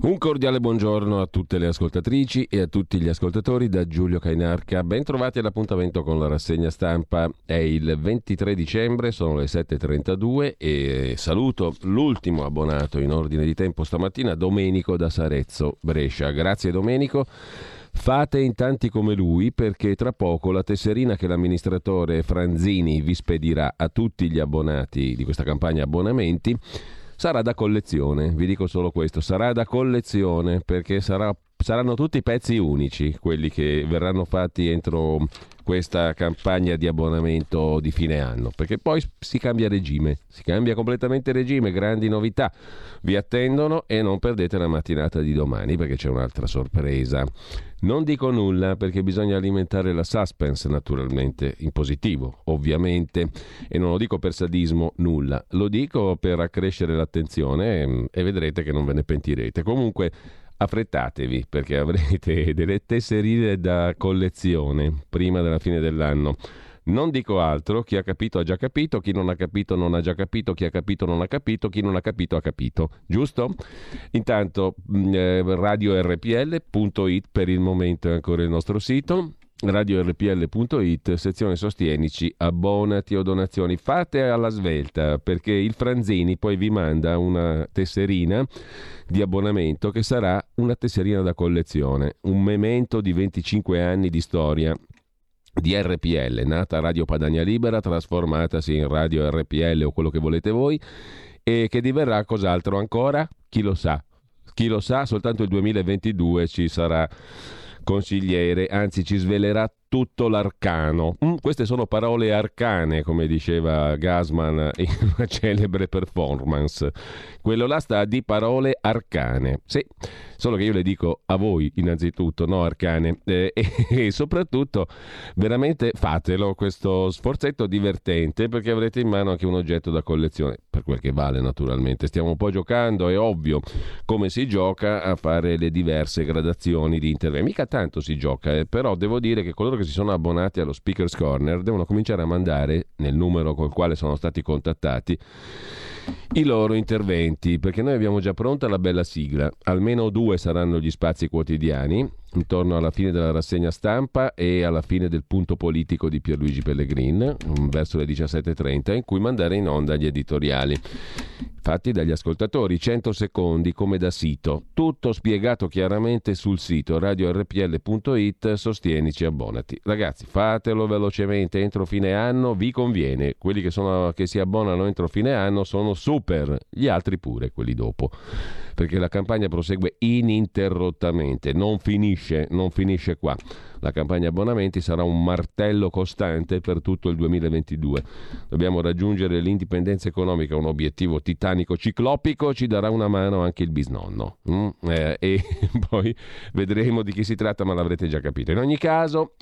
Un cordiale buongiorno a tutte le ascoltatrici e a tutti gli ascoltatori da Giulio Cainarca. Ben trovati all'appuntamento con la rassegna stampa. È il 23 dicembre, sono le 7.32 e saluto l'ultimo abbonato in ordine di tempo stamattina, Domenico da Sarezzo, Brescia. Grazie Domenico. Fate in tanti come lui, perché tra poco la tesserina che l'amministratore Franzini vi spedirà a tutti gli abbonati di questa campagna abbonamenti sarà da collezione. Vi dico solo questo, sarà da collezione, perché saranno tutti pezzi unici quelli che verranno fatti entro questa campagna di abbonamento di fine anno, perché poi si cambia regime, si cambia completamente regime, grandi novità vi attendono e non perdete la mattinata di domani perché c'è un'altra sorpresa. Non dico nulla perché bisogna alimentare la suspense, naturalmente, in positivo, ovviamente, e non lo dico per sadismo, nulla, lo dico per accrescere l'attenzione e vedrete che non ve ne pentirete. Comunque affrettatevi perché avrete delle tesserine da collezione prima della fine dell'anno. Non dico altro, chi ha capito ha già capito, chi non ha capito non ha già capito, chi ha capito non ha capito, chi non ha capito ha capito, giusto? Intanto radiorpl.it per il momento è ancora il nostro sito, radiorpl.it, sezione sostienici, abbonati o donazioni. Fate alla svelta perché il Franzini poi vi manda una tesserina di abbonamento che sarà una tesserina da collezione, un memento di 25 anni di storia di RPL, nata Radio Padania Libera, trasformatasi in Radio RPL o quello che volete voi, e che diverrà cos'altro ancora? Chi lo sa? Chi lo sa? Soltanto il 2022 ci sarà consigliere, anzi ci svelerà tutto l'arcano. Queste sono parole arcane, come diceva Gassman in una celebre performance. Quello là sta di parole arcane. Sì, solo che io le dico a voi innanzitutto, no arcane. E soprattutto veramente fatelo questo sforzetto divertente, perché avrete in mano anche un oggetto da collezione, per quel che vale naturalmente. Stiamo un po' giocando, è ovvio, come si gioca a fare le diverse gradazioni di intervento. Mica tanto si gioca, però devo dire che coloro che si sono abbonati allo Speaker's Corner devono cominciare a mandare nel numero col quale sono stati contattati i loro interventi, perché noi abbiamo già pronta la bella sigla. Almeno 2 saranno gli spazi quotidiani intorno alla fine della rassegna stampa e alla fine del punto politico di Pierluigi Pellegrin verso le 17.30, in cui mandare in onda gli editoriali fatti dagli ascoltatori, 100 secondi come da sito, tutto spiegato chiaramente sul sito radiorpl.it, sostienici, abbonati. Ragazzi, fatelo velocemente entro fine anno, vi conviene. Quelli che si abbonano entro fine anno sono super, gli altri pure, quelli dopo, perché la campagna prosegue ininterrottamente, non finisce qua. La campagna abbonamenti sarà un martello costante per tutto il 2022. Dobbiamo raggiungere l'indipendenza economica, un obiettivo titanico, ciclopico, ci darà una mano anche il bisnonno. E poi vedremo di chi si tratta, ma l'avrete già capito. In ogni caso,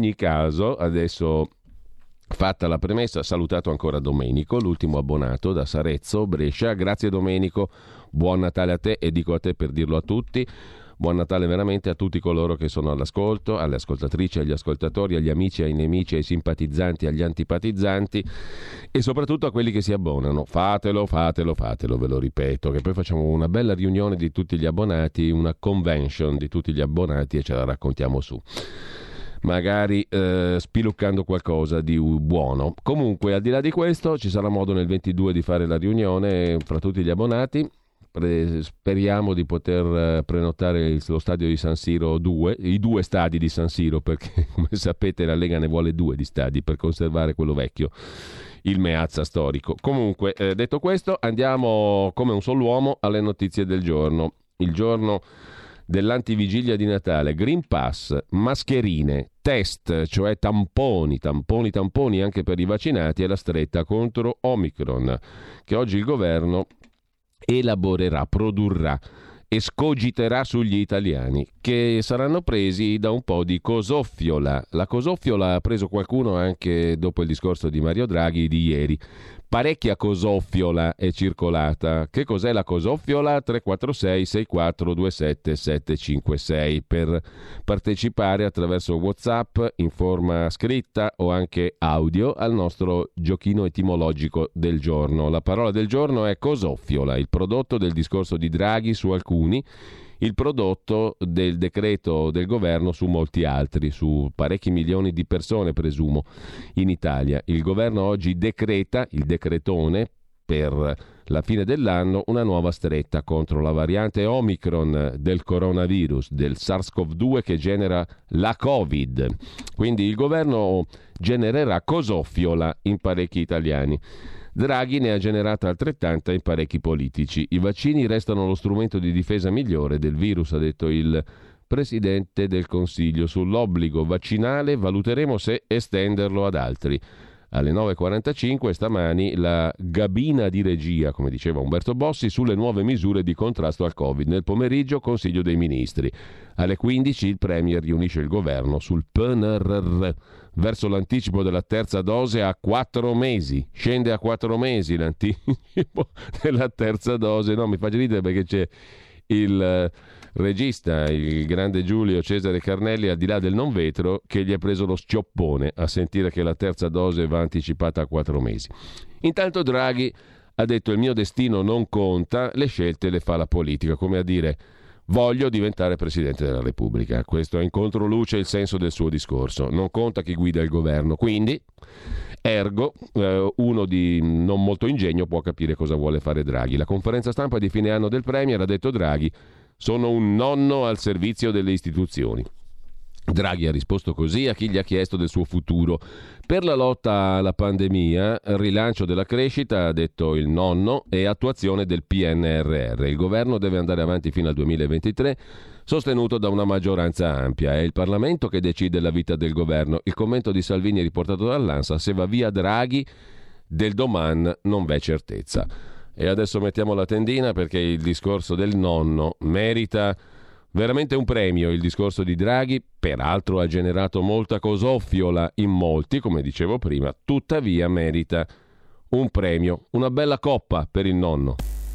adesso fatta la premessa, salutato ancora Domenico, l'ultimo abbonato da Sarezzo, Brescia. Grazie Domenico, buon Natale a te, e dico a te per dirlo a tutti. Buon Natale veramente a tutti coloro che sono all'ascolto, alle ascoltatrici, agli ascoltatori, agli amici, ai nemici, ai simpatizzanti, agli antipatizzanti e soprattutto a quelli che si abbonano. Fatelo, ve lo ripeto, che poi facciamo una bella riunione di tutti gli abbonati, una convention di tutti gli abbonati e ce la raccontiamo su. Magari spiluccando qualcosa di buono. Comunque, al di là di questo, ci sarà modo nel 22 di fare la riunione fra tutti gli abbonati. Speriamo di poter prenotare lo stadio di San Siro 2, i 2 stadi di San Siro, perché come sapete la Lega ne vuole 2 di stadi per conservare quello vecchio, il Meazza storico. Comunque, detto questo, andiamo come un solo uomo alle notizie del giorno. Il giorno dell'antivigilia di Natale: Green Pass, mascherine, test, cioè tamponi anche per i vaccinati, e la stretta contro Omicron, che oggi il governo elaborerà, produrrà e scogiterà sugli italiani, che saranno presi da un po' di cosoffiola. La cosoffiola ha preso qualcuno anche dopo il discorso di Mario Draghi di ieri. Parecchia cosoffiola è circolata. Che cos'è la cosoffiola? 346 6427 756 per partecipare attraverso WhatsApp in forma scritta o anche audio al nostro giochino etimologico del giorno. La parola del giorno è cosoffiola, il prodotto del discorso di Draghi su alcuni, il prodotto del decreto del governo su molti altri, su parecchi milioni di persone, presumo, in Italia. Il governo oggi decreta, il decretone, per la fine dell'anno, una nuova stretta contro la variante Omicron del coronavirus, del SARS-CoV-2 che genera la Covid. Quindi il governo genererà cosoffiola in parecchi italiani. Draghi ne ha generata altrettanta in parecchi politici. I vaccini restano lo strumento di difesa migliore del virus, ha detto il Presidente del Consiglio. Sull'obbligo vaccinale valuteremo se estenderlo ad altri. Alle 9.45 stamani la gabina di regia, come diceva Umberto Bossi, sulle nuove misure di contrasto al Covid. Nel pomeriggio Consiglio dei Ministri. Alle 15 il Premier riunisce il governo sul PNRR verso l'anticipo della terza dose a 4 mesi. Scende a 4 mesi l'anticipo della terza dose. No, mi fa ridere perché c'è il regista, il grande Giulio Cesare Carnelli, al di là del non vetro, che gli ha preso lo scioppone a sentire che la terza dose va anticipata a 4 mesi. Intanto Draghi ha detto: il mio destino non conta, le scelte le fa la politica, come a dire: voglio diventare Presidente della Repubblica. Questo è in controluce il senso del suo discorso. Non conta chi guida il governo, quindi ergo uno di non molto ingegno può capire cosa vuole fare Draghi. La conferenza stampa di fine anno del Premier, ha detto Draghi: sono un nonno al servizio delle istituzioni. Draghi ha risposto così a chi gli ha chiesto del suo futuro. Per la lotta alla pandemia, rilancio della crescita, ha detto il nonno, e attuazione del PNRR. Il governo deve andare avanti fino al 2023, sostenuto da una maggioranza ampia. È il Parlamento che decide la vita del governo. Il commento di Salvini riportato dall'ANSA: se va via Draghi, del domani non v'è certezza. E adesso mettiamo la tendina, perché il discorso del nonno merita veramente un premio. Il discorso di Draghi, peraltro, ha generato molta cosoffiola in molti, come dicevo prima, tuttavia merita un premio, una bella coppa per il nonno.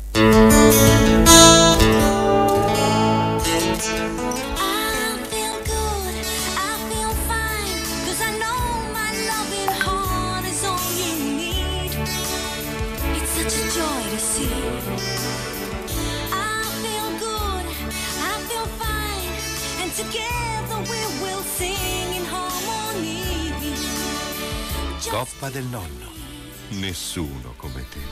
Coppa del nonno. Nessuno come te.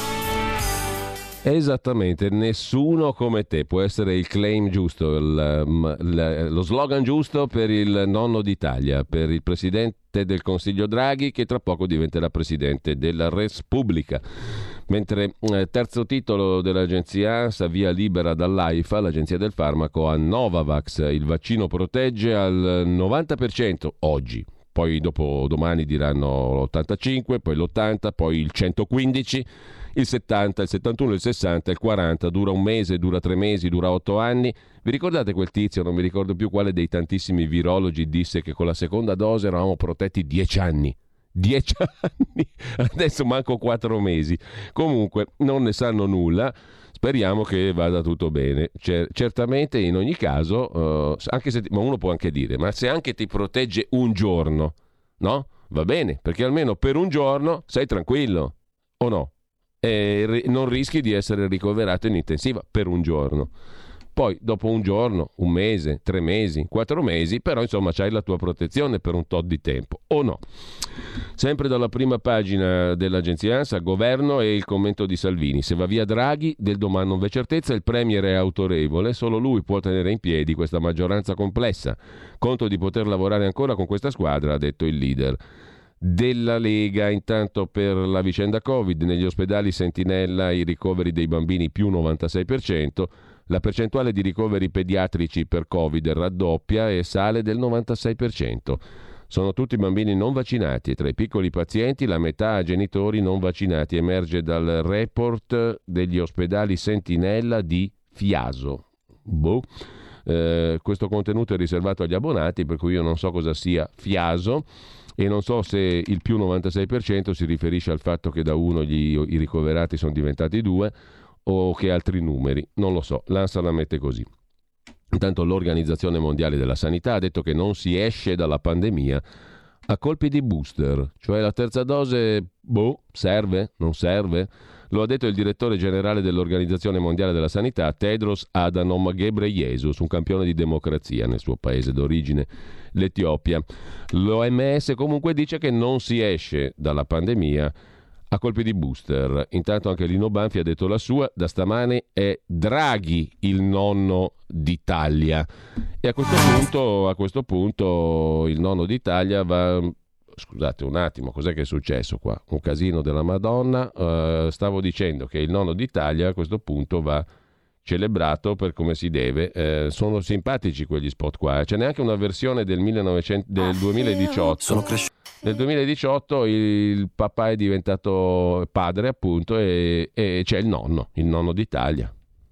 Esattamente, nessuno come te. Può essere il claim giusto, lo slogan giusto per il nonno d'Italia, per il Presidente del Consiglio Draghi, che tra poco diventerà Presidente della Repubblica. Mentre terzo titolo dell'agenzia ANSA, via libera dall'AIFA, l'agenzia del farmaco, a Novavax. Il vaccino protegge al 90% oggi. Poi dopo domani diranno l'85, poi l'80, poi il 115, il 70, il 71, il 60, il 40, dura un mese, dura 3 mesi, dura 8 anni. Vi ricordate quel tizio, non mi ricordo più quale dei tantissimi virologi, disse che con la seconda dose eravamo protetti 10 anni? 10 anni, adesso manco 4 mesi. Comunque non ne sanno nulla. Speriamo che vada tutto bene. Certamente, in ogni caso, anche se, ma uno può anche dire: ma se anche ti protegge un giorno, no? Va bene, perché almeno per un giorno sei tranquillo, o no? E non rischi di essere ricoverato in intensiva per un giorno. Poi dopo un giorno, un mese, 3 mesi, 4 mesi, però insomma c'hai la tua protezione per un tot di tempo, o no? Sempre dalla prima pagina dell'agenzia ANSA, governo e il commento di Salvini: se va via Draghi, del domani non v'è certezza. Il Premier è autorevole, solo lui può tenere in piedi questa maggioranza complessa. Conto di poter lavorare ancora con questa squadra, ha detto il leader della Lega. Intanto, per la vicenda Covid, negli ospedali sentinella i ricoveri dei bambini più 96%, la percentuale di ricoveri pediatrici per Covid raddoppia e sale del 96%. Sono tutti bambini non vaccinati e tra i piccoli pazienti la metà genitori non vaccinati, emerge dal report degli ospedali sentinella di Fiaso. Questo contenuto è riservato agli abbonati, per cui io non so cosa sia Fiaso e non so se il più 96% si riferisce al fatto che da uno i ricoverati sono diventati 2 o che altri numeri, non lo so, l'ANSA la mette così. Intanto l'Organizzazione Mondiale della Sanità ha detto che non si esce dalla pandemia a colpi di booster, cioè la terza dose, serve? Non serve? Lo ha detto il direttore generale dell'Organizzazione Mondiale della Sanità, Tedros Adhanom Ghebreyesus, un campione di democrazia nel suo paese d'origine, l'Etiopia. L'OMS comunque dice che non si esce dalla pandemia a colpi di booster. Intanto anche Lino Banfi ha detto la sua, da stamane è Draghi il nonno d'Italia. E a questo punto il nonno d'Italia va... Scusate un attimo, cos'è che è successo qua? Un casino della Madonna. Stavo dicendo che il nonno d'Italia a questo punto va celebrato per come si deve. Sono simpatici quegli spot qua. C'è neanche una versione del 2018. Nel 2018 il papà è diventato padre, appunto, e c'è il nonno d'Italia.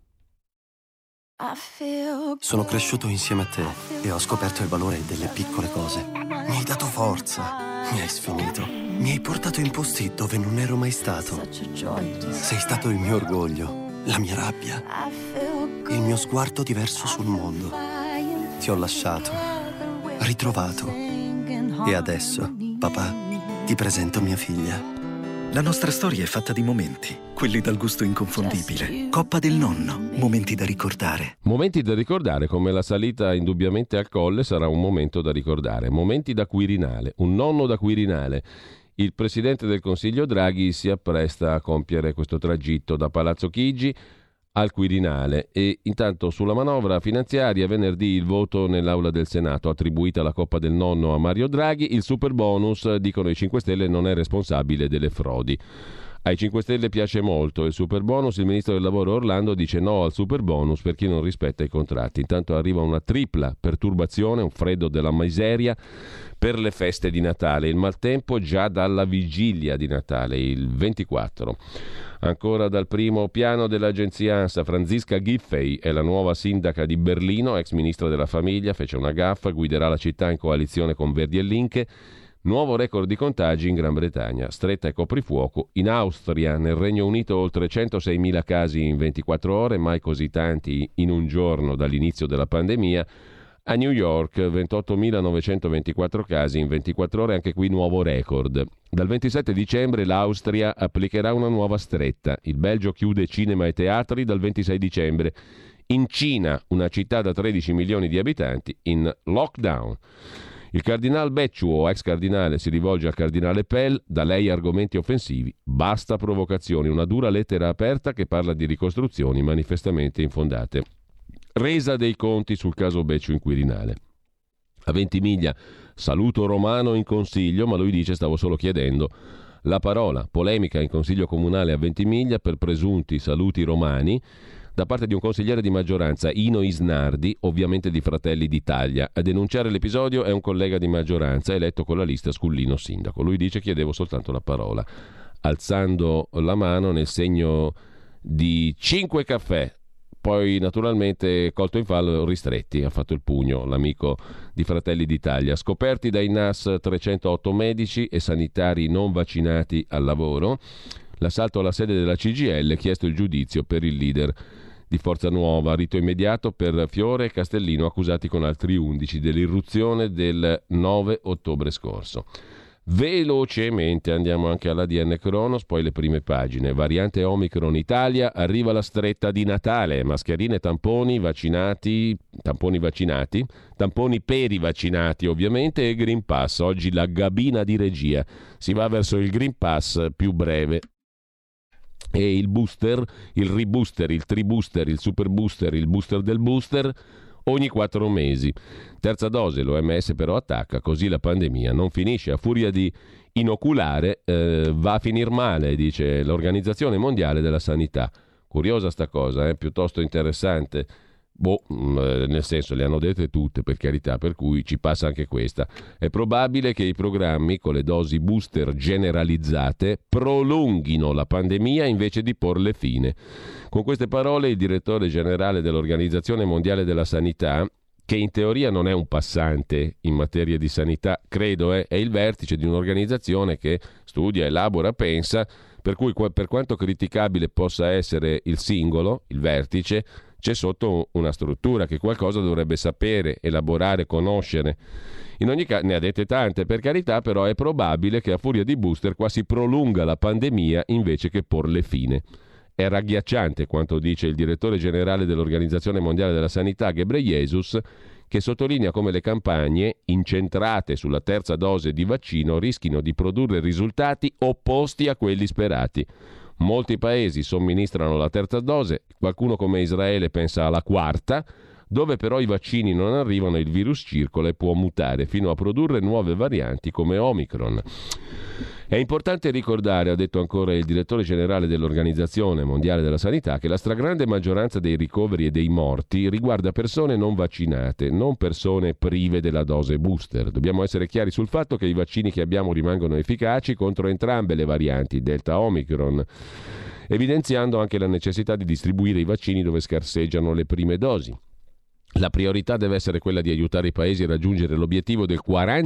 Sono cresciuto insieme a te e ho scoperto il valore delle piccole cose. Mi hai dato forza. Mi hai sfinito. Mi hai portato in posti dove non ero mai stato. Sei stato il mio orgoglio, la mia rabbia, il mio sguardo diverso sul mondo. Ti ho lasciato, ritrovato. E adesso, papà, ti presento mia figlia. La nostra storia è fatta di momenti, quelli dal gusto inconfondibile. Coppa del nonno, momenti da ricordare. Momenti da ricordare, come la salita indubbiamente al colle sarà un momento da ricordare. Momenti da Quirinale, un nonno da Quirinale. Il presidente del Consiglio Draghi si appresta a compiere questo tragitto da Palazzo Chigi al Quirinale e intanto sulla manovra finanziaria venerdì il voto nell'Aula del Senato, attribuita la Coppa del Nonno a Mario Draghi, il super bonus, dicono i 5 Stelle, non è responsabile delle frodi. Ai 5 Stelle piace molto il super bonus, il ministro del lavoro Orlando dice no al super bonus per chi non rispetta i contratti. Intanto arriva una tripla perturbazione, un freddo della miseria per le feste di Natale, il maltempo già dalla vigilia di Natale, il 24. Ancora dal primo piano dell'agenzia ANSA, Franziska Giffey è la nuova sindaca di Berlino, ex ministra della famiglia, fece una gaffa, guiderà la città in coalizione con Verdi e Linke. Nuovo record di contagi in Gran Bretagna, stretta e coprifuoco. In Austria, nel Regno Unito, oltre 106.000 casi in 24 ore, mai così tanti in un giorno dall'inizio della pandemia. A New York 28.924 casi in 24 ore, anche qui nuovo record. Dal 27 dicembre l'Austria applicherà una nuova stretta. Il Belgio chiude cinema e teatri dal 26 dicembre. In Cina, una città da 13 milioni di abitanti, in lockdown. Il cardinal Becciu, ex cardinale, si rivolge al cardinale Pell, da lei argomenti offensivi, basta provocazioni, una dura lettera aperta che parla di ricostruzioni manifestamente infondate. Resa dei conti sul caso Becciu in Quirinale. A Ventimiglia, saluto romano in consiglio, ma lui dice stavo solo chiedendo la parola. Polemica in consiglio comunale a Ventimiglia per presunti saluti romani da parte di un consigliere di maggioranza, Ino Isnardi, ovviamente di Fratelli d'Italia. A denunciare l'episodio è un collega di maggioranza eletto con la lista Scullino sindaco. Lui dice chiedevo soltanto la parola, alzando la mano nel segno di 5 caffè. Poi naturalmente colto in fallo ristretti, ha fatto il pugno l'amico di Fratelli d'Italia. Scoperti dai NAS 308 medici e sanitari non vaccinati al lavoro. L'assalto alla sede della CGIL, chiesto il giudizio per il leader di Forza Nuova. Rito immediato per Fiore e Castellino accusati con altri 11 dell'irruzione del 9 ottobre scorso. Velocemente andiamo anche all'ADN Cronos, poi le prime pagine. Variante Omicron Italia, arriva la stretta di Natale, mascherine, tamponi vaccinati, tamponi per i vaccinati ovviamente e Green Pass. Oggi la gabina di regia, si va verso il Green Pass più breve. E il booster, il rebooster, il tribooster, il super booster, il booster del booster ogni 4 mesi. Terza dose, l'OMS però attacca, così la pandemia non finisce. A furia di inoculare va a finir male, dice l'Organizzazione Mondiale della Sanità. Curiosa sta cosa, piuttosto interessante. Nel senso, le hanno dette tutte, per carità, per cui ci passa anche questa. È probabile che i programmi con le dosi booster generalizzate prolunghino la pandemia invece di porle fine. Con queste parole il direttore generale dell'Organizzazione Mondiale della Sanità, che in teoria non è un passante in materia di sanità, credo, è il vertice di un'organizzazione che studia, elabora, pensa, per cui per quanto criticabile possa essere il singolo, il vertice, c'è sotto una struttura che qualcosa dovrebbe sapere, elaborare, conoscere. In ogni caso, ne ha dette tante, per carità, però è probabile che a furia di booster qua si prolunga la pandemia invece che porle fine. È raghiacciante quanto dice il direttore generale dell'Organizzazione Mondiale della Sanità, Ghebreyesus, che sottolinea come le campagne incentrate sulla terza dose di vaccino rischino di produrre risultati opposti a quelli sperati. Molti paesi somministrano la terza dose, qualcuno come Israele pensa alla quarta, dove però i vaccini non arrivano, il virus circola e può mutare fino a produrre nuove varianti come Omicron. È importante ricordare, ha detto ancora il direttore generale dell'Organizzazione Mondiale della Sanità, che la stragrande maggioranza dei ricoveri e dei morti riguarda persone non vaccinate, non persone prive della dose booster. Dobbiamo essere chiari sul fatto che i vaccini che abbiamo rimangono efficaci contro entrambe le varianti, Delta Omicron, evidenziando anche la necessità di distribuire i vaccini dove scarseggiano le prime dosi. La priorità deve essere quella di aiutare i paesi a raggiungere l'obiettivo del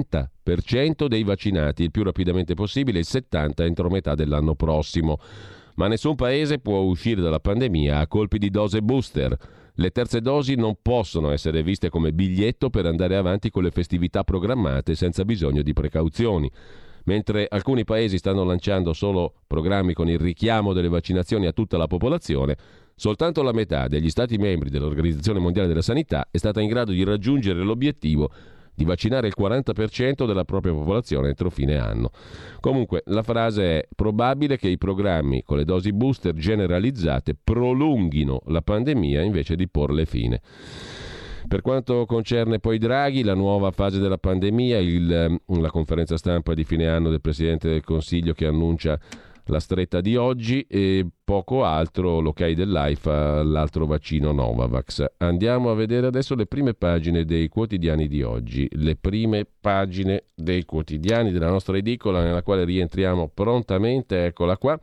40% dei vaccinati il più rapidamente possibile, il 70% entro metà dell'anno prossimo. Ma nessun paese può uscire dalla pandemia a colpi di dose booster. Le terze dosi non possono essere viste come biglietto per andare avanti con le festività programmate senza bisogno di precauzioni. Mentre alcuni paesi stanno lanciando solo programmi con il richiamo delle vaccinazioni a tutta la popolazione, soltanto la metà degli Stati membri dell'Organizzazione Mondiale della Sanità è stata in grado di raggiungere l'obiettivo di vaccinare il 40% della propria popolazione entro fine anno. Comunque, la frase è: probabile che i programmi con le dosi booster generalizzate prolunghino la pandemia invece di porle fine. Per quanto concerne poi Draghi, la nuova fase della pandemia, la conferenza stampa di fine anno del Presidente del Consiglio che annuncia la stretta di oggi e poco altro, l'ok dell'AIFA, l'altro vaccino Novavax. Andiamo a vedere adesso le prime pagine dei quotidiani di oggi, le prime pagine dei quotidiani della nostra edicola nella quale rientriamo prontamente, eccola qua.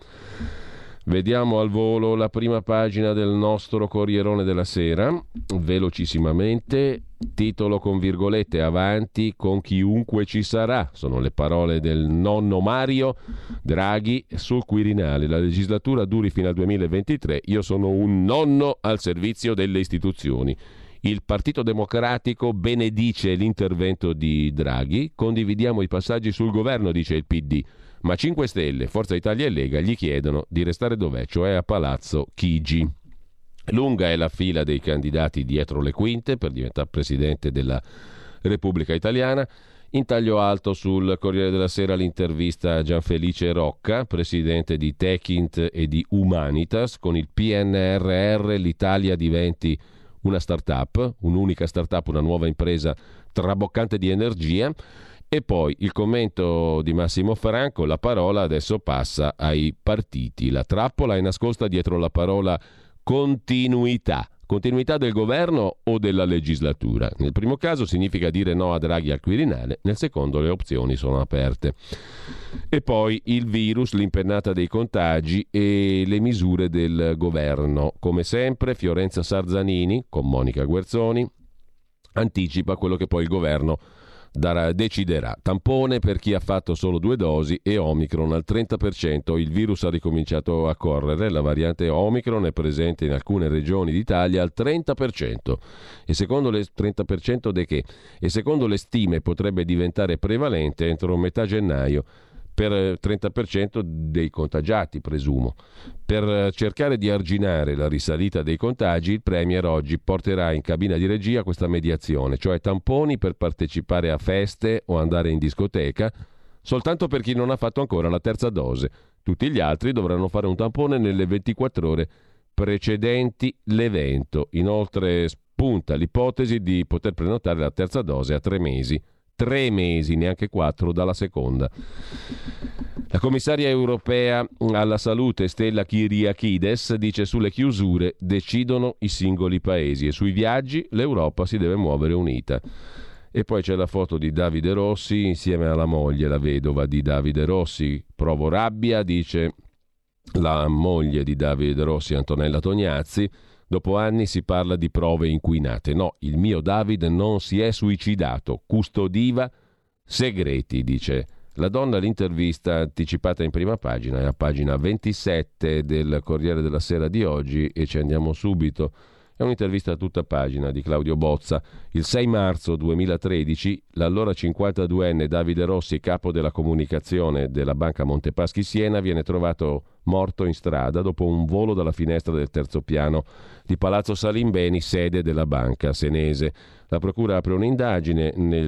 Vediamo al volo la prima pagina del nostro Corrierone della Sera, velocissimamente, titolo con virgolette: avanti con chiunque ci sarà, sono le parole del nonno Mario Draghi sul Quirinale. La legislatura duri fino al 2023, io sono un nonno al servizio delle istituzioni. Il Partito Democratico benedice l'intervento di Draghi, condividiamo i passaggi sul governo, dice il PD. Ma 5 Stelle, Forza Italia e Lega gli chiedono di restare dov'è, cioè a Palazzo Chigi. Lunga è la fila dei candidati dietro le quinte per diventare Presidente della Repubblica Italiana. In taglio alto sul Corriere della Sera l'intervista a Gianfelice Rocca, Presidente di Techint e di Humanitas. Con il PNRR l'Italia diventi una start-up, un'unica start-up, una nuova impresa traboccante di energia. E poi il commento di Massimo Franco: la parola adesso passa ai partiti. La trappola è nascosta dietro la parola continuità. Continuità del governo o della legislatura? Nel primo caso significa dire no a Draghi al Quirinale, nel secondo le opzioni sono aperte. E poi il virus, l'impennata dei contagi e le misure del governo. Come sempre Fiorenza Sarzanini con Monica Guerzoni anticipa quello che poi il governo deciderà. Tampone per chi ha fatto solo 2 dosi e Omicron al 30%. Il virus ha ricominciato a correre, la variante Omicron è presente in alcune regioni d'Italia al 30%. E secondo le 30% di che? E secondo le stime potrebbe diventare prevalente entro metà gennaio per 30% dei contagiati, presumo. Per cercare di arginare la risalita dei contagi, il Premier oggi porterà in cabina di regia questa mediazione, cioè tamponi per partecipare a feste o andare in discoteca, soltanto per chi non ha fatto ancora la terza dose. Tutti gli altri dovranno fare un tampone nelle 24 ore precedenti l'evento. Inoltre spunta l'ipotesi di poter prenotare la terza dose a 3 mesi. 3 mesi, neanche 4 dalla seconda. La commissaria europea alla salute Stella Kyriakides dice: sulle chiusure decidono i singoli paesi e sui viaggi l'Europa si deve muovere unita. E poi c'è la foto di Davide Rossi insieme alla moglie, la vedova di Davide Rossi. Provo rabbia, dice la moglie di Davide Rossi, Antonella Tognazzi. Dopo anni si parla di prove inquinate. No, il mio Davide non si è suicidato, custodiva segreti, dice la donna. L'intervista anticipata in prima pagina è a pagina 27 del Corriere della Sera di oggi e ci andiamo subito. È un'intervista a tutta pagina di Claudio Bozza. Il 6 marzo 2013 l'allora 52enne Davide Rossi, capo della comunicazione della Banca Montepaschi Siena, viene trovato morto in strada dopo un volo dalla finestra del terzo piano di Palazzo Salimbeni, sede della banca senese. La procura apre un'indagine, nel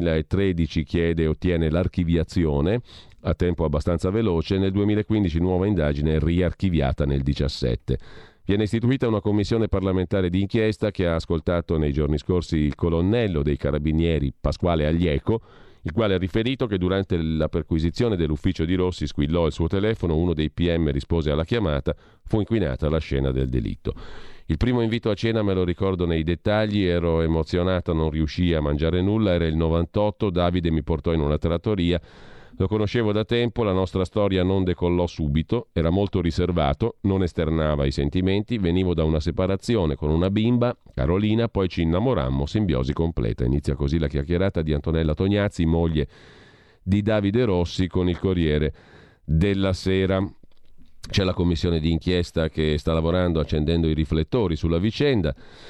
2013 chiede e ottiene l'archiviazione a tempo abbastanza veloce, nel 2015 nuova indagine riarchiviata nel 2017. Viene istituita una commissione parlamentare di inchiesta che ha ascoltato nei giorni scorsi il colonnello dei carabinieri Pasquale Aglieco, il quale ha riferito che durante la perquisizione dell'ufficio di Rossi squillò il suo telefono, uno dei PM rispose alla chiamata, fu inquinata la scena del delitto. Il primo invito a cena me lo ricordo nei dettagli, ero emozionato, non riuscii a mangiare nulla, era il 98, Davide mi portò in una trattoria. Lo conoscevo da tempo, la nostra storia non decollò subito, era molto riservato, non esternava i sentimenti, venivo da una separazione con una bimba, Carolina, poi ci innamorammo, simbiosi completa. Inizia così la chiacchierata di Antonella Tognazzi, moglie di Davide Rossi, con il Corriere della Sera. C'è la commissione di inchiesta che sta lavorando accendendo i riflettori sulla vicenda.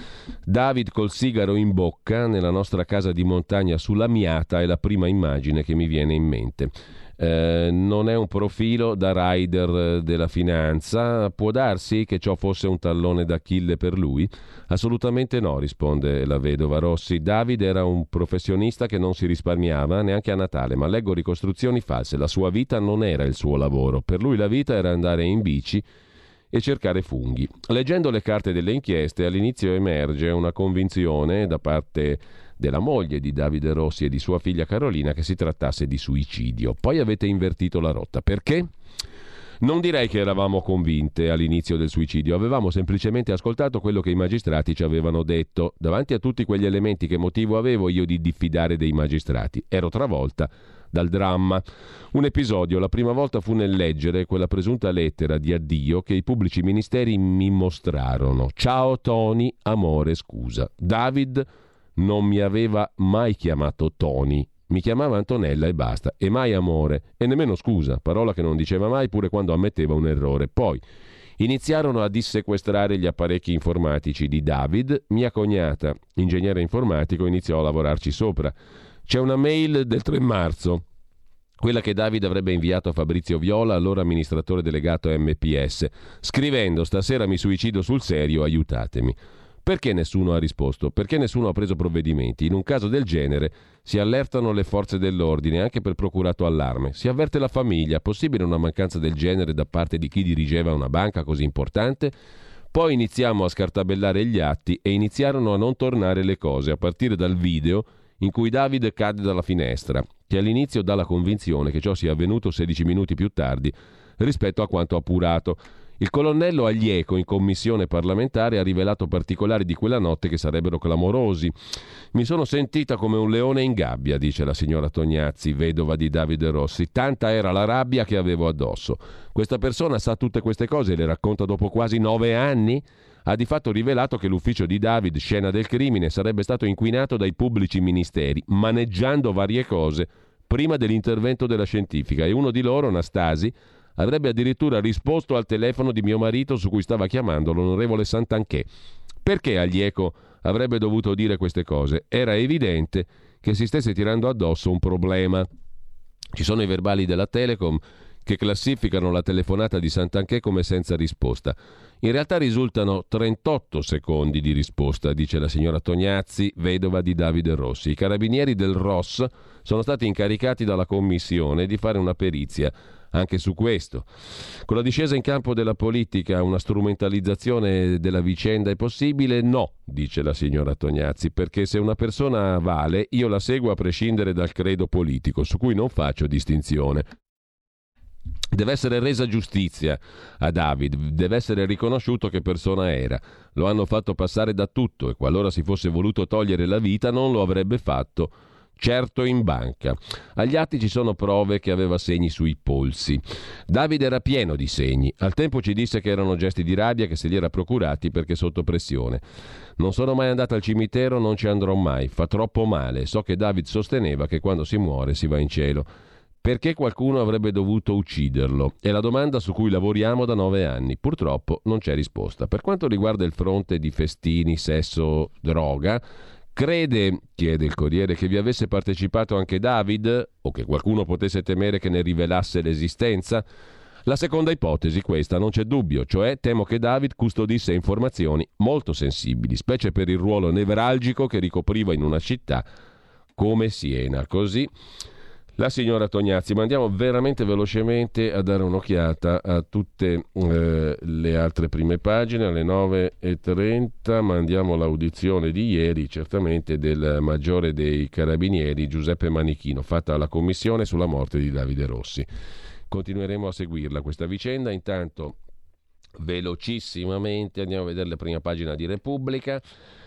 David col sigaro in bocca nella nostra casa di montagna sulla Miata è la prima immagine che mi viene in mente. Non è un profilo da rider della finanza, può darsi che ciò fosse un tallone d'Achille per lui? Assolutamente no, risponde la vedova Rossi. David era un professionista che non si risparmiava neanche a Natale, ma leggo ricostruzioni false, la sua vita non era il suo lavoro, per lui la vita era andare in bici e cercare funghi. Leggendo le carte delle inchieste all'inizio emerge una convinzione da parte della moglie di Davide Rossi e di sua figlia Carolina che si trattasse di suicidio. Poi avete invertito la rotta. Perché? Non direi che eravamo convinte all'inizio del suicidio, avevamo semplicemente ascoltato quello che i magistrati ci avevano detto. Davanti a tutti quegli elementi, che motivo avevo io di diffidare dei magistrati? Ero travolta dal dramma. Un episodio, la prima volta fu nel leggere quella presunta lettera di addio che i pubblici ministeri mi mostrarono. Ciao Tony, amore, scusa. David non mi aveva mai chiamato Tony, mi chiamava Antonella e basta, e mai amore, e nemmeno scusa, parola che non diceva mai pure quando ammetteva un errore. Poi iniziarono a dissequestrare gli apparecchi informatici di David, mia cognata, ingegnere informatico, iniziò a lavorarci sopra. C'è una mail del 3 marzo, quella che David avrebbe inviato a Fabrizio Viola, allora amministratore delegato MPS, scrivendo: stasera mi suicido sul serio, aiutatemi. Perché nessuno ha risposto? Perché nessuno ha preso provvedimenti? In un caso del genere si allertano le forze dell'ordine, anche per procurato allarme. Si avverte la famiglia. Possibile una mancanza del genere da parte di chi dirigeva una banca così importante? Poi iniziamo a scartabellare gli atti e iniziarono a non tornare le cose, a partire dal video in cui David cade dalla finestra, che all'inizio dà la convinzione che ciò sia avvenuto 16 minuti più tardi rispetto a quanto appurato. Il colonnello Aglieco in commissione parlamentare ha rivelato particolari di quella notte che sarebbero clamorosi. Mi sono sentita come un leone in gabbia, dice la signora Tognazzi, vedova di Davide Rossi. Tanta era la rabbia che avevo addosso. Questa persona sa tutte queste cose e le racconta dopo quasi 9 anni? Ha di fatto rivelato che l'ufficio di David, scena del crimine, sarebbe stato inquinato dai pubblici ministeri, maneggiando varie cose prima dell'intervento della scientifica, e uno di loro, Nastasi, avrebbe addirittura risposto al telefono di mio marito su cui stava chiamando l'onorevole Santanchè. Perché Aglieco avrebbe dovuto dire queste cose? Era evidente che si stesse tirando addosso un problema. Ci sono i verbali della Telecom che classificano la telefonata di Santanchè come senza risposta. In realtà risultano 38 secondi di risposta, dice la signora Tognazzi, vedova di Davide Rossi. I carabinieri del ROS sono stati incaricati dalla commissione di fare una perizia anche su questo. Con la discesa in campo della politica una strumentalizzazione della vicenda è possibile? No, dice la signora Tognazzi, perché se una persona vale io la seguo a prescindere dal credo politico, su cui non faccio distinzione. Deve essere resa giustizia a David, deve essere riconosciuto che persona era. Lo hanno fatto passare da tutto e qualora si fosse voluto togliere la vita non lo avrebbe fatto certo in banca. Agli atti ci sono prove che aveva segni sui polsi. David era pieno di segni. Al tempo ci disse che erano gesti di rabbia che se li era procurati perché sotto pressione. Non sono mai andata al cimitero, non ci andrò mai. Fa troppo male. So che David sosteneva che quando si muore si va in cielo. Perché qualcuno avrebbe dovuto ucciderlo? È la domanda su cui lavoriamo da 9 anni. Purtroppo non c'è risposta. Per quanto riguarda il fronte di festini, sesso, droga, crede, chiede il Corriere, che vi avesse partecipato anche David o che qualcuno potesse temere che ne rivelasse l'esistenza? La seconda ipotesi, questa, non c'è dubbio, cioè temo che David custodisse informazioni molto sensibili, specie per il ruolo nevralgico che ricopriva in una città come Siena. Così la signora Tognazzi. Ma andiamo veramente velocemente a dare un'occhiata a tutte le altre prime pagine. Alle 9:30 mandiamo l'audizione di ieri, certamente, del maggiore dei carabinieri Giuseppe Manichino, fatta alla commissione sulla morte di Davide Rossi. Continueremo a seguirla questa vicenda. Intanto, velocissimamente, andiamo a vedere la prima pagina di Repubblica.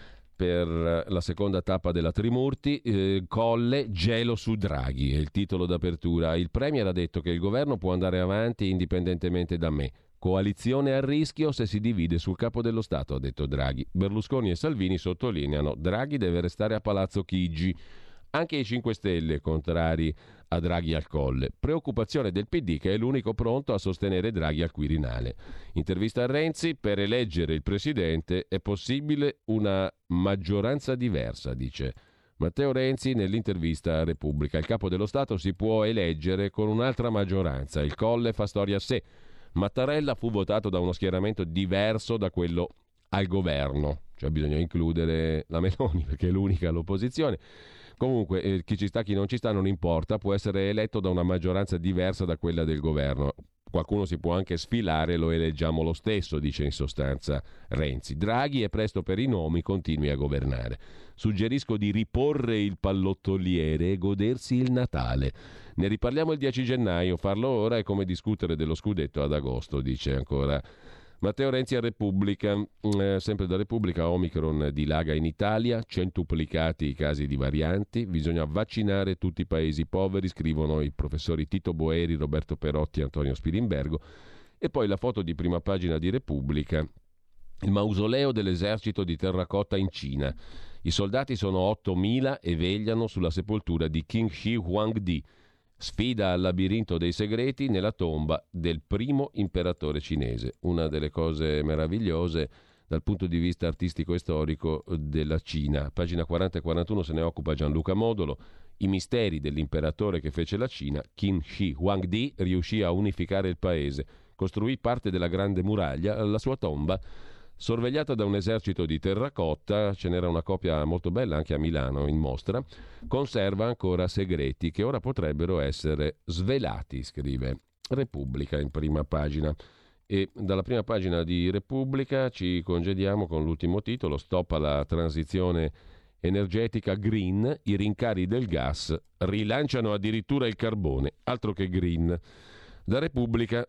Per la seconda tappa della Trimurti, Colle, gelo su Draghi, è il titolo d'apertura. Il Premier ha detto che il governo può andare avanti indipendentemente da me. Coalizione a rischio se si divide sul capo dello Stato, ha detto Draghi. Berlusconi e Salvini sottolineano: Draghi deve restare a Palazzo Chigi. Anche i 5 Stelle contrari a Draghi al Colle. Preoccupazione del PD, che è l'unico pronto a sostenere Draghi al Quirinale. Intervista a Renzi: per eleggere il presidente è possibile una maggioranza diversa, dice Matteo Renzi nell'intervista a Repubblica. Il capo dello Stato si può eleggere con un'altra maggioranza. Il Colle fa storia a sé. Mattarella fu votato da uno schieramento diverso da quello al governo, cioè bisogna includere la Meloni perché è l'unica all'opposizione. Comunque, chi ci sta, chi non ci sta, non importa, può essere eletto da una maggioranza diversa da quella del governo. Qualcuno si può anche sfilare, lo eleggiamo lo stesso, dice in sostanza Renzi. Draghi è presto per i nomi, continui a governare. Suggerisco di riporre il pallottoliere e godersi il Natale. Ne riparliamo il 10 gennaio, farlo ora è come discutere dello scudetto ad agosto, dice ancora Matteo Renzi a Repubblica. Sempre da Repubblica, Omicron dilaga in Italia, centuplicati i casi di varianti, bisogna vaccinare tutti i paesi poveri, scrivono i professori Tito Boeri, Roberto Perotti e Antonio Spilimbergo. E poi la foto di prima pagina di Repubblica, il mausoleo dell'esercito di terracotta in Cina. I soldati sono 8.000 e vegliano sulla sepoltura di Qin Shi Huangdi. Sfida al labirinto dei segreti nella tomba del primo imperatore cinese. Una delle cose meravigliose dal punto di vista artistico e storico della Cina. Pagina 40 e 41 se ne occupa Gianluca Modolo. I misteri dell'imperatore che fece la Cina. Qin Shi Huangdi riuscì a unificare il paese. Costruì parte della grande muraglia. La sua tomba, sorvegliata da un esercito di terracotta, ce n'era una copia molto bella anche a Milano in mostra, conserva ancora segreti che ora potrebbero essere svelati, scrive Repubblica in prima pagina. E dalla prima pagina di Repubblica ci congediamo con l'ultimo titolo: stop alla transizione energetica green, i rincari del gas rilanciano addirittura il carbone, altro che green. Da Repubblica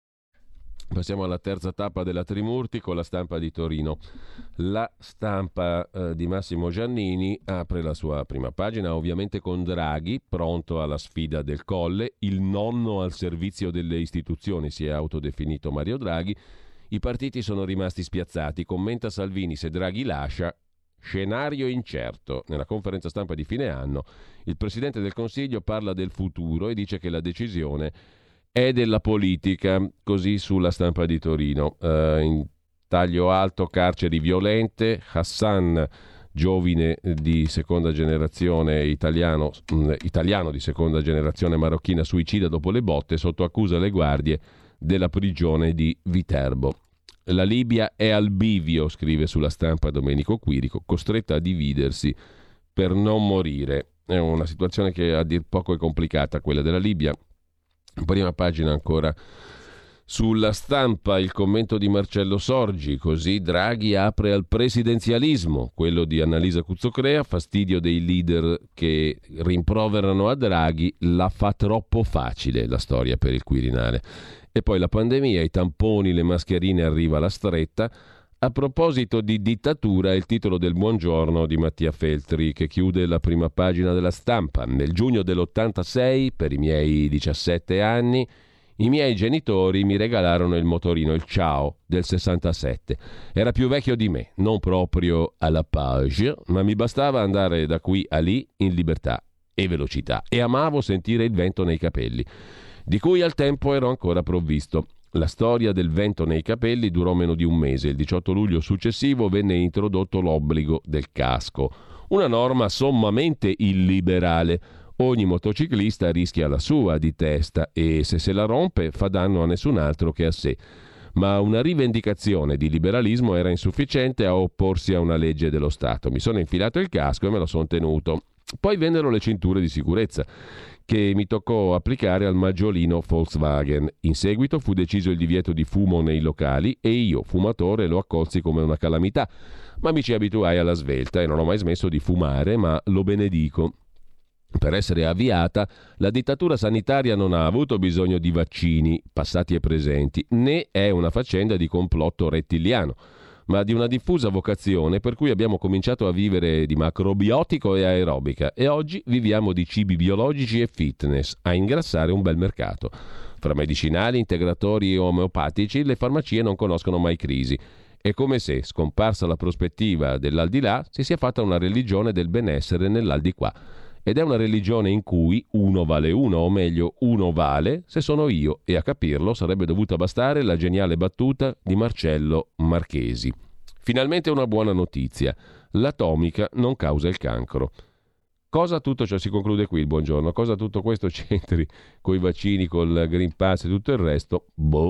passiamo alla terza tappa della Trimurti con La Stampa di Torino. La Stampa di Massimo Giannini apre la sua prima pagina ovviamente con Draghi, pronto alla sfida del Colle, il nonno al servizio delle istituzioni, si è autodefinito Mario Draghi. I partiti sono rimasti spiazzati, commenta Salvini: se Draghi lascia, scenario incerto. Nella conferenza stampa di fine anno il Presidente del Consiglio parla del futuro e dice che la decisione è della politica, così sulla Stampa di Torino. In taglio alto: carceri violente, Hassan, giovine di seconda generazione italiano di seconda generazione marocchina, suicida dopo le botte, sotto accusa le guardie della prigione di Viterbo. La Libia è al bivio, scrive sulla Stampa Domenico Quirico, costretta a dividersi per non morire. È una situazione che a dir poco è complicata, quella della Libia. Prima pagina ancora sulla Stampa, il commento di Marcello Sorgi: così Draghi apre al presidenzialismo, quello di Annalisa Cuzzocrea, fastidio dei leader che rimproverano a Draghi, la fa troppo facile la storia per il Quirinale. E poi la pandemia, i tamponi, le mascherine, arriva la stretta. A proposito di dittatura, è il titolo del Buongiorno di Mattia Feltri, che chiude la prima pagina della Stampa. Nel giugno dell'86, per i miei 17 anni, i miei genitori mi regalarono il motorino, il Ciao, del 67. Era più vecchio di me, non proprio alla page, ma mi bastava andare da qui a lì in libertà. e velocità, e amavo sentire il vento nei capelli, di cui al tempo ero ancora provvisto. La storia del vento nei capelli durò meno di un mese. Il 18 luglio successivo venne introdotto l'obbligo del casco, una norma sommamente illiberale. Ogni motociclista rischia la sua di testa e se la rompe fa danno a nessun altro che a sé. Ma una rivendicazione di liberalismo era insufficiente a opporsi a una legge dello Stato. Mi sono infilato il casco e me lo sono tenuto. Poi vennero le cinture di sicurezza, che mi toccò applicare al maggiolino Volkswagen. In seguito fu deciso il divieto di fumo nei locali e io, fumatore, lo accolsi come una calamità. Ma mi ci abituai alla svelta e non ho mai smesso di fumare, ma lo benedico. Per essere avviata, la dittatura sanitaria non ha avuto bisogno di vaccini, passati e presenti, né è una faccenda di complotto rettiliano, ma di una diffusa vocazione per cui abbiamo cominciato a vivere di macrobiotico e aerobica e oggi viviamo di cibi biologici e fitness, a ingrassare un bel mercato. Fra medicinali, integratori e omeopatici, le farmacie non conoscono mai crisi. È come se, scomparsa la prospettiva dell'aldilà, si sia fatta una religione del benessere nell'aldilà. Ed è una religione in cui uno vale uno, o meglio, uno vale se sono io, e a capirlo sarebbe dovuta bastare la geniale battuta di Marcello Marchesi. Finalmente una buona notizia: l'atomica non causa il cancro. Cosa tutto ciò, si conclude qui il buongiorno, cosa tutto questo c'entri coi vaccini, col Green Pass e tutto il resto? Boh.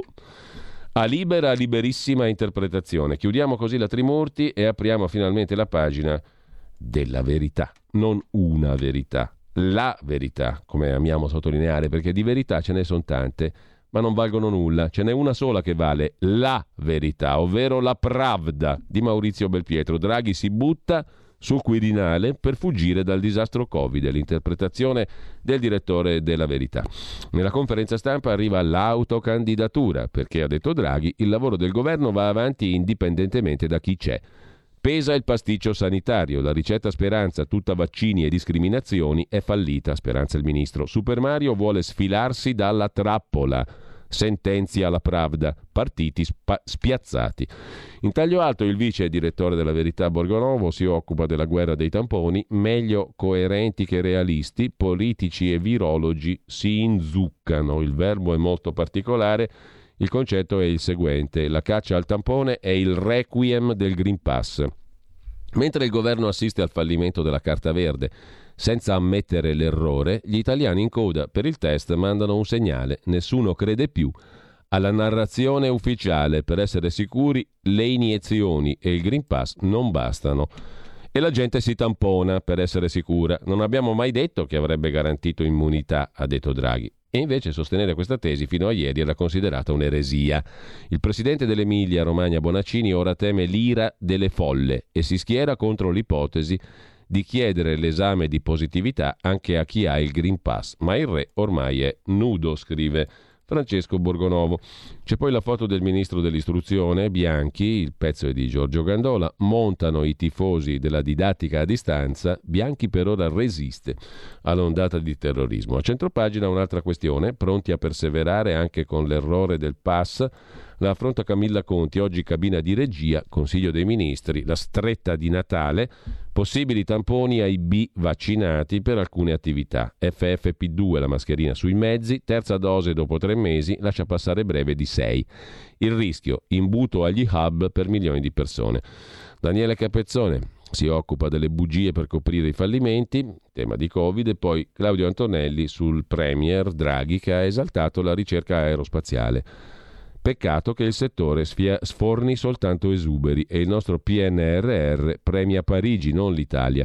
A liberissima interpretazione. Chiudiamo così la Trimurti e apriamo finalmente la pagina della verità, non una verità, la verità, come amiamo sottolineare, perché di verità ce ne sono tante, ma non valgono nulla. Ce n'è una sola che vale, la verità, ovvero la Pravda di Maurizio Belpietro. Draghi si butta sul Quirinale per fuggire dal disastro Covid, l'interpretazione del direttore della Verità. Nella conferenza stampa arriva l'autocandidatura, perché, ha detto Draghi, il lavoro del governo va avanti indipendentemente da chi c'è. Pesa il pasticcio sanitario, la ricetta Speranza, tutta vaccini e discriminazioni, è fallita, Speranza il ministro. Super Mario vuole sfilarsi dalla trappola, sentenzia la Pravda, partiti spiazzati. In taglio alto il vice direttore della Verità Borgonovo si occupa della guerra dei tamponi, meglio coerenti che realisti, politici e virologi si inzuccano, il verbo è molto particolare. Il concetto è il seguente: la caccia al tampone è il requiem del Green Pass. Mentre il governo assiste al fallimento della carta verde senza ammettere l'errore, gli italiani in coda per il test mandano un segnale: nessuno crede più alla narrazione ufficiale. Per essere sicuri, le iniezioni e il Green Pass non bastano. E la gente si tampona per essere sicura. Non abbiamo mai detto che avrebbe garantito immunità, ha detto Draghi. E invece sostenere questa tesi fino a ieri era considerata un'eresia. Il presidente dell'Emilia Romagna Bonaccini ora teme l'ira delle folle e si schiera contro l'ipotesi di chiedere l'esame di positività anche a chi ha il Green Pass. Ma il re ormai è nudo, scrive Francesco Borgonovo. C'è poi la foto del ministro dell'istruzione, Bianchi, il pezzo è di Giorgio Gandola, montano i tifosi della didattica a distanza, Bianchi per ora resiste all'ondata di terrorismo. A centropagina un'altra questione, pronti a perseverare anche con l'errore del pass, la affronta Camilla Conti, oggi cabina di regia, Consiglio dei Ministri, la stretta di Natale, possibili tamponi ai B vaccinati per alcune attività, FFP2 la mascherina sui mezzi, terza dose dopo 3 mesi, lascia passare breve di 6. Il rischio, imbuto agli hub per milioni di persone. Daniele Capezzone si occupa delle bugie per coprire i fallimenti, tema di Covid, e poi Claudio Antonelli sul premier Draghi che ha esaltato la ricerca aerospaziale. Peccato che il settore sforni soltanto esuberi e il nostro PNRR premia Parigi, non l'Italia.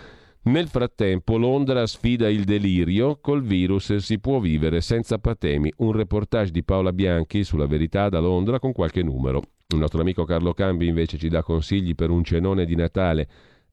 Nel frattempo Londra sfida il delirio, col virus si può vivere senza patemi. Un reportage di Paola Bianchi sulla Verità da Londra con qualche numero. Il nostro amico Carlo Cambi invece ci dà consigli per un cenone di Natale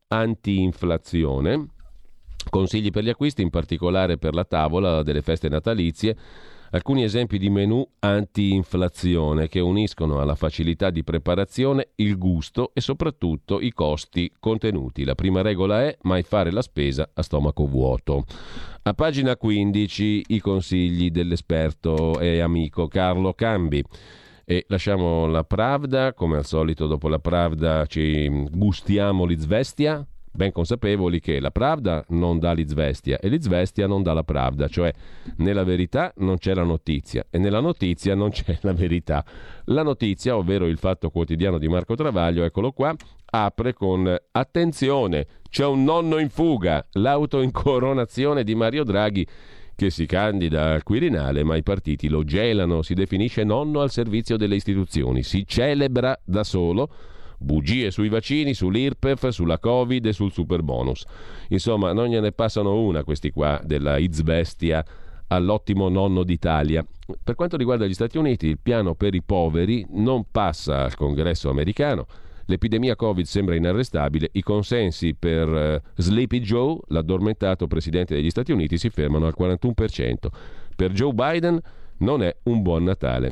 anti-inflazione, consigli per gli acquisti, in particolare per la tavola delle feste natalizie. Alcuni esempi di menù anti-inflazione che uniscono alla facilità di preparazione il gusto e soprattutto i costi contenuti. La prima regola è mai fare la spesa a stomaco vuoto. A pagina 15 i consigli dell'esperto e amico Carlo Cambi. E lasciamo la Pravda, come al solito dopo la Pravda ci gustiamo l'Izvestia, ben consapevoli che la Pravda non dà l'Izvestia e l'Izvestia non dà la Pravda, cioè nella verità non c'è la notizia e nella notizia non c'è la verità. La notizia, ovvero il Fatto Quotidiano di Marco Travaglio, eccolo qua, apre con attenzione, c'è un nonno in fuga, l'autoincoronazione di Mario Draghi che si candida al Quirinale, ma i partiti lo gelano, si definisce nonno al servizio delle istituzioni, si celebra da solo, bugie sui vaccini, sull'IRPEF, sulla Covid e sul superbonus. Insomma, non gliene passano una questi qua della Izvestia all'ottimo nonno d'Italia. Per quanto riguarda gli Stati Uniti, il piano per i poveri non passa al Congresso americano. L'epidemia Covid sembra inarrestabile, i consensi per Sleepy Joe, l'addormentato presidente degli Stati Uniti, si fermano al 41%. Per Joe Biden non è un buon Natale.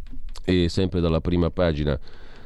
E sempre dalla prima pagina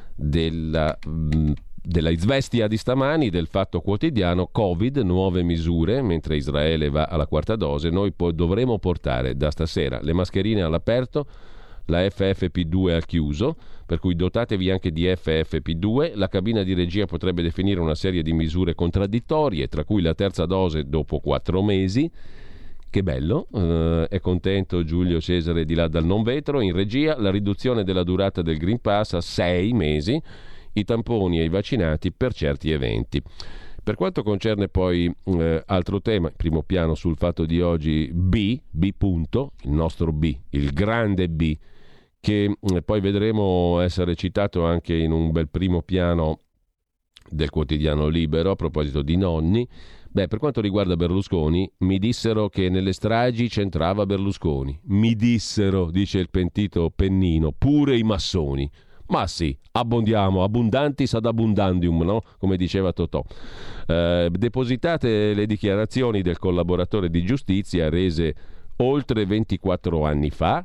della Izvestia di stamani, del Fatto Quotidiano, Covid, nuove misure, mentre Israele va alla quarta dose, noi dovremo portare da stasera le mascherine all'aperto, la FFP2 al chiuso, per cui dotatevi anche di FFP2. La cabina di regia potrebbe definire una serie di misure contraddittorie, tra cui la terza dose dopo 4 mesi. Che bello, è contento Giulio Cesare di là dal non vetro. In regia la riduzione della durata del Green Pass a 6 mesi, i tamponi ai vaccinati per certi eventi. Per quanto concerne poi altro tema, primo piano sul Fatto di oggi, B punto, il nostro B, il grande B, che poi vedremo essere citato anche in un bel primo piano del quotidiano Libero a proposito di nonni. Per quanto riguarda Berlusconi, mi dissero che nelle stragi c'entrava Berlusconi. Mi dissero, dice il pentito Pennino, pure i massoni. Ma sì, abbondiamo, abundantis ad abundandium, no? Come diceva Totò. Depositate le dichiarazioni del collaboratore di giustizia rese oltre 24 anni fa,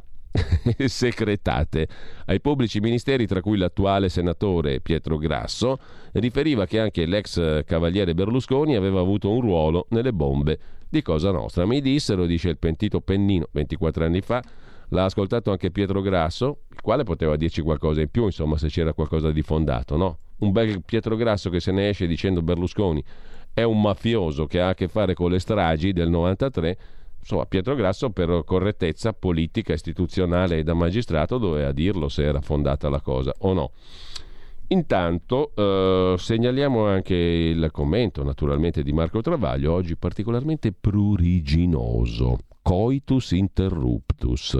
secretate ai pubblici ministeri, tra cui l'attuale senatore Pietro Grasso, riferiva che anche l'ex cavaliere Berlusconi aveva avuto un ruolo nelle bombe di Cosa Nostra. Mi dissero, dice il pentito Pennino, 24 anni fa, l'ha ascoltato anche Pietro Grasso, il quale poteva dirci qualcosa in più, insomma, se c'era qualcosa di fondato, no? Un bel Pietro Grasso che se ne esce dicendo Berlusconi è un mafioso che ha a che fare con le stragi del 93. Insomma, Pietro Grasso, per correttezza politica, istituzionale e da magistrato, doveva dirlo se era fondata la cosa o no. Intanto segnaliamo anche il commento, naturalmente, di Marco Travaglio, oggi particolarmente pruriginoso. Coitus interruptus.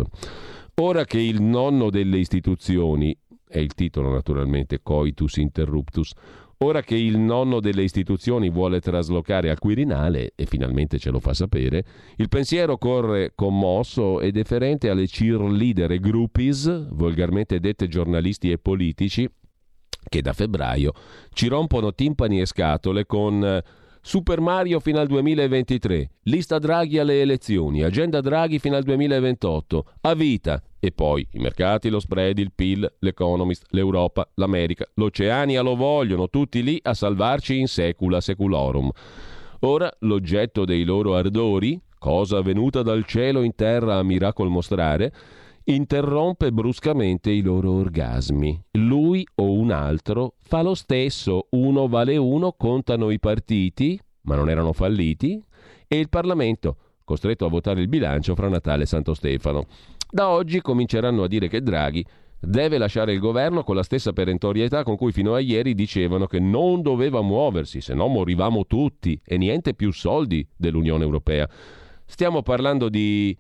Ora che il nonno delle istituzioni, è il titolo naturalmente, Coitus interruptus, ora che il nonno delle istituzioni vuole traslocare al Quirinale, e finalmente ce lo fa sapere, il pensiero corre commosso e deferente alle cheerleader e groupies, volgarmente dette giornalisti e politici, che da febbraio ci rompono timpani e scatole con Super Mario fino al 2023, lista Draghi alle elezioni, agenda Draghi fino al 2028, a vita, e poi i mercati, lo spread, il PIL, l'Economist, l'Europa, l'America, l'Oceania lo vogliono, tutti lì a salvarci in secula seculorum. Ora l'oggetto dei loro ardori, cosa venuta dal cielo in terra a miracol mostrare, interrompe bruscamente i loro orgasmi. Lui o un altro fa lo stesso, uno vale uno, contano i partiti, ma non erano falliti, e il Parlamento, costretto a votare il bilancio fra Natale e Santo Stefano. Da oggi cominceranno a dire che Draghi deve lasciare il governo con la stessa perentorietà con cui fino a ieri dicevano che non doveva muoversi, se no morivamo tutti, e niente più soldi dell'Unione Europea. Stiamo parlando di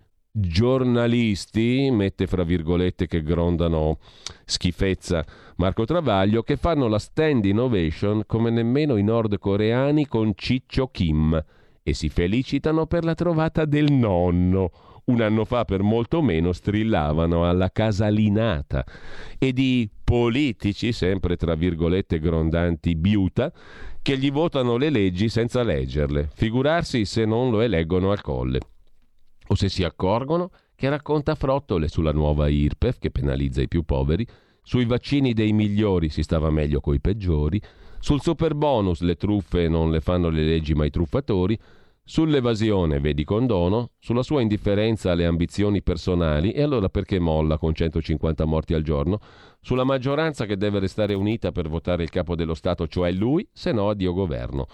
giornalisti, mette fra virgolette che grondano schifezza Marco Travaglio, che fanno la standing ovation come nemmeno i nordcoreani con Ciccio Kim e si felicitano per la trovata del nonno. Un anno fa per molto meno strillavano alla casalinata. E di politici, sempre tra virgolette grondanti biuta, che gli votano le leggi senza leggerle, figurarsi se non lo eleggono al Colle. O se si accorgono che racconta frottole sulla nuova IRPEF che penalizza i più poveri, sui vaccini dei migliori si stava meglio coi peggiori, sul superbonus le truffe non le fanno le leggi ma i truffatori, sull'evasione vedi condono, sulla sua indifferenza alle ambizioni personali, e allora perché molla con 150 morti al giorno, sulla maggioranza che deve restare unita per votare il capo dello Stato, cioè lui, se no addio governo.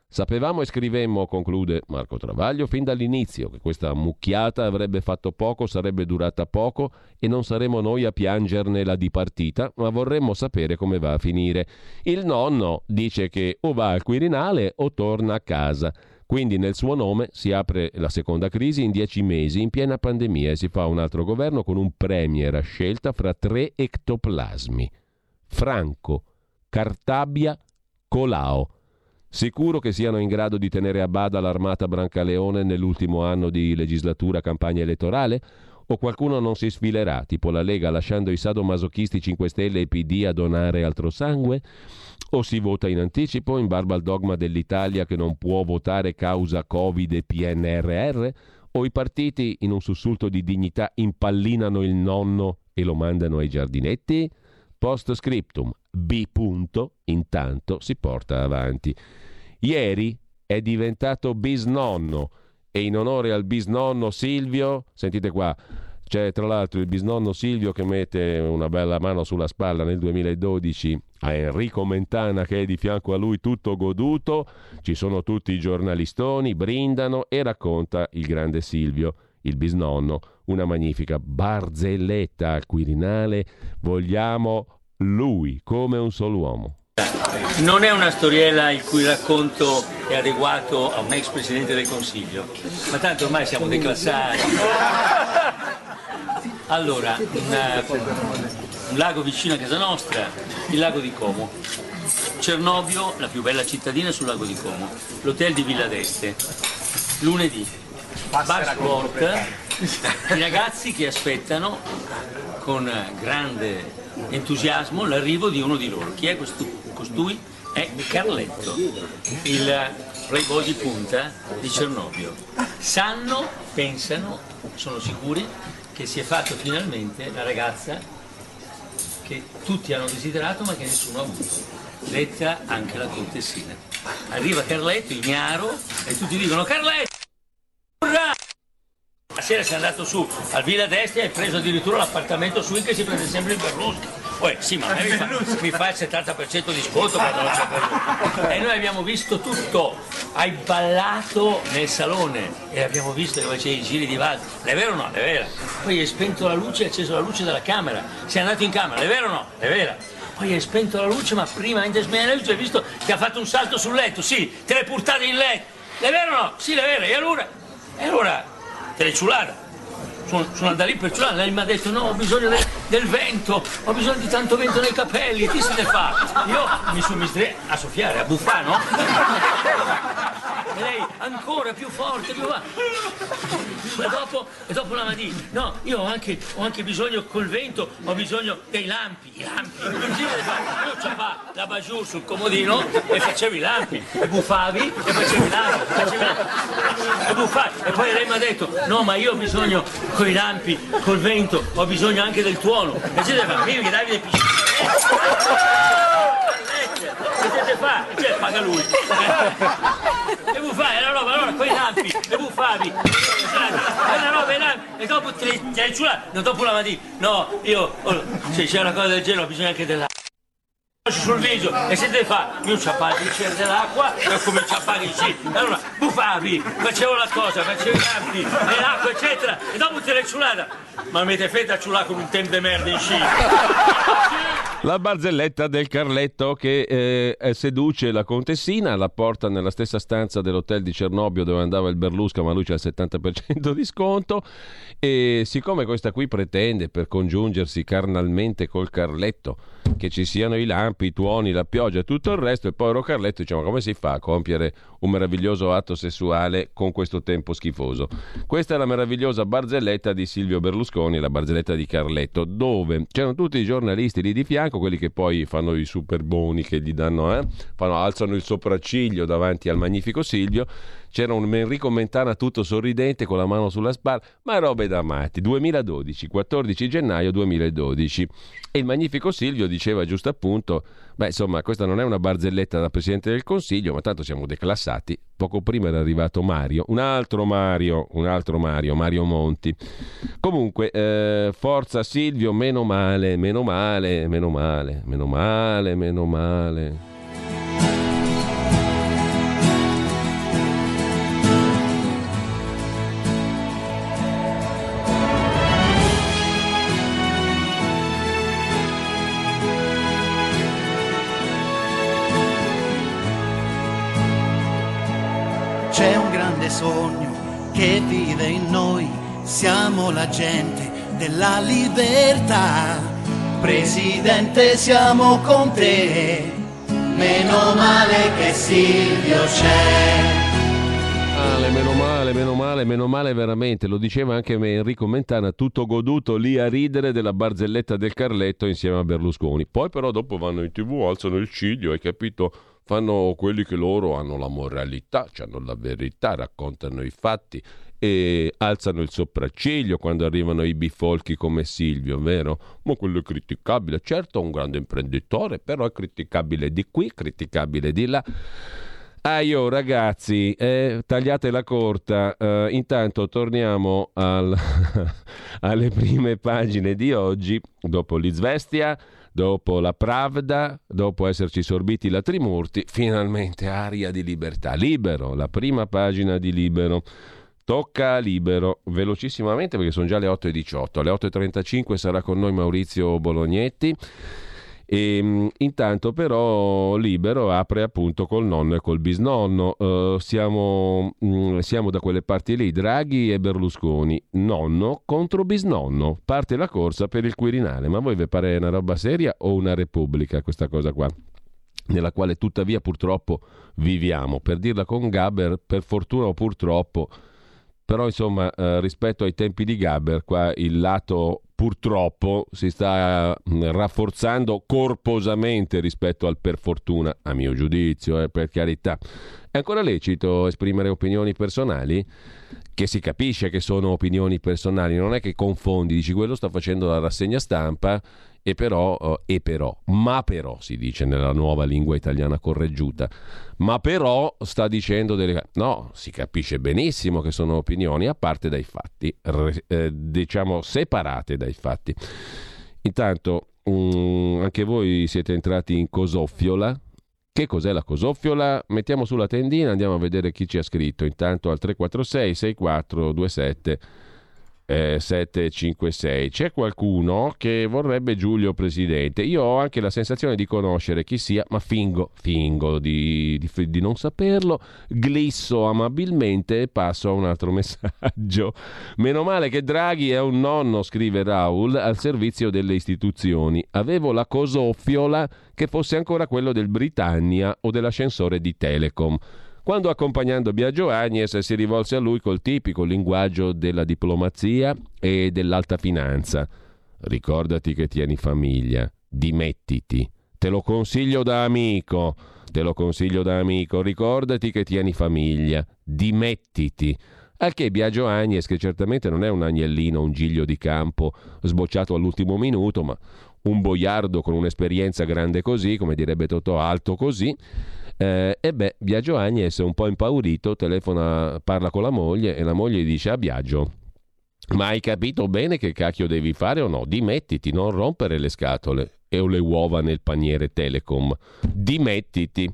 Sapevamo e scrivemmo, conclude Marco Travaglio, fin dall'inizio che questa mucchiata avrebbe fatto poco, sarebbe durata poco e non saremo noi a piangerne la dipartita, ma vorremmo sapere come va a finire. Il nonno dice che o va al Quirinale o torna a casa. Quindi nel suo nome si apre la seconda crisi in 10 mesi, in piena pandemia, e si fa un altro governo con un premier a scelta fra 3 ectoplasmi. Franco, Cartabia, Colao. Sicuro che siano in grado di tenere a bada l'armata Brancaleone nell'ultimo anno di legislatura campagna elettorale? O qualcuno non si sfilerà, tipo la Lega, lasciando i sadomasochisti 5 Stelle e PD a donare altro sangue? O si vota in anticipo, in barba al dogma dell'Italia che non può votare causa Covid e PNRR? O i partiti, in un sussulto di dignità, impallinano il nonno e lo mandano ai giardinetti? Post scriptum, B. Intanto si porta avanti. Ieri è diventato bisnonno e in onore al bisnonno Silvio, sentite qua, c'è tra l'altro il bisnonno Silvio che mette una bella mano sulla spalla nel 2012 a Enrico Mentana che è di fianco a lui tutto goduto, ci sono tutti i giornalistoni, brindano e racconta il grande Silvio, il bisnonno, una magnifica barzelletta al Quirinale, vogliamo lui come un solo uomo. Non è una storiella il cui racconto è adeguato a un ex presidente del Consiglio, ma tanto ormai siamo declassati. Allora, un lago vicino a casa nostra, il lago di Como. Cernobbio, la più bella cittadina sul lago di Como. L'hotel di Villa d'Este. Lunedì, bar sport, i ragazzi che aspettano con grande entusiasmo l'arrivo di uno di loro. Chi è costui? È Carletto, il playboy di punta di Cernobbio. Sanno, pensano, sono sicuri che si è fatto finalmente la ragazza che tutti hanno desiderato ma che nessuno ha avuto, detta anche la contessina. Arriva Carletto, ignaro, e tutti dicono Carletto! Urrà! La sera sei andato su al Villa d'Este e hai preso addirittura l'appartamento su che si prende sempre il Berlusconi. Sì, ma mi fa il 70% di sconto quando non c'è Berlusconi. E noi abbiamo visto tutto, hai ballato nel salone e abbiamo visto che facevi i giri di valzer. È vero o no? È vera. Poi hai spento la luce e hai acceso la luce della camera. Sei andato in camera, è vero o no? È vera. Poi hai spento la luce, ma prima mentre spegni la luce hai visto che ha fatto un salto sul letto. Sì, te l'hai portato in letto. È vero o no? Sì, è vero. E allora te l'hai ciulata. Sono andato lì per ciulare, lei mi ha detto no, ho bisogno del vento, ho bisogno di tanto vento nei capelli, chi se ne fa? Io mi sono messo a soffiare, a buffare, no? E lei ancora più forte, più va. E dopo la mattina, no, io ho anche bisogno col vento, ho bisogno dei lampi, i lampi. Io c'avevo la bajour sul comodino e facevo i lampi, e buffavi e facevi i lampi, e buffavi. E poi lei mi ha detto, no, ma io ho bisogno con i lampi, col vento, ho bisogno anche del tuono. E siete bambini che Davide piscina. Che siete fa? Cioè, paga lui. E buffavi, era roba, allora con i lampi, e buffavi. Era roba, i lampi. E dopo te l'hai ciulato, no, dopo la mattina. No, se c'è una cosa del genere ho bisogno anche dell'acqua. Sul viso e se te fa io ciappato il bicchiere dell'acqua e ho cominciato a fare sì. Allora buffavi, facevo la cosa, facevo i lampi e l'acqua eccetera e dopo te l'hai ciulata. Ma mi avete fatto a ciulare con un tempo di merda in sci. La barzelletta del Carletto che seduce la contessina, la porta nella stessa stanza dell'hotel di Cernobbio dove andava il Berlusca, ma lui c'ha il 70% di sconto, e siccome questa qui pretende, per congiungersi carnalmente col Carletto, che ci siano i lampi, i tuoni, la pioggia e tutto il resto, il povero Carletto dice: ma come si fa a compiere un meraviglioso atto sessuale con questo tempo schifoso? Questa è la meravigliosa barzelletta di Silvio Berlusconi, la barzelletta di Carletto, dove c'erano tutti i giornalisti lì di fianco, quelli che poi fanno i superboni, che gli danno, alzano il sopracciglio davanti al magnifico Silvio. C'era un Enrico Mentana tutto sorridente con la mano sulla spalla, ma robe da matti. 2012, 14 gennaio 2012. E il magnifico Silvio diceva giusto appunto, insomma, questa non è una barzelletta da Presidente del Consiglio, ma tanto siamo declassati. Poco prima era arrivato Mario, un altro Mario Monti. Comunque, forza Silvio, meno male. sogno che vive in noi, siamo la gente della libertà. Presidente, siamo con te, meno male che Silvio c'è. Meno male veramente, lo diceva anche Enrico Mentana, tutto goduto lì a ridere della barzelletta del Carletto insieme a Berlusconi. Poi però dopo vanno in TV, alzano il ciglio, hai capito? Fanno quelli che loro hanno la moralità, hanno la verità, raccontano i fatti e alzano il sopracciglio quando arrivano i bifolchi come Silvio, vero? Ma quello è criticabile, certo, un grande imprenditore, però è criticabile di qui, criticabile di là. Io ragazzi, tagliatela corta, intanto torniamo alle prime pagine di oggi, dopo l'Izvestia, dopo la Pravda, dopo esserci sorbiti la Trimurti, finalmente aria di libertà. Libero, la prima pagina di Libero. Tocca a Libero, velocissimamente perché sono già le 8:18, alle 8:35 sarà con noi Maurizio Bolognetti. E intanto però Libero apre appunto col nonno e col bisnonno. Siamo da quelle parti lì, Draghi e Berlusconi, nonno contro bisnonno, parte la corsa per il Quirinale. Ma voi vi pare una roba seria o una repubblica questa cosa qua, nella quale tuttavia purtroppo viviamo? Per dirla con Gaber, per fortuna o purtroppo, però insomma rispetto ai tempi di Gaber qua il lato purtroppo si sta rafforzando corposamente rispetto al per fortuna, a mio giudizio, per carità. È ancora lecito esprimere opinioni personali? Che si capisce che sono opinioni personali, non è che confondi, dici quello sta facendo la rassegna stampa ma però si dice nella nuova lingua italiana correggiuta, ma però sta dicendo no, si capisce benissimo che sono opinioni a parte dai fatti, diciamo separate dai fatti. Intanto anche voi siete entrati in Cosoffiola. Che cos'è la Cosoffiola? Mettiamo sulla tendina, andiamo a vedere chi ci ha scritto. Intanto al 346 6427 756 c'è qualcuno che vorrebbe Giulio presidente. Io ho anche la sensazione di conoscere chi sia, ma fingo di non saperlo, glisso amabilmente e passo a un altro messaggio. Meno male che Draghi è un nonno, scrive Raul, al servizio delle istituzioni. Avevo la Cosoffiola che fosse ancora quello del Britannia o dell'ascensore di Telecom, quando accompagnando Biagio Agnes si rivolse a lui col tipico linguaggio della diplomazia e dell'alta finanza. Ricordati che tieni famiglia, dimettiti. Te lo consiglio da amico, ricordati che tieni famiglia, dimettiti. Al che Biagio Agnes, che certamente non è un agnellino, un giglio di campo sbocciato all'ultimo minuto, ma un boiardo con un'esperienza grande così, come direbbe Totò, alto così, Biagio Agnes, un po' impaurito, telefona, parla con la moglie e la moglie gli dice: a Biagio, ma hai capito bene che cacchio devi fare o no? Dimettiti, non rompere le scatole o le uova nel paniere Telecom, dimettiti.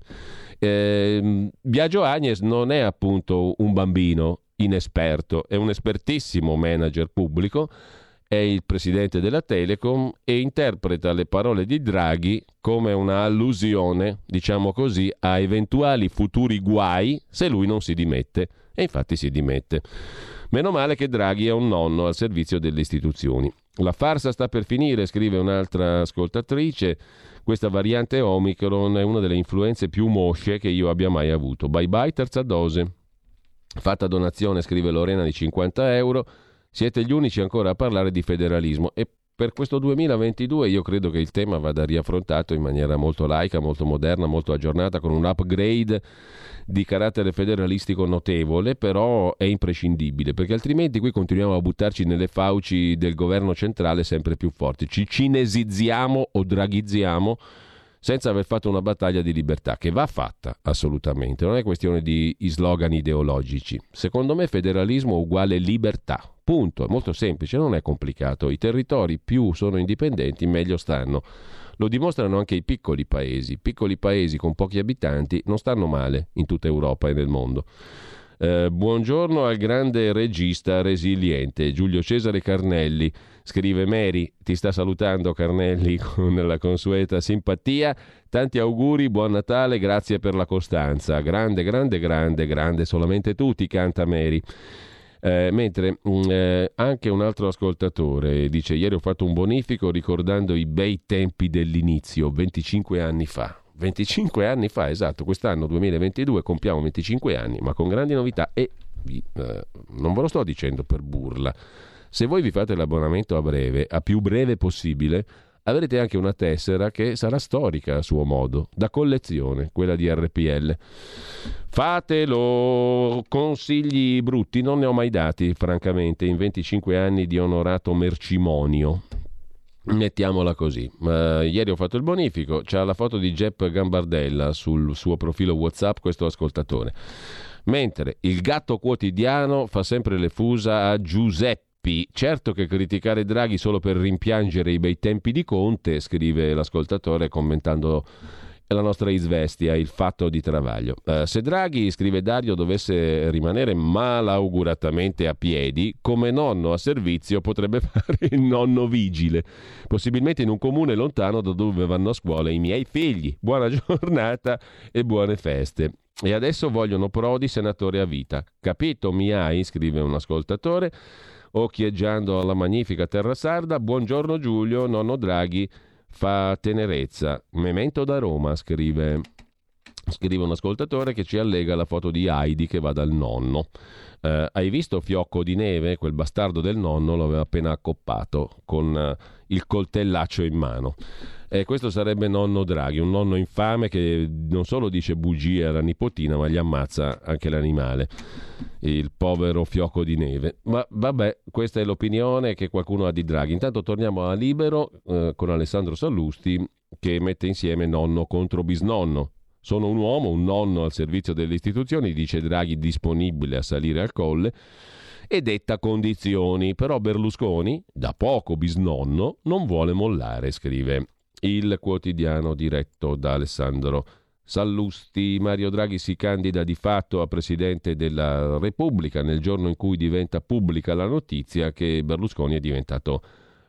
Biagio Agnes non è appunto un bambino inesperto, è un espertissimo manager pubblico, è il presidente della Telecom e interpreta le parole di Draghi come una allusione, diciamo così, a eventuali futuri guai se lui non si dimette. E infatti si dimette. Meno male che Draghi è un nonno al servizio delle istituzioni. La farsa sta per finire, scrive un'altra ascoltatrice. Questa variante Omicron è una delle influenze più mosce che io abbia mai avuto. Bye bye terza dose. Fatta donazione, scrive Lorena, di 50 euro. Siete gli unici ancora a parlare di federalismo e per questo 2022 io credo che il tema vada riaffrontato in maniera molto laica, molto moderna, molto aggiornata, con un upgrade di carattere federalistico notevole, però è imprescindibile, perché altrimenti qui continuiamo a buttarci nelle fauci del governo centrale sempre più forti. Ci cinesizziamo o draghizziamo senza aver fatto una battaglia di libertà, che va fatta assolutamente, non è questione di slogan ideologici. Secondo me federalismo uguale libertà, punto, è molto semplice, non è complicato. I territori più sono indipendenti meglio stanno, lo dimostrano anche i piccoli paesi con pochi abitanti non stanno male in tutta Europa e nel mondo. Buongiorno al grande regista resiliente Giulio Cesare Carnelli, scrive Mary, ti sta salutando Carnelli con la consueta simpatia, tanti auguri, buon Natale, grazie per la costanza, grande, grande, grande, grande, solamente tu, ti canta Mary. Mentre anche un altro ascoltatore dice: ieri ho fatto un bonifico ricordando i bei tempi dell'inizio, 25 anni fa. 25 anni fa, esatto, quest'anno 2022 compiamo 25 anni, ma con grandi novità e non ve lo sto dicendo per burla. Se voi vi fate l'abbonamento a breve, a più breve possibile, avrete anche una tessera che sarà storica a suo modo, da collezione, quella di RPL. Fatelo! Consigli brutti non ne ho mai dati, francamente, in 25 anni di onorato mercimonio. Mettiamola così. Ieri ho fatto il bonifico, c'ha la foto di Jepp Gambardella sul suo profilo WhatsApp, questo ascoltatore. Mentre il Gatto Quotidiano fa sempre le fusa a Giuseppi. Certo che criticare Draghi solo per rimpiangere i bei tempi di Conte, scrive l'ascoltatore commentando la nostra Isvestia, il fatto di Travaglio. Se Draghi, scrive Dario, dovesse rimanere malauguratamente a piedi, come nonno a servizio potrebbe fare il nonno vigile, possibilmente in un comune lontano da dove vanno a scuola i miei figli. Buona giornata e buone feste. E adesso vogliono Prodi senatore a vita. Capito mi hai? Scrive un ascoltatore, occhieggiando alla magnifica terra sarda. Buongiorno Giulio, nonno Draghi fa tenerezza. Memento da Roma, scrive un ascoltatore che ci allega la foto di Heidi che va dal nonno. Hai visto Fiocco di Neve? Quel bastardo del nonno lo aveva appena accoppato con il coltellaccio in mano. Questo sarebbe nonno Draghi, un nonno infame che non solo dice bugie alla nipotina, ma gli ammazza anche l'animale, il povero Fiocco di Neve. Ma vabbè, questa è l'opinione che qualcuno ha di Draghi. Intanto torniamo a Libero con Alessandro Sallusti che mette insieme nonno contro bisnonno. Sono un uomo, un nonno al servizio delle istituzioni, dice Draghi, disponibile a salire al Colle e detta condizioni. Però Berlusconi, da poco bisnonno, non vuole mollare, scrive il quotidiano diretto da Alessandro Sallusti. Mario Draghi si candida di fatto a Presidente della Repubblica nel giorno in cui diventa pubblica la notizia che Berlusconi è diventato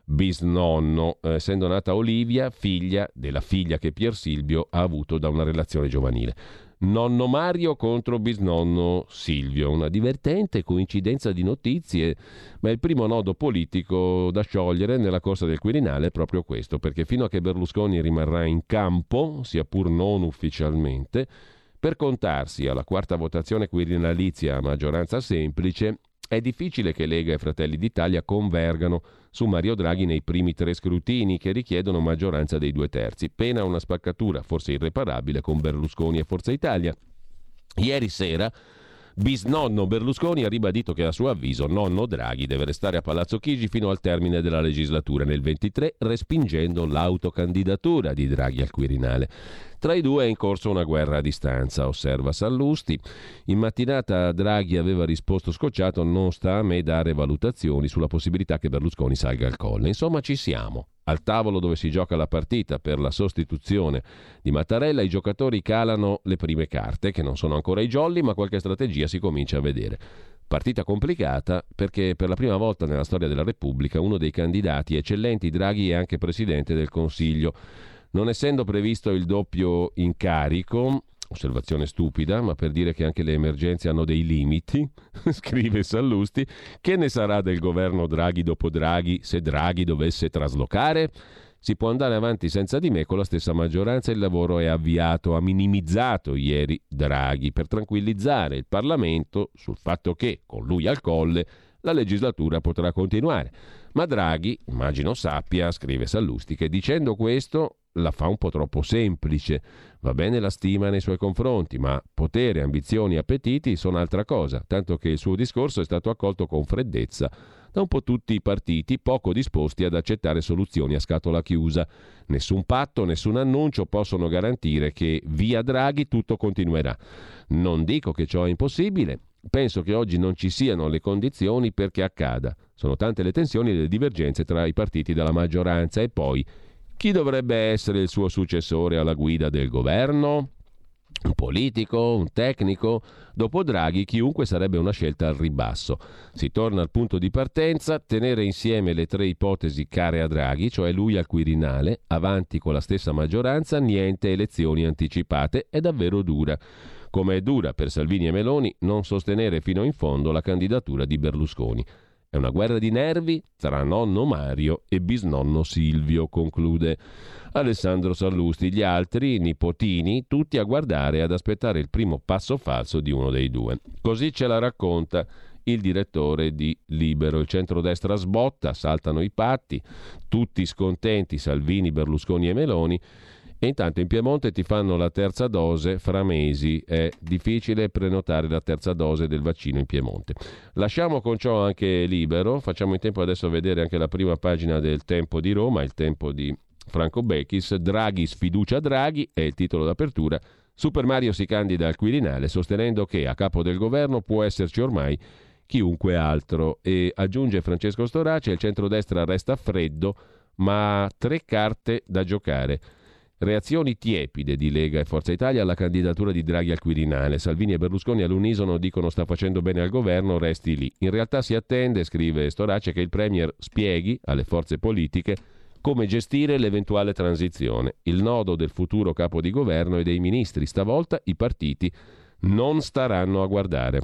bisnonno, essendo nata Olivia, figlia della figlia che Pier Silvio ha avuto da una relazione giovanile. Nonno Mario contro bisnonno Silvio, una divertente coincidenza di notizie, ma il primo nodo politico da sciogliere nella corsa del Quirinale è proprio questo, perché fino a che Berlusconi rimarrà in campo, sia pur non ufficialmente, per contarsi alla quarta votazione quirinalizia a maggioranza semplice, è difficile che Lega e Fratelli d'Italia convergano su Mario Draghi nei primi 3 scrutini che richiedono maggioranza dei 2/3, pena una spaccatura forse irreparabile con Berlusconi e Forza Italia. Ieri sera bisnonno Berlusconi ha ribadito che a suo avviso nonno Draghi deve restare a Palazzo Chigi fino al termine della legislatura nel 23, respingendo l'autocandidatura di Draghi al Quirinale. Tra i due è in corso una guerra a distanza, osserva Sallusti. In mattinata Draghi aveva risposto scocciato: non sta a me dare valutazioni sulla possibilità che Berlusconi salga al Colle. Insomma, ci siamo. Al tavolo dove si gioca la partita per la sostituzione di Mattarella, i giocatori calano le prime carte, che non sono ancora i jolly, ma qualche strategia si comincia a vedere. Partita complicata perché per la prima volta nella storia della Repubblica uno dei candidati eccellenti, Draghi, è anche Presidente del Consiglio. Non essendo previsto il doppio incarico, osservazione stupida, ma per dire che anche le emergenze hanno dei limiti, scrive Sallusti, che ne sarà del governo Draghi dopo Draghi se Draghi dovesse traslocare? Si può andare avanti senza di me con la stessa maggioranza, il lavoro è avviato, ha minimizzato ieri Draghi per tranquillizzare il Parlamento sul fatto che, con lui al Colle, la legislatura potrà continuare. Ma Draghi, immagino sappia, scrive Sallusti, che dicendo questo la fa un po' troppo semplice. Va bene la stima nei suoi confronti, ma potere, ambizioni e appetiti sono altra cosa, tanto che il suo discorso è stato accolto con freddezza da un po' tutti i partiti, poco disposti ad accettare soluzioni a scatola chiusa. Nessun patto, nessun annuncio possono garantire che via Draghi tutto continuerà. Non dico che ciò è impossibile, penso che oggi non ci siano le condizioni perché accada. Sono tante le tensioni e le divergenze tra i partiti della maggioranza. E poi, chi dovrebbe essere il suo successore alla guida del governo? Un politico, un tecnico? Dopo Draghi chiunque sarebbe una scelta al ribasso. Si torna al punto di partenza, tenere insieme le tre ipotesi care a Draghi, cioè lui al Quirinale, avanti con la stessa maggioranza, niente elezioni anticipate, è davvero dura. Come è dura per Salvini e Meloni non sostenere fino in fondo la candidatura di Berlusconi. È una guerra di nervi tra nonno Mario e bisnonno Silvio, conclude Alessandro Sallusti. Gli altri, nipotini, tutti a guardare e ad aspettare il primo passo falso di uno dei due. Così ce la racconta il direttore di Libero. Il centrodestra sbotta, saltano i patti, tutti scontenti, Salvini, Berlusconi e Meloni. E intanto in Piemonte ti fanno la terza dose fra mesi. È difficile prenotare la terza dose del vaccino in Piemonte. Lasciamo con ciò anche Libero. Facciamo in tempo adesso a vedere anche la prima pagina del Tempo di Roma, il Tempo di Franco Bechis. Draghi sfiducia Draghi è il titolo d'apertura. Super Mario si candida al Quirinale sostenendo che a capo del governo può esserci ormai chiunque altro. E aggiunge Francesco Storace, il centrodestra resta freddo ma ha 3 carte da giocare. Reazioni tiepide di Lega e Forza Italia alla candidatura di Draghi al Quirinale. Salvini e Berlusconi all'unisono dicono sta facendo bene al governo, resti lì. In realtà si attende, scrive Storace, che il Premier spieghi alle forze politiche come gestire l'eventuale transizione. Il nodo del futuro capo di governo e dei ministri. Stavolta i partiti non staranno a guardare.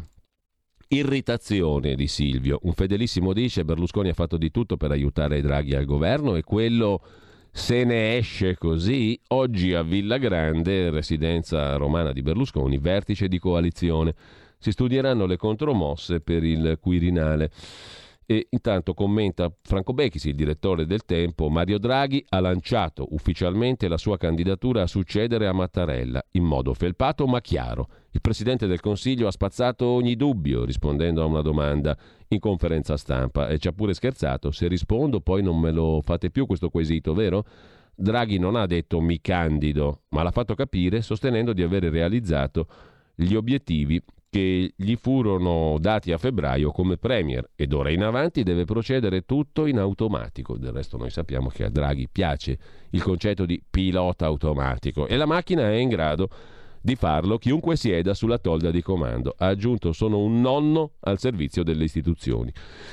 Irritazione di Silvio. Un fedelissimo dice Berlusconi ha fatto di tutto per aiutare Draghi al governo e quello se ne esce così. Oggi a Villa Grande, residenza romana di Berlusconi, vertice di coalizione. Si studieranno le contromosse per il Quirinale. E intanto commenta Franco Bechis, il direttore del Tempo, Mario Draghi ha lanciato ufficialmente la sua candidatura a succedere a Mattarella, in modo felpato ma chiaro. Il Presidente del Consiglio ha spazzato ogni dubbio rispondendo a una domanda in conferenza stampa e ci ha pure scherzato: se rispondo poi non me lo fate più questo quesito, vero? Draghi non ha detto mi candido, ma l'ha fatto capire sostenendo di avere realizzato gli obiettivi che gli furono dati a febbraio come Premier e d'ora in avanti deve procedere tutto in automatico. Del resto noi sappiamo che a Draghi piace il concetto di pilota automatico e la macchina è in grado di farlo chiunque sieda sulla tolda di comando. Ha aggiunto: sono un nonno al servizio delle istituzioni.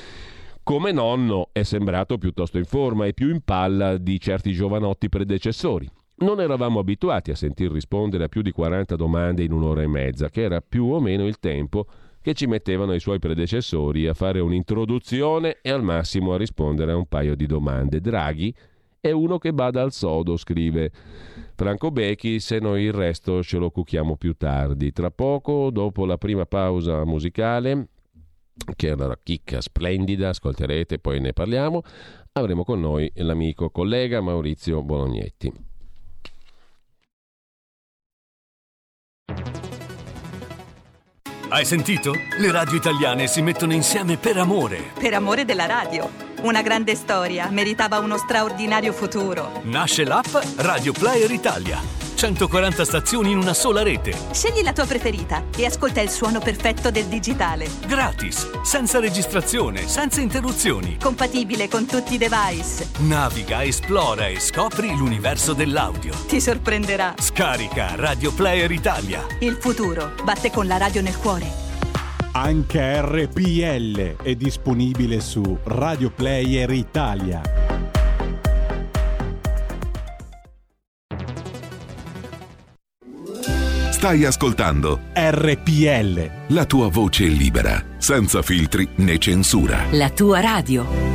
Come nonno è sembrato piuttosto in forma e più in palla di certi giovanotti predecessori. Non eravamo abituati a sentir rispondere a più di 40 domande in un'ora e mezza, che era più o meno il tempo che ci mettevano i suoi predecessori a fare un'introduzione e al massimo a rispondere a un paio di domande. Draghi è uno che bada al sodo, scrive Franco Bechis, e noi il resto ce lo cucchiamo più tardi. Tra poco, dopo la prima pausa musicale, che è una chicca splendida, ascolterete, poi ne parliamo, avremo con noi l'amico collega Maurizio Bolognetti. Hai sentito? Le radio italiane si mettono insieme per amore. Per amore della radio. Una grande storia meritava uno straordinario futuro. Nasce l'app Radio Player Italia. 140 stazioni in una sola rete. Scegli la tua preferita e ascolta il suono perfetto del digitale. Gratis, senza registrazione, senza interruzioni. Compatibile con tutti i device. Naviga, esplora e scopri l'universo dell'audio. Ti sorprenderà. Scarica Radio Player Italia. Il futuro batte con la radio nel cuore. Anche RPL è disponibile su Radio Player Italia. Stai ascoltando RPL, la tua voce libera, senza filtri né censura. La tua radio.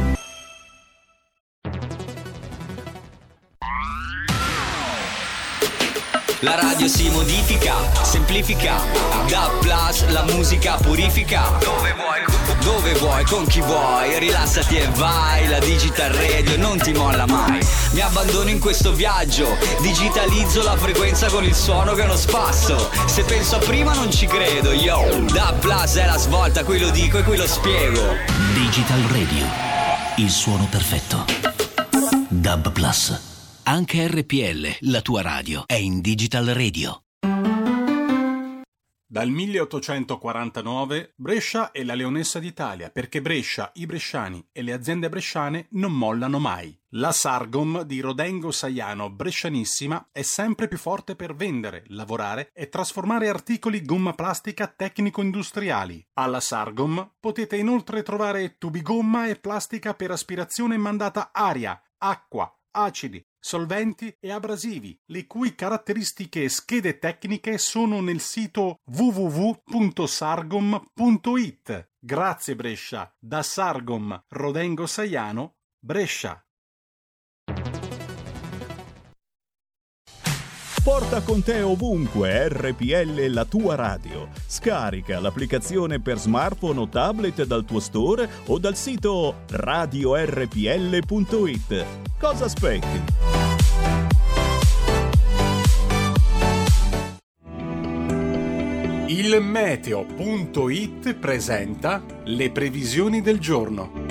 La radio si modifica, semplifica, da plus la musica purifica. Dove vuoi, con chi vuoi, rilassati e vai. La Digital Radio non ti molla mai. Mi abbandono in questo viaggio, digitalizzo la frequenza con il suono che è uno spasso. Se penso a prima non ci credo, yo. Da plus è la svolta, qui lo dico e qui lo spiego. Digital Radio, il suono perfetto. DAB Plus. Anche RPL, la tua radio, è in Digital Radio. Dal 1849 Brescia è la leonessa d'Italia, perché Brescia, i bresciani e le aziende bresciane non mollano mai. La Sargom di Rodengo Saiano Brescianissima è sempre più forte per vendere, lavorare e trasformare articoli gomma plastica tecnico-industriali. Alla Sargom potete inoltre trovare tubi gomma e plastica per aspirazione mandata aria, acqua, acidi, solventi e abrasivi, le cui caratteristiche e schede tecniche sono nel sito www.sargom.it. Grazie Brescia, da Sargom Rodengo Saiano, Brescia. Porta con te ovunque RPL, la tua radio. Scarica l'applicazione per smartphone o tablet dal tuo store o dal sito radiorpl.it. Cosa aspetti? Il meteo.it presenta le previsioni del giorno.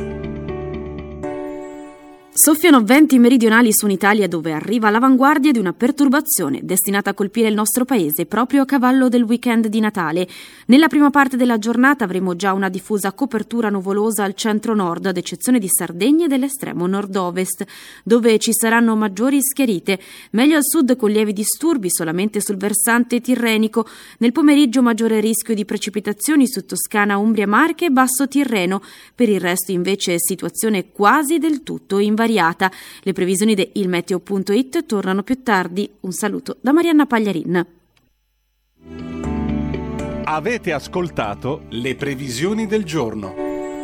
Soffiano venti meridionali su un'Italia dove arriva l'avanguardia di una perturbazione destinata a colpire il nostro paese proprio a cavallo del weekend di Natale. Nella prima parte della giornata avremo già una diffusa copertura nuvolosa al centro-nord, ad eccezione di Sardegna e dell'estremo nord-ovest, dove ci saranno maggiori schiarite. Meglio al sud con lievi disturbi solamente sul versante tirrenico. Nel pomeriggio maggiore rischio di precipitazioni su Toscana, Umbria, Marche e Basso Tirreno. Per il resto invece situazione quasi del tutto invariata. Le previsioni di ilmeteo.it tornano più tardi. Un saluto da Marianna Pagliarin. Avete ascoltato le previsioni del giorno.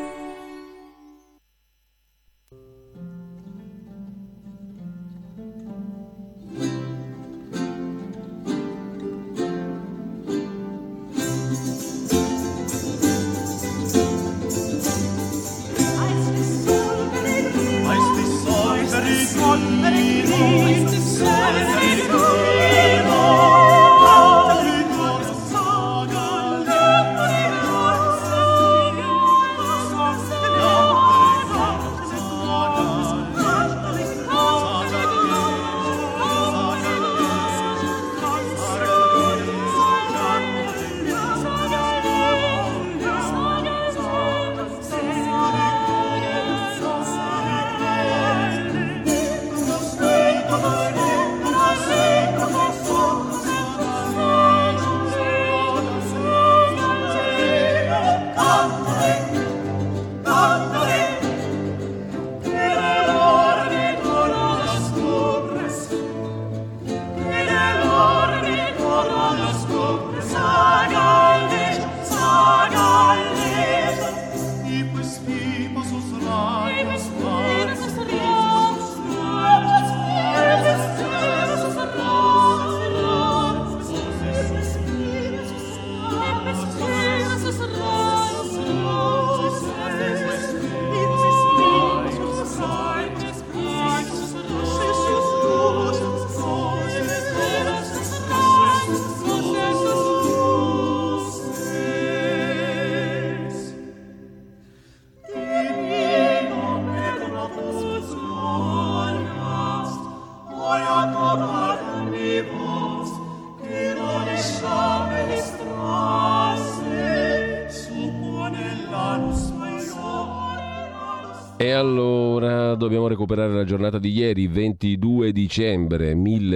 E allora dobbiamo recuperare la giornata di ieri, 22 dicembre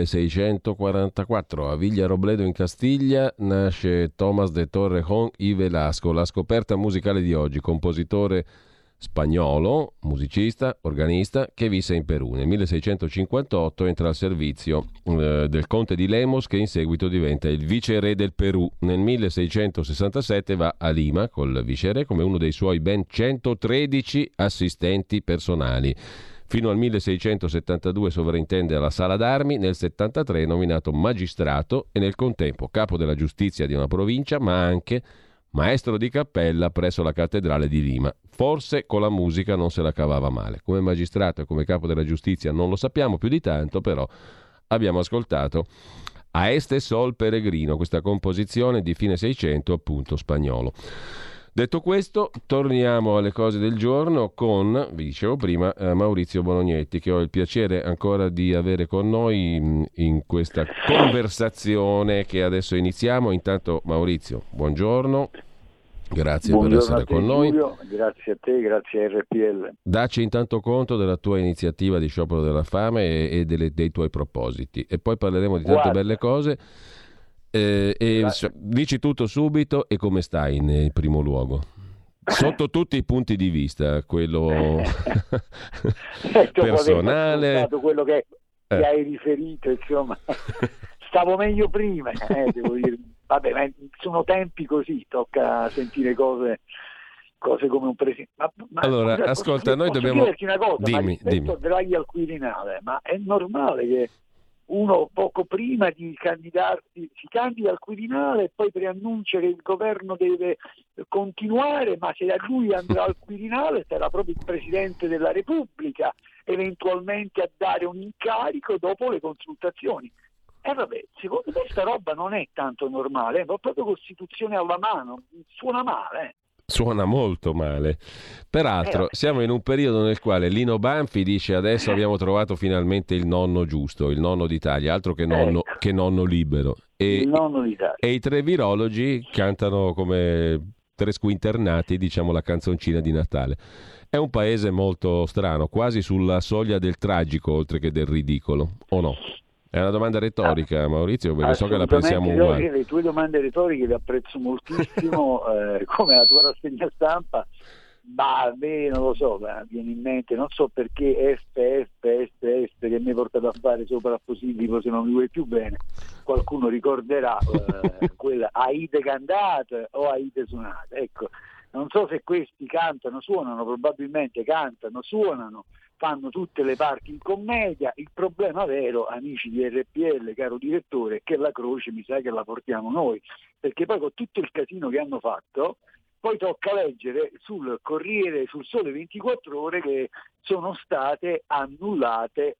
1644. A Villarrobledo in Castiglia nasce Tomás de Torrejón y Velasco, la scoperta musicale di oggi, compositore spagnolo, musicista, organista, che visse in Perù. Nel 1658 entra al servizio del conte di Lemos, che in seguito diventa il viceré del Perù. Nel 1667 va a Lima col viceré come uno dei suoi ben 113 assistenti personali. Fino al 1672 sovrintende alla sala d'armi, nel 73 è nominato magistrato e nel contempo capo della giustizia di una provincia, ma anche maestro di cappella presso la cattedrale di Lima. Forse con la musica non se la cavava male. Come magistrato e come capo della giustizia non lo sappiamo più di tanto, però abbiamo ascoltato A Este Sol Peregrino, questa composizione di fine 600 appunto spagnolo. Detto questo, torniamo alle cose del giorno con, vi dicevo prima, Maurizio Bolognetti, che ho il piacere ancora di avere con noi in questa conversazione che adesso iniziamo. Intanto Maurizio, buongiorno. Grazie per essere con noi. Giulio, grazie a te, grazie a RPL. Dacci intanto conto della tua iniziativa di sciopero della fame e dei tuoi propositi e poi parleremo di tante belle cose. Dici tutto subito e come stai in primo luogo? Sotto tutti i punti di vista, quello personale, quello che hai riferito, insomma, stavo meglio prima, devo dire. Vabbè, ma sono tempi così, tocca sentire cose come un presidente. Allora, ascolta, noi dobbiamo dirti una cosa, dimmi. A Draghi al Quirinale, ma è normale che uno poco prima di candidarsi si candida al Quirinale e poi preannuncia che il governo deve continuare, ma se lui andrà al Quirinale sarà proprio il Presidente della Repubblica eventualmente a dare un incarico dopo le consultazioni. Vabbè, secondo me sta roba non è tanto normale, è proprio Costituzione alla mano, suona male. Suona molto male. Peraltro siamo in un periodo nel quale Lino Banfi dice adesso abbiamo trovato finalmente il nonno giusto, il nonno d'Italia, altro che nonno libero. Il nonno d'Italia. E i tre virologi cantano come tre squinternati, diciamo, la canzoncina di Natale. È un paese molto strano, quasi sulla soglia del tragico oltre che del ridicolo, o no? È una domanda retorica, Maurizio, perché so che la pensiamo uguale. Le tue domande retoriche le apprezzo moltissimo, come la tua rassegna stampa, ma non lo so, viene in mente, non so perché F che mi hai portato a fare soprappositivo se non mi vuoi più bene. Qualcuno ricorderà quella Aide cantate o Aide suonate. Ecco, non so se questi cantano, suonano, probabilmente cantano, suonano, fanno tutte le parti in commedia. Il problema vero, amici di RPL, caro direttore, è che la croce mi sa che la portiamo noi, perché poi con tutto il casino che hanno fatto poi tocca leggere sul Corriere, sul Sole 24 Ore, che sono state annullate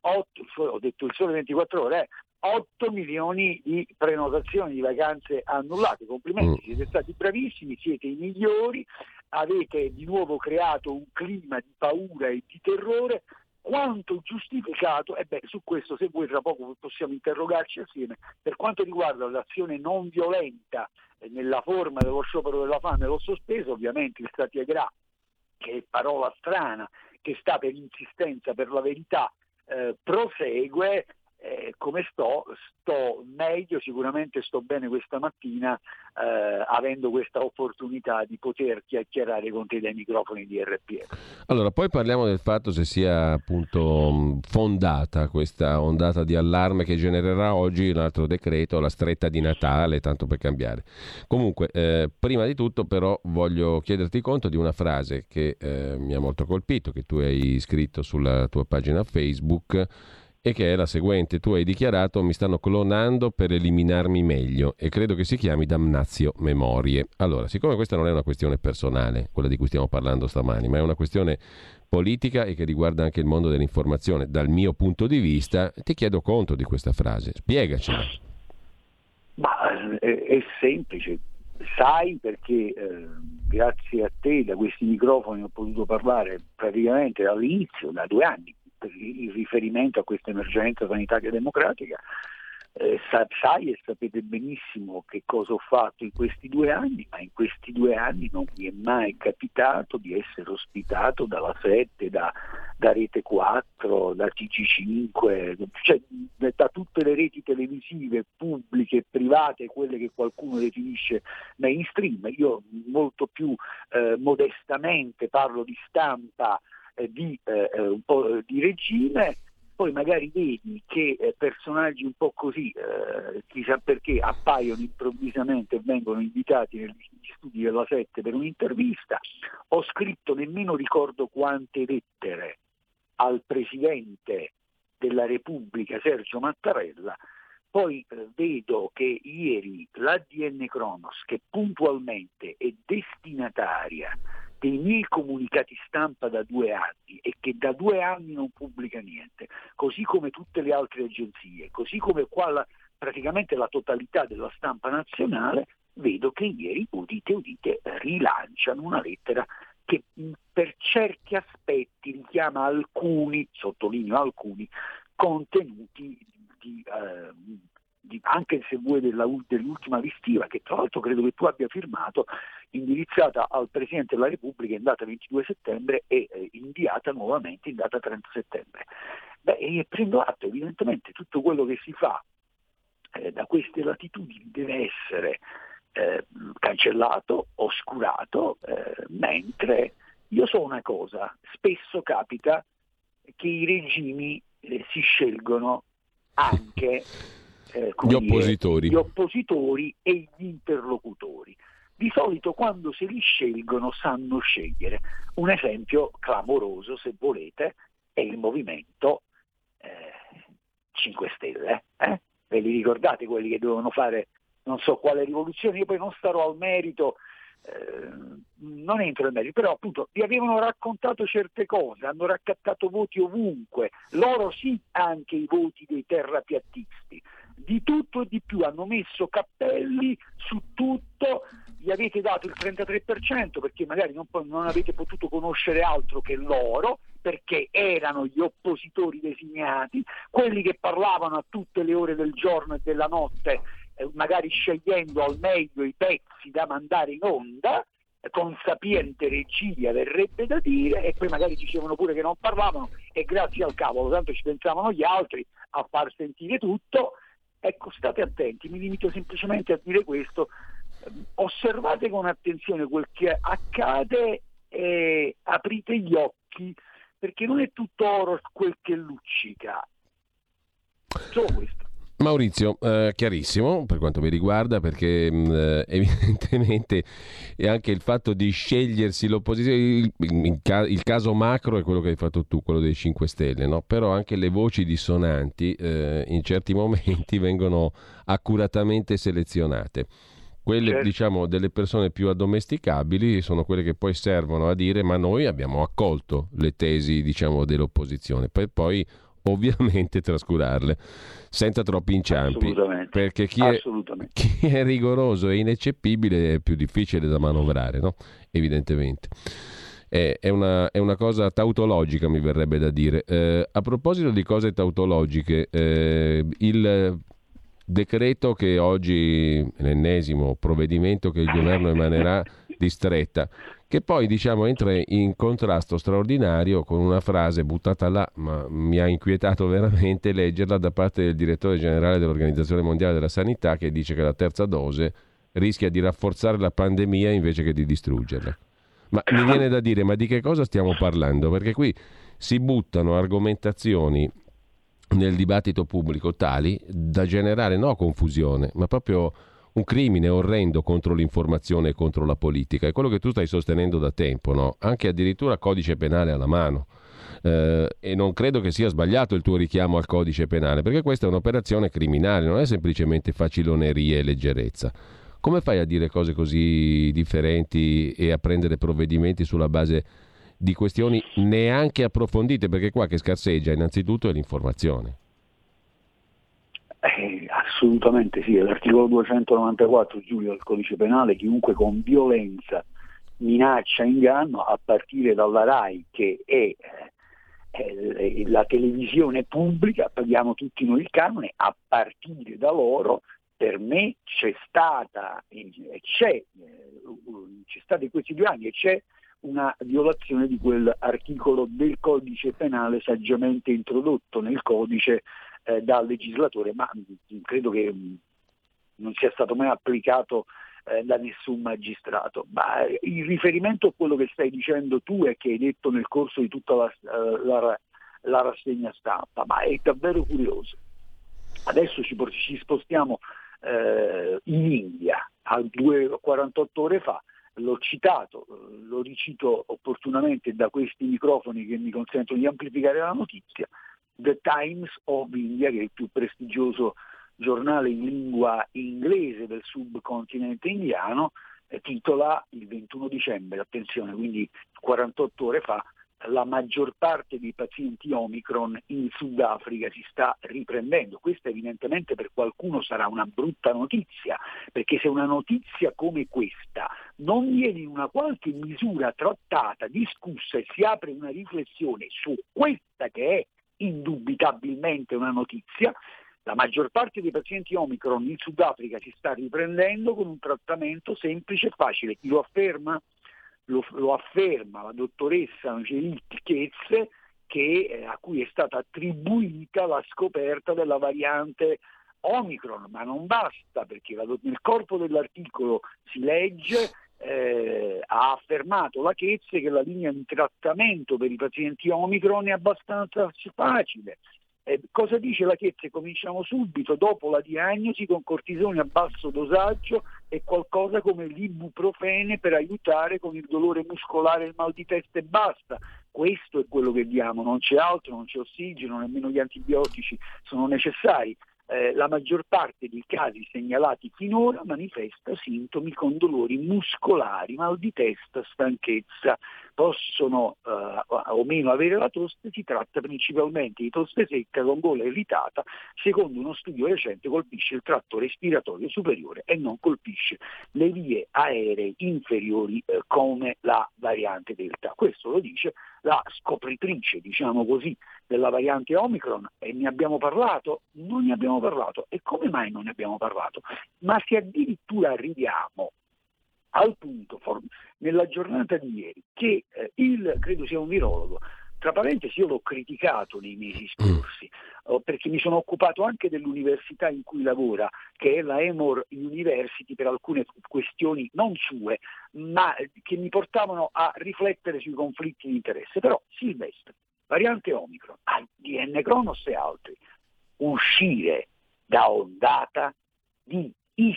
8 milioni di prenotazioni di vacanze annullate. Complimenti, siete stati bravissimi, siete i migliori, avete di nuovo creato un clima di paura e di terrore. Quanto giustificato? Su questo, se vuoi, tra poco possiamo interrogarci assieme. Per quanto riguarda l'azione non violenta nella forma dello sciopero della fame, l'ho sospeso, ovviamente il satyagraha, che è parola strana, che sta per insistenza per la verità, prosegue. Come sto meglio, sicuramente sto bene questa mattina, avendo questa opportunità di poter chiacchierare con te dai microfoni di RPL. Allora, poi parliamo del fatto se sia appunto fondata questa ondata di allarme che genererà oggi un altro decreto, la stretta di Natale, tanto per cambiare. Comunque, prima di tutto però voglio chiederti conto di una frase che mi ha molto colpito, che tu hai scritto sulla tua pagina Facebook, e che è la seguente: tu hai dichiarato mi stanno clonando per eliminarmi meglio, e credo che si chiami damnatio memorie. Allora, siccome questa non è una questione personale, quella di cui stiamo parlando stamani, ma è una questione politica e che riguarda anche il mondo dell'informazione, dal mio punto di vista, ti chiedo conto di questa frase, spiegacela. Ma è semplice, sai, perché grazie a te da questi microfoni ho potuto parlare praticamente dall'inizio, da 2 anni, il riferimento a questa emergenza sanitaria democratica. Sai e sapete benissimo che cosa ho fatto in questi 2 anni, ma in questi 2 anni non mi è mai capitato di essere ospitato dalla 7, da Rete 4, da TG5, cioè da tutte le reti televisive pubbliche e private, quelle che qualcuno definisce mainstream. Io molto più modestamente parlo di stampa, un po' di regime. Poi magari vedi che personaggi un po' così, chissà perché, appaiono improvvisamente e vengono invitati negli studi della 7 per un'intervista. Ho scritto, nemmeno ricordo quante lettere, al Presidente della Repubblica Sergio Mattarella. Poi vedo che ieri l'ADN Cronos, che puntualmente è destinataria dei miei comunicati stampa da 2 anni e che da 2 anni non pubblica niente, così come tutte le altre agenzie, così come qua praticamente la totalità della stampa nazionale, vedo che ieri, udite, rilanciano una lettera che per certi aspetti richiama alcuni, sottolineo alcuni, contenuti anche se vuoi dell'ultima listiva, che tra l'altro credo che tu abbia firmato, indirizzata al Presidente della Repubblica in data 22 settembre e inviata nuovamente in data 30 settembre. E prendo atto, evidentemente tutto quello che si fa da queste latitudini deve essere cancellato, oscurato, mentre io so una cosa: spesso capita che i regimi si scelgono anche gli oppositori e gli interlocutori. Di solito quando se li scelgono sanno scegliere. Un esempio clamoroso, se volete, è il movimento 5 Stelle. Ve li ricordate quelli che dovevano fare non so quale rivoluzione? Io poi non starò al merito, non entro nel merito, però appunto vi avevano raccontato certe cose, hanno raccattato voti ovunque, loro sì, anche i voti dei terrapiattisti, di tutto e di più, hanno messo cappelli su tutto, gli avete dato il 33% perché magari non avete potuto conoscere altro che loro, perché erano gli oppositori designati, quelli che parlavano a tutte le ore del giorno e della notte, magari scegliendo al meglio i pezzi da mandare in onda, con sapiente regia verrebbe da dire, e poi magari dicevano pure che non parlavano e grazie al cavolo, tanto ci pensavano gli altri a far sentire tutto. Ecco, state attenti, mi limito semplicemente a dire questo: osservate con attenzione quel che accade e aprite gli occhi, perché non è tutto oro quel che luccica. Solo questo. Maurizio, chiarissimo per quanto mi riguarda, perché evidentemente è anche il fatto di scegliersi l'opposizione, il caso macro è quello che hai fatto tu, quello dei 5 Stelle, no? Però anche le voci dissonanti in certi momenti vengono accuratamente selezionate. Quelle, certo, diciamo, delle persone più addomesticabili sono quelle che poi servono a dire ma noi abbiamo accolto le tesi, diciamo, dell'opposizione, per poi ovviamente trascurarle senza troppi inciampi, perché chi è rigoroso e ineccepibile è più difficile da manovrare, no? Evidentemente è una cosa tautologica, mi verrebbe da dire. A proposito di cose tautologiche, il decreto che oggi, l'ennesimo provvedimento che il governo emanerà di stretta, che poi, diciamo, entra in contrasto straordinario con una frase buttata là, ma mi ha inquietato veramente leggerla, da parte del direttore generale dell'Organizzazione Mondiale della Sanità, che dice che la terza dose rischia di rafforzare la pandemia invece che di distruggerla. Ma mi viene da dire, ma di che cosa stiamo parlando? Perché qui si buttano argomentazioni nel dibattito pubblico tali da generare no confusione, ma proprio un crimine orrendo contro l'informazione e contro la politica. È quello che tu stai sostenendo da tempo, no? Anche addirittura codice penale alla mano. E non credo che sia sbagliato il tuo richiamo al codice penale, perché questa è un'operazione criminale, non è semplicemente faciloneria e leggerezza. Come fai a dire cose così differenti e a prendere provvedimenti sulla base di questioni neanche approfondite? Perché qua che scarseggia innanzitutto è l'informazione. Assolutamente sì, l'articolo 294, Giulio, del codice penale: chiunque con violenza, minaccia, inganno, a partire dalla RAI, che è la televisione pubblica, paghiamo tutti noi il canone, a partire da loro, per me c'è stata in questi 2 anni e c'è una violazione di quell'articolo del codice penale saggiamente introdotto nel codice dal legislatore, ma credo che non sia stato mai applicato da nessun magistrato. Ma il riferimento a quello che stai dicendo tu e che hai detto nel corso di tutta la rassegna stampa, ma è davvero curioso. Adesso ci spostiamo in India, 48 ore fa, l'ho citato, lo ricito opportunamente da questi microfoni che mi consentono di amplificare la notizia. The Times of India, che è il più prestigioso giornale in lingua inglese del subcontinente indiano, titola il 21 dicembre, attenzione, quindi 48 ore fa, la maggior parte dei pazienti Omicron in Sudafrica si sta riprendendo. Questa evidentemente per qualcuno sarà una brutta notizia, perché se una notizia come questa non viene in una qualche misura trattata, discussa e si apre una riflessione su questa che è indubitabilmente una notizia, la maggior parte dei pazienti Omicron in Sudafrica si sta riprendendo con un trattamento semplice e facile. Chi lo afferma? Lo afferma la dottoressa Angelique Ketz, a cui è stata attribuita la scoperta della variante Omicron, ma non basta, perché nel corpo dell'articolo si legge, ha affermato la Ketz che la linea di trattamento per i pazienti Omicron è abbastanza facile. Cosa dice la Ketz? Cominciamo subito, dopo la diagnosi con cortisone a basso dosaggio e qualcosa come l'ibuprofene per aiutare con il dolore muscolare e il mal di testa e basta. Questo è quello che diamo, non c'è altro, non c'è ossigeno, nemmeno gli antibiotici sono necessari. La maggior parte dei casi segnalati finora manifesta sintomi con dolori muscolari, mal di testa, stanchezza. Possono o meno avere la tosse, si tratta principalmente di tosse secca con gola irritata, secondo uno studio recente colpisce il tratto respiratorio superiore e non colpisce le vie aeree inferiori come la variante Delta. Questo lo dice la scopritrice, diciamo così, della variante Omicron. E ne abbiamo parlato? Non ne abbiamo parlato. E come mai non ne abbiamo parlato? Ma se addirittura arriviamo al punto, nella giornata di ieri, che credo sia un virologo, tra parentesi io l'ho criticato nei mesi scorsi, perché mi sono occupato anche dell'università in cui lavora, che è la Emory University, per alcune questioni non sue, ma che mi portavano a riflettere sui conflitti di interesse. Però Silvestre, variante Omicron, ADN Cronos e altri, uscire da ondata di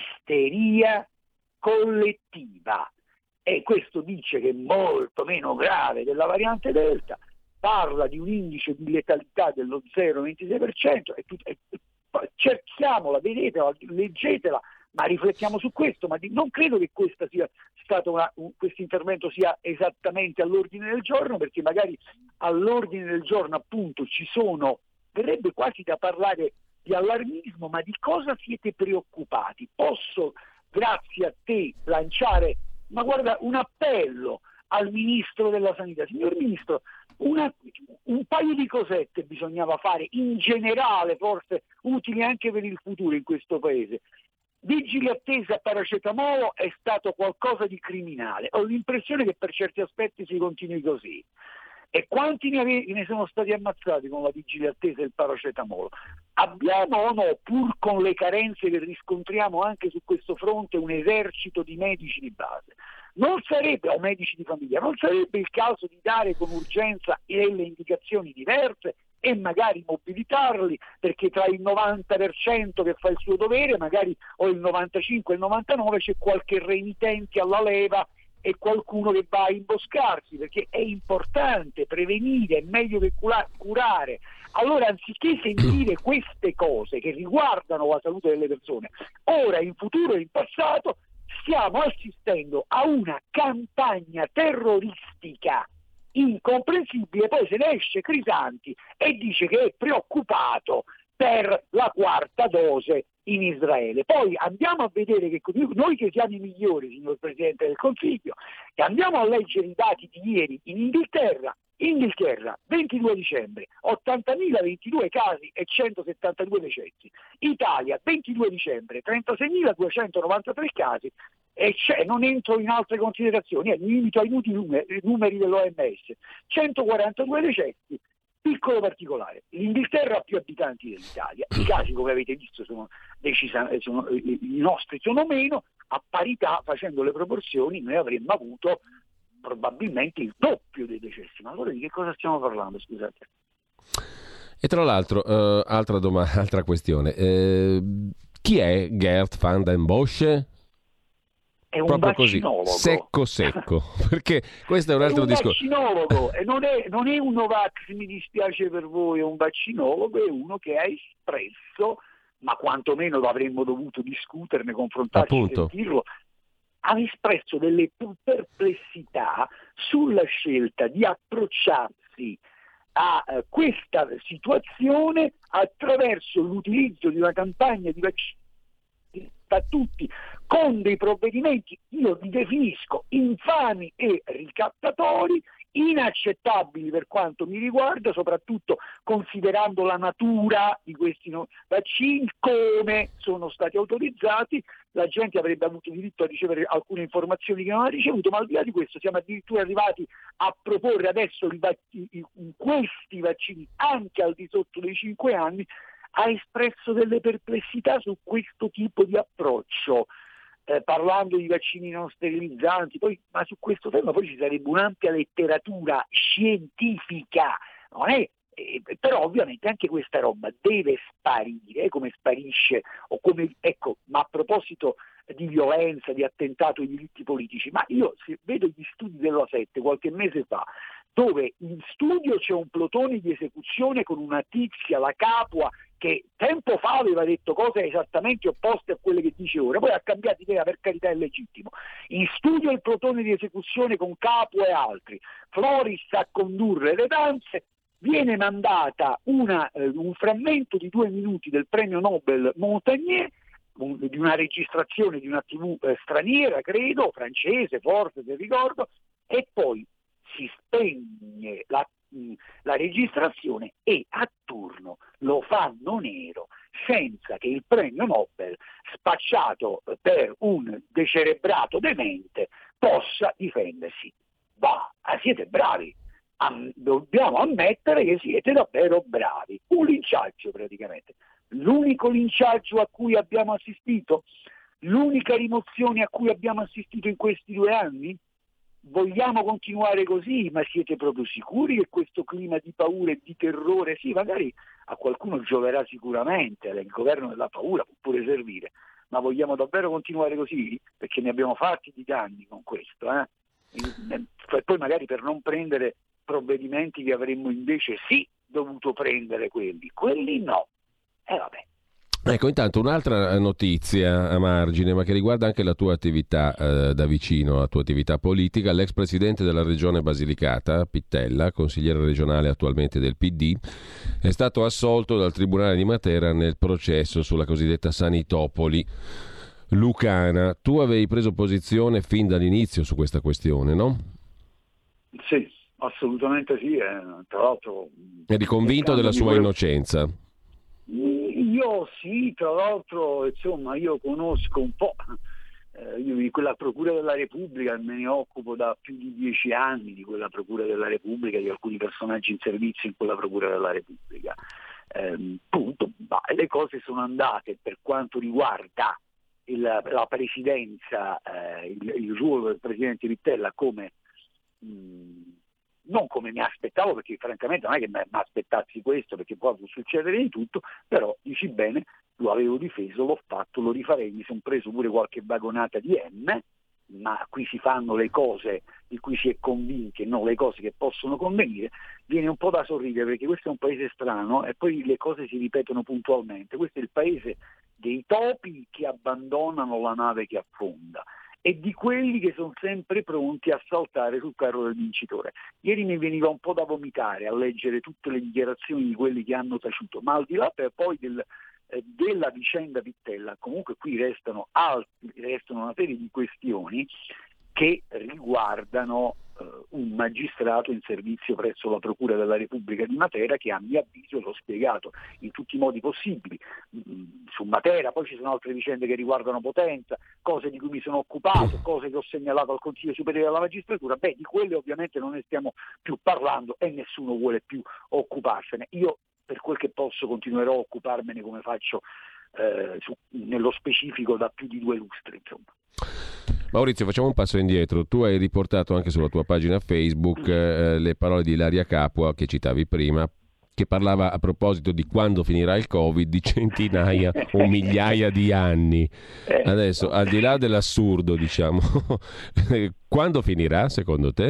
isteria collettiva, e questo dice che è molto meno grave della variante Delta, parla di un indice di letalità dello 0,26%, e cerchiamola, vedetela, leggetela, ma riflettiamo su questo. Ma non credo che questa sia stato questo intervento sia esattamente all'ordine del giorno, perché magari all'ordine del giorno appunto verrebbe quasi da parlare di allarmismo, ma di cosa siete preoccupati? Posso, grazie a te, lanciare, ma guarda, un appello al Ministro della Sanità. Signor Ministro, un paio di cosette bisognava fare, in generale, forse utili anche per il futuro in questo Paese. Vigili attesa a paracetamolo è stato qualcosa di criminale. Ho l'impressione che per certi aspetti si continui così. E quanti ne sono stati ammazzati con la vigilia attesa e il paracetamolo? Abbiamo o no, pur con le carenze che riscontriamo anche su questo fronte, un esercito di medici di base? Non sarebbe, o medici di famiglia, non sarebbe il caso di dare con urgenza delle indicazioni diverse e magari mobilitarli, perché tra il 90% che fa il suo dovere, magari o il 95 e il 99 c'è qualche renitente alla leva e qualcuno che va a imboscarsi, perché è importante prevenire, è meglio che curare. Allora, anziché sentire queste cose che riguardano la salute delle persone, ora, in futuro e in passato, stiamo assistendo a una campagna terroristica incomprensibile. Poi se ne esce Crisanti e dice che è preoccupato per la quarta dose in Israele. Poi andiamo a vedere che noi che siamo i migliori, signor Presidente del Consiglio, e andiamo a leggere i dati di ieri in Inghilterra, 22 dicembre, 80.022 casi e 172 decessi. Italia, 22 dicembre, 36.293 casi e non entro in altre considerazioni, mi limito ai numeri dell'OMS, 142 decessi. Piccolo particolare, l'Inghilterra ha più abitanti dell'Italia, i casi come avete visto i nostri sono meno, a parità, facendo le proporzioni, noi avremmo avuto probabilmente il doppio dei decessi. Ma allora di che cosa stiamo parlando, scusate? E tra l'altro, altra questione, chi è Geert van den Bosch? È un proprio vaccinologo. Così, secco, perché questo è un altro discorso. È un vaccinologo, e non è un Novax, mi dispiace per voi, è un vaccinologo, è uno che ha espresso, ma quantomeno avremmo dovuto discuterne, confrontarci, sentirlo, ha espresso delle perplessità sulla scelta di approcciarsi a questa situazione attraverso l'utilizzo di una campagna di vaccini a tutti con dei provvedimenti, io li definisco infami e ricattatori, inaccettabili per quanto mi riguarda, soprattutto considerando la natura di questi vaccini, come sono stati autorizzati. La gente avrebbe avuto diritto a ricevere alcune informazioni che non ha ricevuto, ma al di là di questo siamo addirittura arrivati a proporre adesso questi vaccini anche al di sotto dei 5 anni. Ha espresso delle perplessità su questo tipo di approccio, parlando di vaccini non sterilizzanti, ma su questo tema poi ci sarebbe un'ampia letteratura scientifica, non è? Però ovviamente anche questa roba deve sparire, come sparisce, o come, ecco, ma a proposito di violenza, di attentato ai diritti politici, ma io vedo gli studi della 7 qualche mese fa, dove in studio c'è un plotone di esecuzione con una tizia, la Capua, che tempo fa aveva detto cose esattamente opposte a quelle che dice ora, poi ha cambiato idea, per carità è legittimo. In studio il plotone di esecuzione con Capua e altri, Floris a condurre le danze, viene mandata un frammento di 2 minuti del premio Nobel Montagnier, di una registrazione di una TV straniera, credo, francese, forse se ricordo, e poi si spegne la registrazione e a turno lo fanno nero, senza che il premio Nobel, spacciato per un decerebrato demente, possa difendersi. Siete bravi, dobbiamo ammettere che siete davvero bravi. Un linciaggio praticamente, l'unico linciaggio a cui abbiamo assistito, l'unica rimozione a cui abbiamo assistito in questi 2 anni. Vogliamo continuare così? Ma siete proprio sicuri che questo clima di paura e di terrore, sì, magari a qualcuno gioverà sicuramente, il governo della paura può pure servire, ma vogliamo davvero continuare così? Perché ne abbiamo fatti di danni con questo, E poi magari per non prendere provvedimenti che avremmo invece sì dovuto prendere quelli no. Vabbè. Ecco, intanto un'altra notizia a margine, ma che riguarda anche la tua attività da vicino, la tua attività politica. L'ex presidente della regione Basilicata, Pittella, consigliere regionale attualmente del PD, è stato assolto dal Tribunale di Matera nel processo sulla cosiddetta Sanitopoli lucana. Tu avevi preso posizione fin dall'inizio su questa questione, no? Sì, assolutamente sì. Tra l'altro, eri convinto della sua innocenza? Io sì, tra l'altro, insomma, io conosco un po', io di quella Procura della Repubblica me ne occupo da più di 10 anni, di quella Procura della Repubblica, di alcuni personaggi in servizio in quella Procura della Repubblica. Le cose sono andate per quanto riguarda la presidenza, il ruolo del presidente Pittella come... non come mi aspettavo, perché francamente non è che mi aspettassi questo, perché poi può succedere di tutto, però dici bene, lo avevo difeso, l'ho fatto, lo rifarei, mi sono preso pure qualche vagonata di ma qui si fanno le cose di cui si è convinti e non le cose che possono convenire. Viene un po' da sorridere, perché questo è un paese strano e poi le cose si ripetono puntualmente. Questo è il paese dei topi che abbandonano la nave che affonda e di quelli che sono sempre pronti a saltare sul carro del vincitore. Ieri mi veniva un po' da vomitare a leggere tutte le dichiarazioni di quelli che hanno taciuto, ma al di là poi della vicenda Pittella, comunque qui restano una serie di questioni che riguardano un magistrato in servizio presso la Procura della Repubblica di Matera che a mio avviso l'ho spiegato in tutti i modi possibili. Su Matera poi ci sono altre vicende che riguardano Potenza, cose di cui mi sono occupato, cose che ho segnalato al Consiglio Superiore della Magistratura. Di quelle ovviamente non ne stiamo più parlando e nessuno vuole più occuparsene. Io per quel che posso continuerò a occuparmene come faccio nello specifico da più di 2 lustri, insomma. Maurizio, facciamo un passo indietro. Tu hai riportato anche sulla tua pagina Facebook le parole di Ilaria Capua che citavi prima, che parlava a proposito di quando finirà il Covid di centinaia o migliaia di anni. Adesso, al di là dell'assurdo, diciamo, quando finirà secondo te?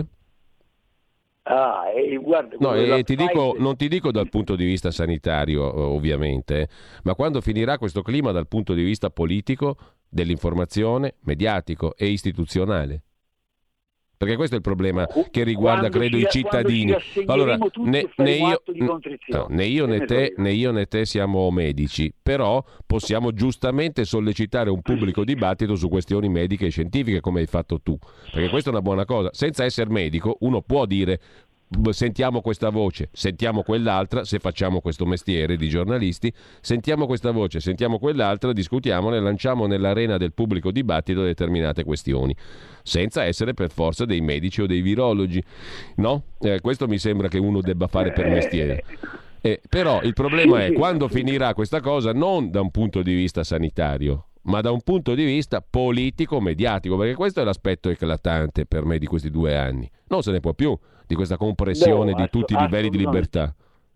Guarda, non ti dico dal punto di vista sanitario, ovviamente, ma quando finirà questo clima dal punto di vista politico, dell'informazione, mediatico e istituzionale? Perché questo è il problema che riguarda, credo, i cittadini. Allora, né io né te siamo medici, però possiamo giustamente sollecitare un pubblico dibattito su questioni mediche e scientifiche, come hai fatto tu, perché questa è una buona cosa. Senza essere medico, uno può dire: sentiamo questa voce, sentiamo quell'altra, se facciamo questo mestiere di giornalisti, sentiamo questa voce, sentiamo quell'altra, discutiamone, lanciamo nell'arena del pubblico dibattito determinate questioni, senza essere per forza dei medici o dei virologi, no? Questo mi sembra che uno debba fare per mestiere. Però il problema è quando finirà questa cosa, non da un punto di vista sanitario, ma da un punto di vista politico-mediatico, perché questo è l'aspetto eclatante per me di questi 2 anni. Non se ne può più di questa compressione di tutti i livelli di libertà.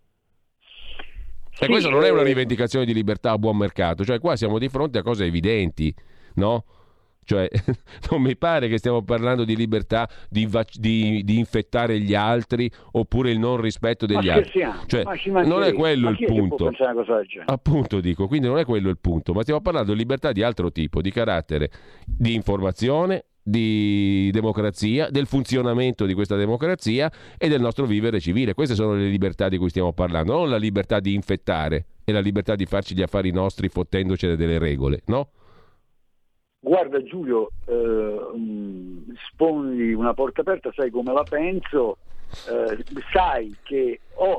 E questo non è una rivendicazione di libertà a buon mercato, cioè qua siamo di fronte a cose evidenti, no? Cioè non mi pare che stiamo parlando di libertà di infettare gli altri oppure il non rispetto degli altri. Cioè, non è quello il punto. Appunto dico, quindi non è quello il punto, ma stiamo parlando di libertà di altro tipo, di carattere, di informazione, di democrazia, del funzionamento di questa democrazia e del nostro vivere civile. Queste sono le libertà di cui stiamo parlando, non la libertà di infettare e la libertà di farci gli affari nostri fottendocene delle regole, no? Guarda Giulio, sfondi una porta aperta, sai come la penso, sai che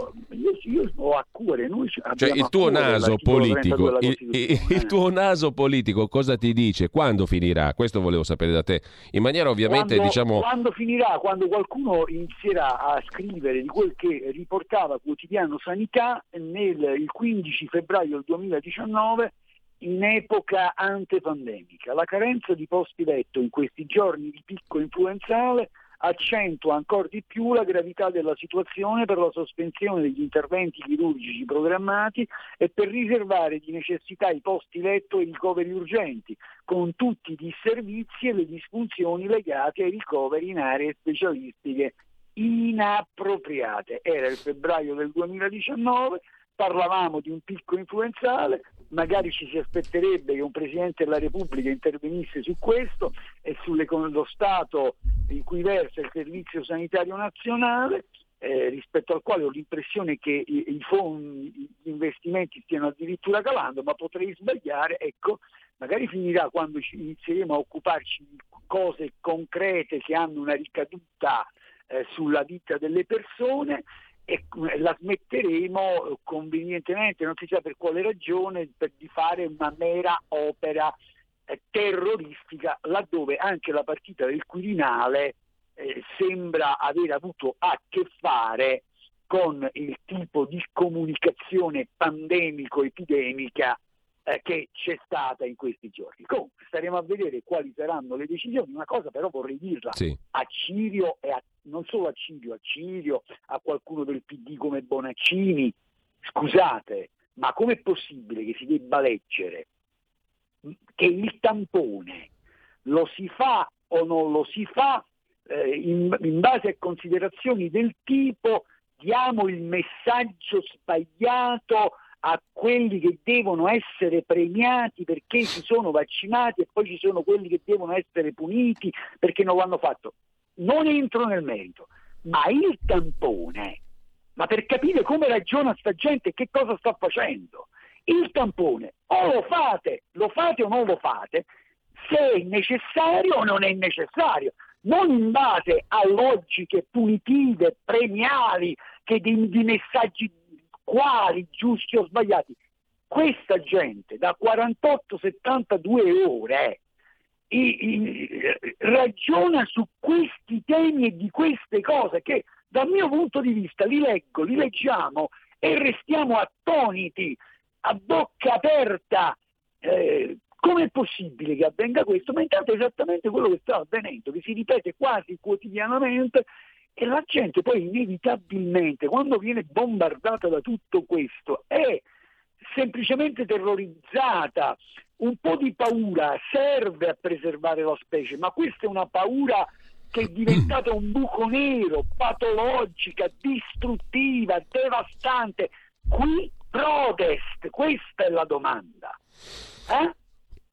io ho a cuore, noi cioè il tuo naso politico, il tuo naso politico cosa ti dice? Quando finirà? Questo volevo sapere da te, in maniera ovviamente quando finirà, quando qualcuno inizierà a scrivere di quel che riportava Quotidiano Sanità il 15 febbraio del 2019 in epoca antepandemica. La carenza di posti letto in questi giorni di picco influenzale accentua ancora di più la gravità della situazione per la sospensione degli interventi chirurgici programmati e per riservare di necessità i posti letto e i ricoveri urgenti, con tutti i disservizi e le disfunzioni legate ai ricoveri in aree specialistiche inappropriate. Era il febbraio del 2019, parlavamo di un picco influenzale, magari ci si aspetterebbe che un Presidente della Repubblica intervenisse su questo e sullo stato in cui versa il Servizio Sanitario Nazionale, rispetto al quale ho l'impressione che i fondi, gli investimenti stiano addirittura calando, ma potrei sbagliare. Ecco, magari finirà quando inizieremo a occuparci di cose concrete che hanno una ricaduta sulla vita delle persone, e la smetteremo convenientemente, non si sa per quale ragione, di fare una mera opera terroristica, laddove anche la partita del Quirinale sembra aver avuto a che fare con il tipo di comunicazione pandemico-epidemica che c'è stata in questi giorni. Comunque staremo a vedere quali saranno le decisioni. Una cosa però vorrei dirla a Cirio e non solo a Cirio, a qualcuno del PD come Bonaccini: scusate, ma com'è possibile che si debba leggere che il tampone lo si fa o non lo si fa in base a considerazioni del tipo: diamo il messaggio sbagliato a quelli che devono essere premiati perché si sono vaccinati e poi ci sono quelli che devono essere puniti perché non l'hanno fatto. Non entro nel merito, ma il tampone, ma per capire come ragiona sta gente e che cosa sta facendo, il tampone o lo fate o non lo fate, se è necessario o non è necessario, non in base a logiche punitive, premiali, che di messaggi quali, giusti o sbagliati. Questa gente da 48-72 ore ragiona su questi temi e di queste cose che dal mio punto di vista li leggiamo e restiamo attoniti, a bocca aperta. Come è possibile che avvenga questo? Ma intanto è esattamente quello che sta avvenendo, che si ripete quasi quotidianamente. E la gente poi inevitabilmente, quando viene bombardata da tutto questo, è semplicemente terrorizzata. Un po' di paura serve a preservare la specie, ma questa è una paura che è diventata un buco nero, patologica, distruttiva, devastante. Qui protest, questa è la domanda.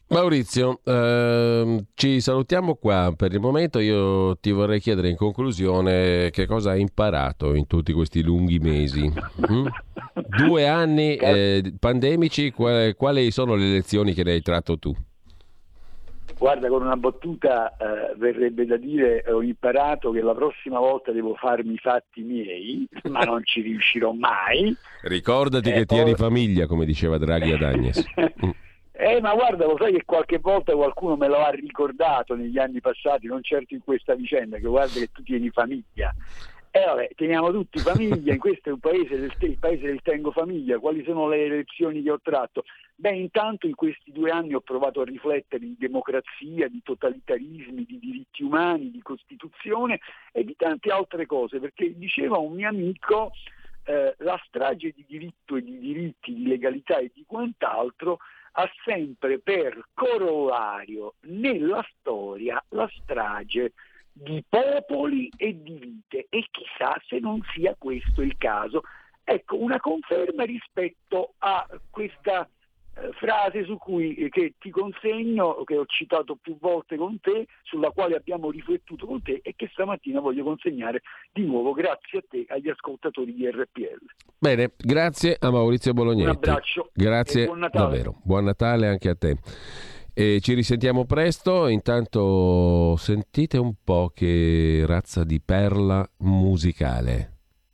Maurizio, ci salutiamo qua per il momento. Io ti vorrei chiedere in conclusione che cosa hai imparato in tutti questi lunghi mesi. 2 anni pandemici, quali sono le lezioni che ne hai tratto tu? Guarda, con una battuta verrebbe da dire: ho imparato che la prossima volta devo farmi i fatti miei, ma non ci riuscirò mai. Ricordati che tieni famiglia, come diceva Draghi ad Agnes. Ma guarda, lo sai che qualche volta qualcuno me lo ha ricordato negli anni passati, non certo in questa vicenda, che guarda che tu tieni famiglia. Vabbè, teniamo tutti famiglia, in questo è il paese del tengo famiglia. Quali sono le lezioni che ho tratto? Intanto in questi 2 anni ho provato a riflettere di democrazia, di totalitarismi, di diritti umani, di Costituzione e di tante altre cose, perché diceva un mio amico, la strage di diritto e di diritti, di legalità e di quant'altro ha sempre per corollario nella storia la strage di popoli e di vite, e chissà se non sia questo il caso. Ecco, una conferma rispetto a questa frase che ti consegno, che ho citato più volte con te, sulla quale abbiamo riflettuto con te e che stamattina voglio consegnare di nuovo, grazie a te, agli ascoltatori di RPL. Bene, grazie a Maurizio Bolognetti. Un abbraccio. Grazie, e buon Natale. Davvero. Buon Natale anche a te. E ci risentiamo presto. Intanto sentite un po' che razza di perla musicale.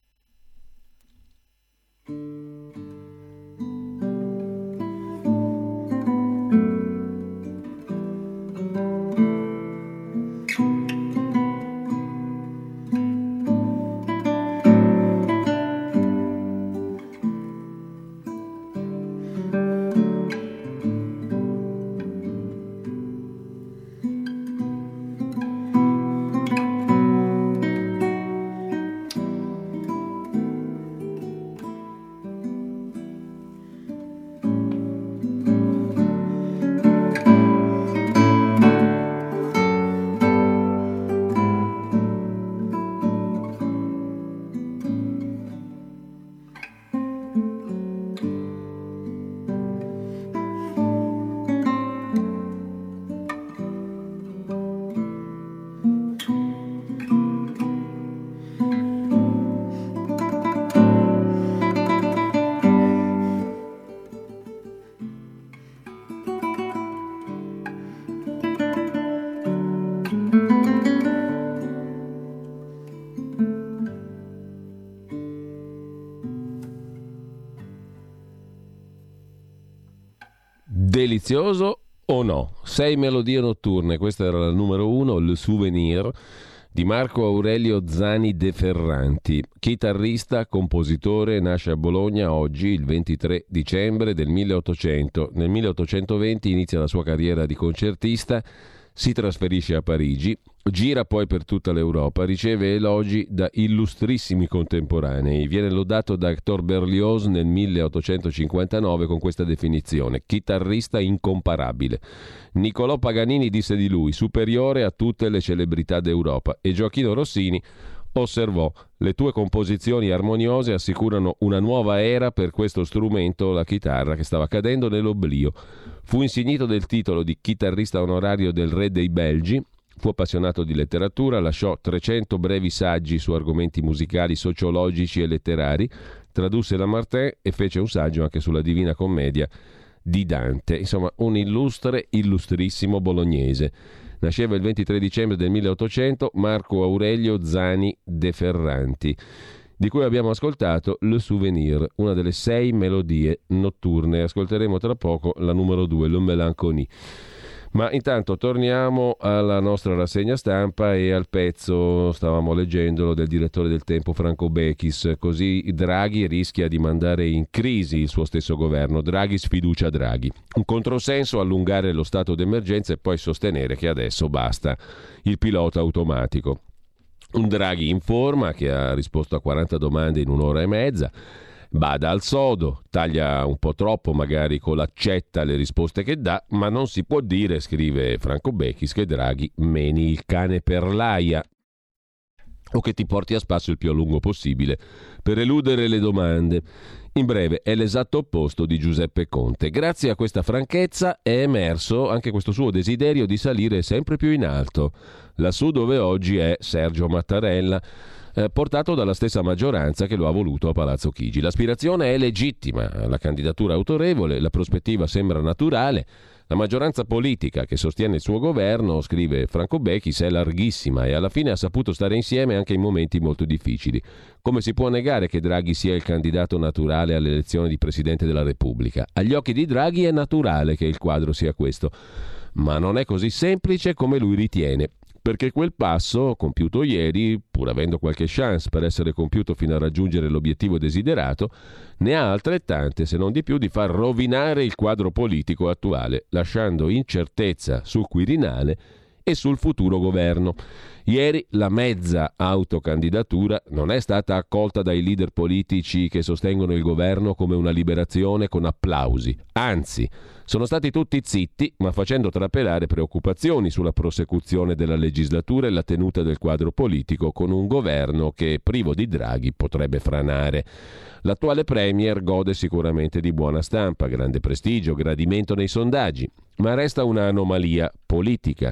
Delizioso o no? 6 melodie notturne, questa era la numero 1, Le Souvenir, di Marco Aurelio Zani De Ferranti, chitarrista, compositore, nasce a Bologna oggi, il 23 dicembre del 1800. Nel 1820 inizia la sua carriera di concertista, si trasferisce a Parigi, gira poi per tutta l'Europa, riceve elogi da illustrissimi contemporanei. Viene lodato da Hector Berlioz nel 1859 con questa definizione: chitarrista incomparabile. Niccolò Paganini disse di lui: superiore a tutte le celebrità d'Europa. E Gioachino Rossini osservò: le tue composizioni armoniose assicurano una nuova era per questo strumento, la chitarra, che stava cadendo nell'oblio. Fu insignito del titolo di chitarrista onorario del re dei Belgi. Fu appassionato di letteratura, lasciò 300 brevi saggi su argomenti musicali, sociologici e letterari, tradusse Lamartine e fece un saggio anche sulla Divina Commedia di Dante. Insomma, un illustrissimo bolognese. Nasceva il 23 dicembre del 1800 Marco Aurelio Zani De Ferranti, di cui abbiamo ascoltato Le Souvenir, una delle 6 melodie notturne. Ascolteremo tra poco la numero 2, Le Mélanconie. Ma intanto torniamo alla nostra rassegna stampa e al pezzo, stavamo leggendolo, del direttore del Tempo Franco Bechis. Così Draghi rischia di mandare in crisi il suo stesso governo. Draghi sfiducia Draghi. Un controsenso: allungare lo stato d'emergenza e poi sostenere che adesso basta il pilota automatico. Un Draghi in forma, che ha risposto a 40 domande in un'ora e mezza. Bada al sodo, taglia un po' troppo magari con l'accetta le risposte che dà, ma non si può dire, scrive Franco Bechis, che Draghi meni il cane per l'aia. o che ti porti a spasso il più a lungo possibile per eludere le domande. In breve, è l'esatto opposto di Giuseppe Conte. Grazie a questa franchezza è emerso anche questo suo desiderio di salire sempre più in alto, lassù dove oggi è Sergio Mattarella, portato dalla stessa maggioranza che lo ha voluto a Palazzo Chigi. L'aspirazione è legittima, la candidatura autorevole, la prospettiva sembra naturale. La maggioranza politica che sostiene il suo governo, scrive Franco Bechis, è larghissima e alla fine ha saputo stare insieme anche in momenti molto difficili. Come si può negare che Draghi sia il candidato naturale alle elezioni di Presidente della Repubblica? Agli occhi di Draghi è naturale che il quadro sia questo, ma non è così semplice come lui ritiene. Perché quel passo, compiuto ieri, pur avendo qualche chance per essere compiuto fino a raggiungere l'obiettivo desiderato, ne ha altrettante, se non di più, di far rovinare il quadro politico attuale, lasciando incertezza sul Quirinale e sul futuro governo. Ieri la mezza autocandidatura non è stata accolta dai leader politici che sostengono il governo come una liberazione con applausi. Anzi, sono stati tutti zitti, ma facendo trapelare preoccupazioni sulla prosecuzione della legislatura e la tenuta del quadro politico con un governo che, privo di Draghi, potrebbe franare. L'attuale premier gode sicuramente di buona stampa, grande prestigio, gradimento nei sondaggi, ma resta un'anomalia politica.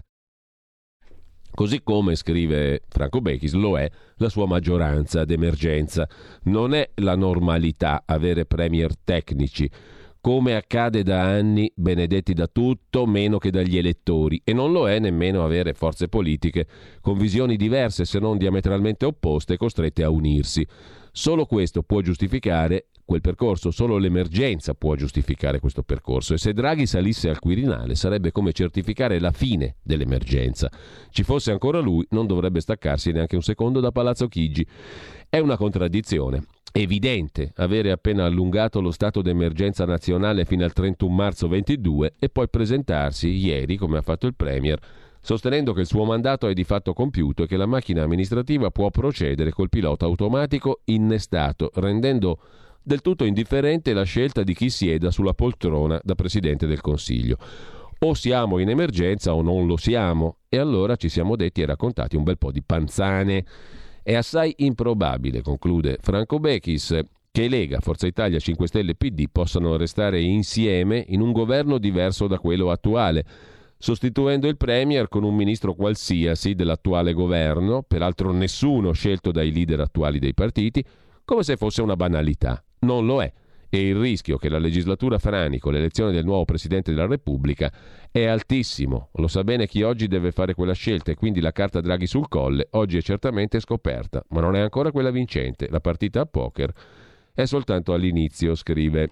Così come, scrive Franco Bechis, lo è la sua maggioranza d'emergenza. Non è la normalità avere premier tecnici, come accade da anni, benedetti da tutto meno che dagli elettori, e non lo è nemmeno avere forze politiche con visioni diverse, se non diametralmente opposte, costrette a unirsi. Solo questo può giustificare quel percorso, solo l'emergenza può giustificare questo percorso, e se Draghi salisse al Quirinale sarebbe come certificare la fine dell'emergenza. Ci fosse ancora lui, non dovrebbe staccarsi neanche un secondo da Palazzo Chigi. È una contraddizione evidente avere appena allungato lo stato d'emergenza nazionale fino al 31 marzo 22 e poi presentarsi ieri, come ha fatto il Premier, sostenendo che il suo mandato è di fatto compiuto e che la macchina amministrativa può procedere col pilota automatico innestato, rendendo del tutto indifferente la scelta di chi sieda sulla poltrona da Presidente del Consiglio. O siamo in emergenza o non lo siamo, e allora ci siamo detti e raccontati un bel po' di panzane. È assai improbabile, conclude Franco Bechis, che Lega, Forza Italia, 5 Stelle e PD possano restare insieme in un governo diverso da quello attuale, sostituendo il Premier con un ministro qualsiasi dell'attuale governo, peraltro nessuno scelto dai leader attuali dei partiti, come se fosse una banalità. Non lo è. E il rischio che la legislatura frani con l'elezione del nuovo Presidente della Repubblica è altissimo. Lo sa bene chi oggi deve fare quella scelta e quindi la carta Draghi sul colle oggi è certamente scoperta, ma non è ancora quella vincente. La partita a poker è soltanto all'inizio, scrive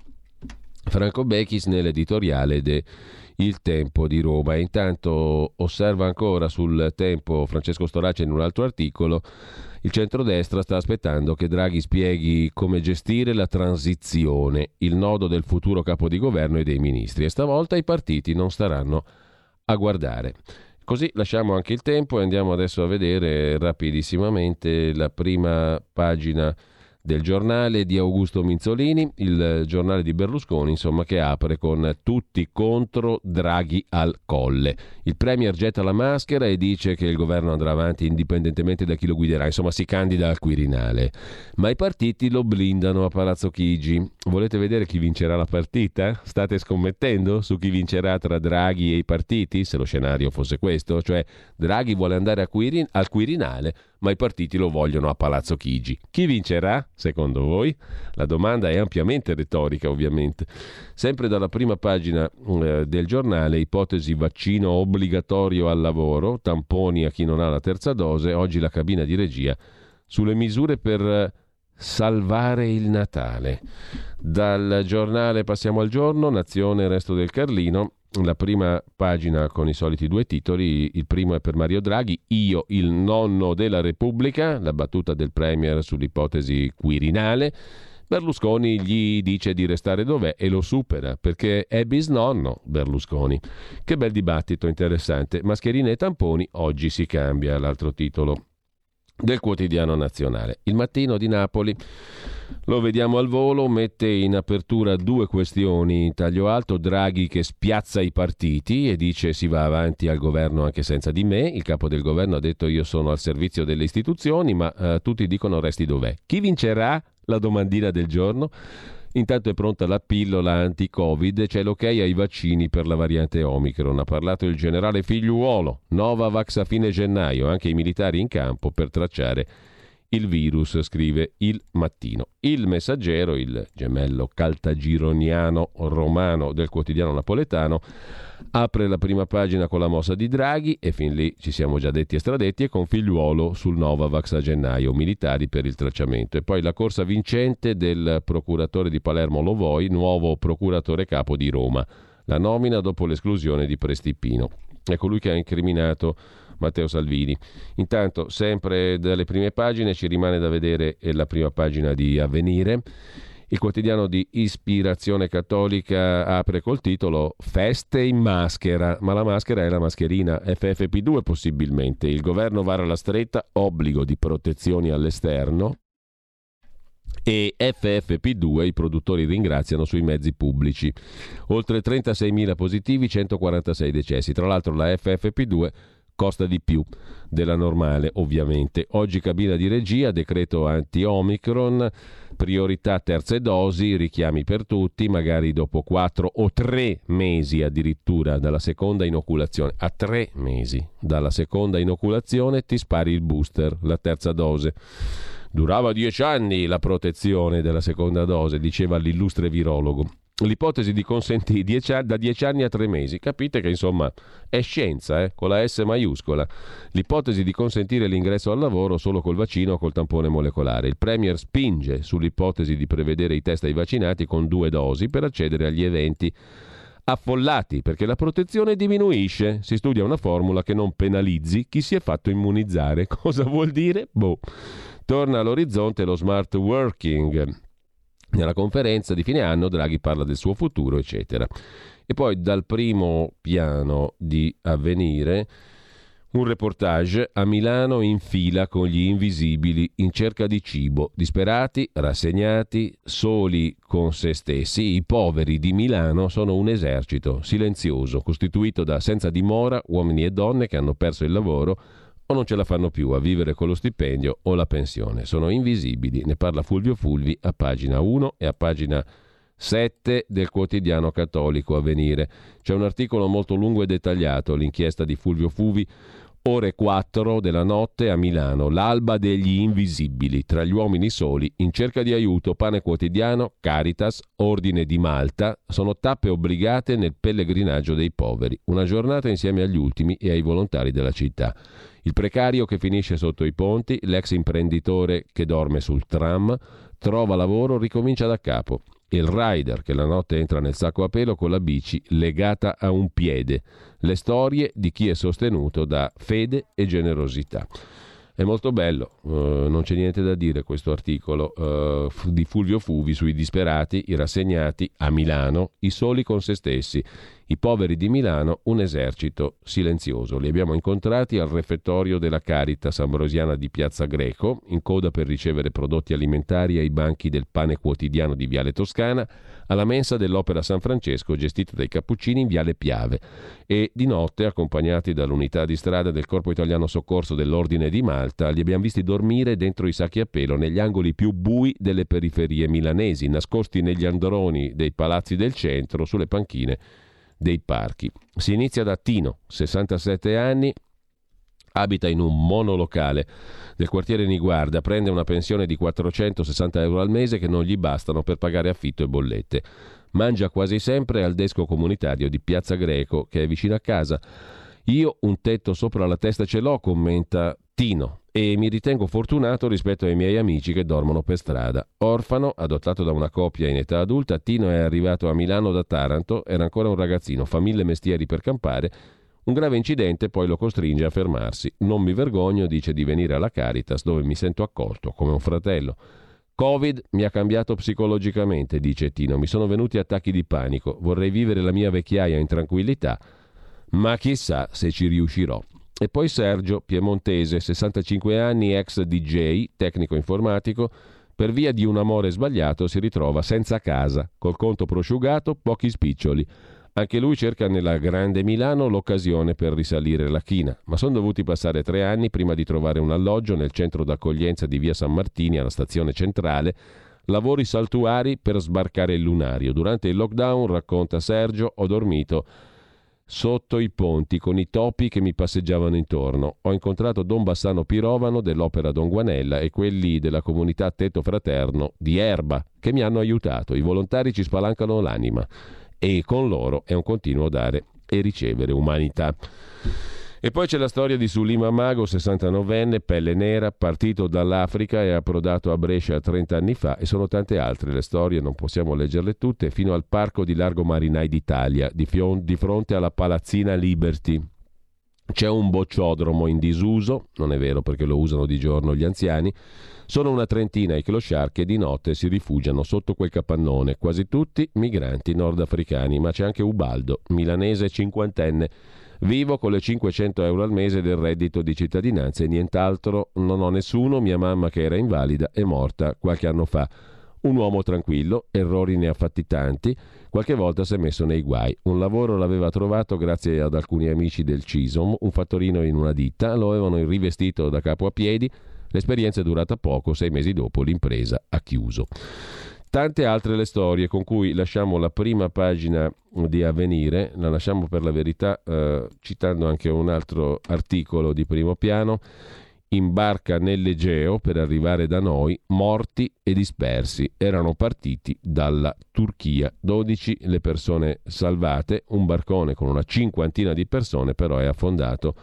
Franco Bechis nell'editoriale de Il Tempo di Roma. E intanto osserva ancora sul Tempo Francesco Storace in un altro articolo: il centrodestra sta aspettando che Draghi spieghi come gestire la transizione, il nodo del futuro capo di governo e dei ministri, e stavolta i partiti non staranno a guardare. Così lasciamo anche il Tempo e andiamo adesso a vedere rapidissimamente la prima pagina del giornale di Augusto Minzolini, il giornale di Berlusconi, insomma, che apre con tutti contro Draghi al colle. Il Premier getta la maschera e dice che il governo andrà avanti indipendentemente da chi lo guiderà, insomma si candida al Quirinale. Ma i partiti lo blindano a Palazzo Chigi. Volete vedere chi vincerà la partita? State scommettendo su chi vincerà tra Draghi e i partiti, se lo scenario fosse questo? Cioè Draghi vuole andare al Quirinale, ma i partiti lo vogliono a Palazzo Chigi. Chi vincerà, secondo voi? La domanda è ampiamente retorica, ovviamente. Sempre dalla prima pagina del giornale, ipotesi vaccino obbligatorio al lavoro, tamponi a chi non ha la terza dose, oggi la cabina di regia sulle misure per salvare il Natale. Dal giornale passiamo al Giorno, Nazione, Resto del Carlino. La prima pagina con i soliti due titoli, il primo è per Mario Draghi, io il nonno della Repubblica, la battuta del Premier sull'ipotesi Quirinale. Berlusconi gli dice di restare dov'è e lo supera perché è bisnonno Berlusconi. Che bel dibattito interessante, mascherine e tamponi, oggi si cambia, l'altro titolo del Quotidiano Nazionale. Il Mattino di Napoli, lo vediamo al volo, mette in apertura due questioni in taglio alto: Draghi che spiazza i partiti e dice si va avanti al governo anche senza di me. Il capo del governo ha detto io sono al servizio delle istituzioni, ma tutti dicono resti dov'è. Chi vincerà? La domandina del giorno. Intanto è pronta la pillola anti-Covid, c'è l'ok ai vaccini per la variante Omicron. Ha parlato il generale Figliuolo, Novavax a fine gennaio, anche i militari in campo per tracciare il virus, scrive Il Mattino. Il Messaggero, il gemello caltagironiano romano del quotidiano napoletano, apre la prima pagina con la mossa di Draghi, e fin lì ci siamo già detti e stradetti, e con Figliuolo sul Novavax a gennaio, militari per il tracciamento. E poi la corsa vincente del procuratore di Palermo Lovoi, nuovo procuratore capo di Roma. La nomina dopo l'esclusione di Prestipino. È colui che ha incriminato Matteo Salvini. Intanto, sempre dalle prime pagine, ci rimane da vedere la prima pagina di Avvenire. Il quotidiano di ispirazione cattolica apre col titolo Feste in maschera, ma la maschera è la mascherina, FFP2 possibilmente. Il governo vara la stretta, obbligo di protezioni all'esterno, e FFP2 i produttori ringraziano sui mezzi pubblici. Oltre 36.000 positivi, 146 decessi. Tra l'altro la FFP2 costa di più della normale, ovviamente. Oggi cabina di regia, decreto anti-Omicron, priorità terze dosi, richiami per tutti, magari dopo 4 o 3 mesi addirittura dalla seconda inoculazione. A 3 mesi dalla seconda inoculazione ti spari il booster, la terza dose. Durava 10 anni la protezione della seconda dose, diceva l'illustre virologo. L'ipotesi di consentire da 10 anni a 3 mesi, capite che insomma è scienza, con la S maiuscola. L'ipotesi di consentire l'ingresso al lavoro solo col vaccino o col tampone molecolare. Il Premier spinge sull'ipotesi di prevedere i test ai vaccinati con 2 dosi per accedere agli eventi affollati, perché la protezione diminuisce. Si studia una formula che non penalizzi chi si è fatto immunizzare. Cosa vuol dire? Torna all'orizzonte lo smart working. Nella conferenza di fine anno Draghi parla del suo futuro, eccetera. E poi dal primo piano di Avvenire un reportage: a Milano in fila con gli invisibili in cerca di cibo, disperati, rassegnati, soli con se stessi. I poveri di Milano sono un esercito silenzioso costituito da senza dimora, uomini e donne che hanno perso il lavoro o non ce la fanno più a vivere con lo stipendio o la pensione. Sono invisibili. Ne parla Fulvio Fulvi a pagina 1 e a pagina 7 del quotidiano cattolico Avvenire. C'è un articolo molto lungo e dettagliato, l'inchiesta di Fulvio Fulvi, ore 4 della notte a Milano, l'alba degli invisibili, tra gli uomini soli, in cerca di aiuto, Pane Quotidiano, Caritas, Ordine di Malta, sono tappe obbligate nel pellegrinaggio dei poveri. Una giornata insieme agli ultimi e ai volontari della città. Il precario che finisce sotto i ponti, l'ex imprenditore che dorme sul tram, trova lavoro, ricomincia da capo. Il rider che la notte entra nel sacco a pelo con la bici legata a un piede. Le storie di chi è sostenuto da fede e generosità. È molto bello, non c'è niente da dire questo articolo di Fulvio Fulvi sui disperati, i rassegnati a Milano, i soli con se stessi. I poveri di Milano, un esercito silenzioso. Li abbiamo incontrati al refettorio della Caritas Ambrosiana di Piazza Greco, in coda per ricevere prodotti alimentari ai banchi del Pane Quotidiano di Viale Toscana, alla mensa dell'Opera San Francesco gestita dai Cappuccini in Viale Piave, e di notte, accompagnati dall'unità di strada del Corpo Italiano Soccorso dell'Ordine di Malta, li abbiamo visti dormire dentro i sacchi a pelo negli angoli più bui delle periferie milanesi, nascosti negli androni dei palazzi del centro, sulle panchine dei parchi. Si inizia da Tino, 67 anni, abita in un monolocale del quartiere Niguarda, prende una pensione di 460 euro al mese che non gli bastano per pagare affitto e bollette. Mangia quasi sempre al desco comunitario di Piazza Greco, che è vicino a casa. Io un tetto sopra la testa ce l'ho, commenta Tino, e mi ritengo fortunato rispetto ai miei amici che dormono per strada. Orfano, adottato da una coppia in età adulta, Tino è arrivato a Milano da Taranto, era ancora un ragazzino, fa 1000 mestieri per campare. Un grave incidente poi lo costringe a fermarsi. Non mi vergogno, dice, di venire alla Caritas, dove mi sento accolto come un fratello. Covid mi ha cambiato psicologicamente, dice Tino, mi sono venuti attacchi di panico, vorrei vivere la mia vecchiaia in tranquillità, ma chissà se ci riuscirò. E poi Sergio, piemontese, 65 anni, ex DJ, tecnico informatico, per via di un amore sbagliato si ritrova senza casa, col conto prosciugato, pochi spiccioli. Anche lui cerca nella grande Milano l'occasione per risalire la china, ma sono dovuti passare 3 anni prima di trovare un alloggio nel centro d'accoglienza di via San Martini alla stazione centrale, lavori saltuari per sbarcare il lunario. Durante il lockdown, racconta Sergio, ho dormito sotto i ponti con i topi che mi passeggiavano intorno. Ho incontrato Don Bassano Pirovano dell'Opera Don Guanella e quelli della comunità Tetto Fraterno di Erba che mi hanno aiutato. I volontari ci spalancano l'anima e con loro è un continuo dare e ricevere umanità. E poi c'è la storia di Sulima Mago, 69enne, pelle nera, partito dall'Africa e approdato a Brescia 30 anni fa, e sono tante altre le storie, non possiamo leggerle tutte, fino al parco di Largo Marinai d'Italia, di fronte alla Palazzina Liberty. C'è un bocciodromo in disuso, non è vero perché lo usano di giorno gli anziani, sono una trentina i clochard che di notte si rifugiano sotto quel capannone, quasi tutti migranti nordafricani, ma c'è anche Ubaldo, milanese 50enne, vivo con le 500 euro al mese del reddito di cittadinanza e nient'altro, non ho nessuno, mia mamma che era invalida è morta qualche anno fa. Un uomo tranquillo, errori ne ha fatti tanti, qualche volta si è messo nei guai. Un lavoro l'aveva trovato grazie ad alcuni amici del CISOM, un fattorino in una ditta, lo avevano rivestito da capo a piedi, l'esperienza è durata poco, 6 mesi dopo l'impresa ha chiuso. Tante altre le storie con cui lasciamo la prima pagina di Avvenire, la lasciamo per la verità citando anche un altro articolo di Primo Piano. In barca nell'Egeo per arrivare da noi, morti e dispersi, erano partiti dalla Turchia, 12 le persone salvate, un barcone con una 50 di persone però è affondato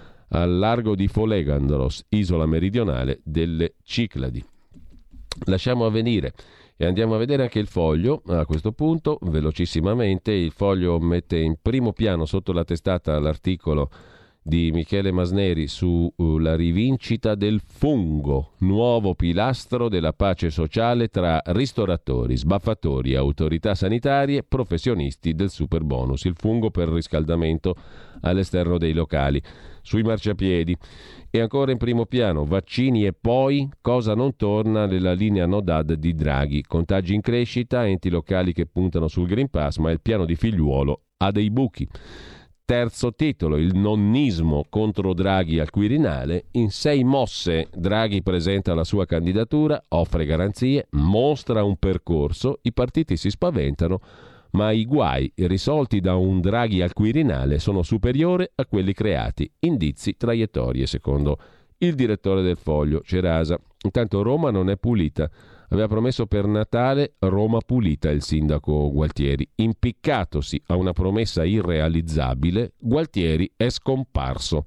al largo di Folegandros, isola meridionale delle Cicladi. Lasciamo Avvenire e andiamo a vedere anche il Foglio. A questo punto, velocissimamente, il Foglio mette in primo piano sotto la testata l'articolo di Michele Masneri sulla rivincita del fungo, nuovo pilastro della pace sociale tra ristoratori, sbaffatori, autorità sanitarie, professionisti del superbonus, il fungo per riscaldamento all'esterno dei locali, sui marciapiedi. E ancora in primo piano, vaccini e poi cosa non torna nella linea no-dad di Draghi, contagi in crescita, enti locali che puntano sul Green Pass, ma il piano di Figliuolo ha dei buchi. Terzo titolo, il nonnismo contro Draghi al Quirinale. In 6 mosse Draghi presenta la sua candidatura, offre garanzie, mostra un percorso, i partiti si spaventano, ma i guai risolti da un Draghi al Quirinale sono superiori a quelli creati. Indizi, traiettorie, secondo il direttore del Foglio, Cerasa. Intanto Roma non è pulita. Aveva promesso per Natale Roma pulita il sindaco Gualtieri. Impiccatosi a una promessa irrealizzabile, Gualtieri è scomparso.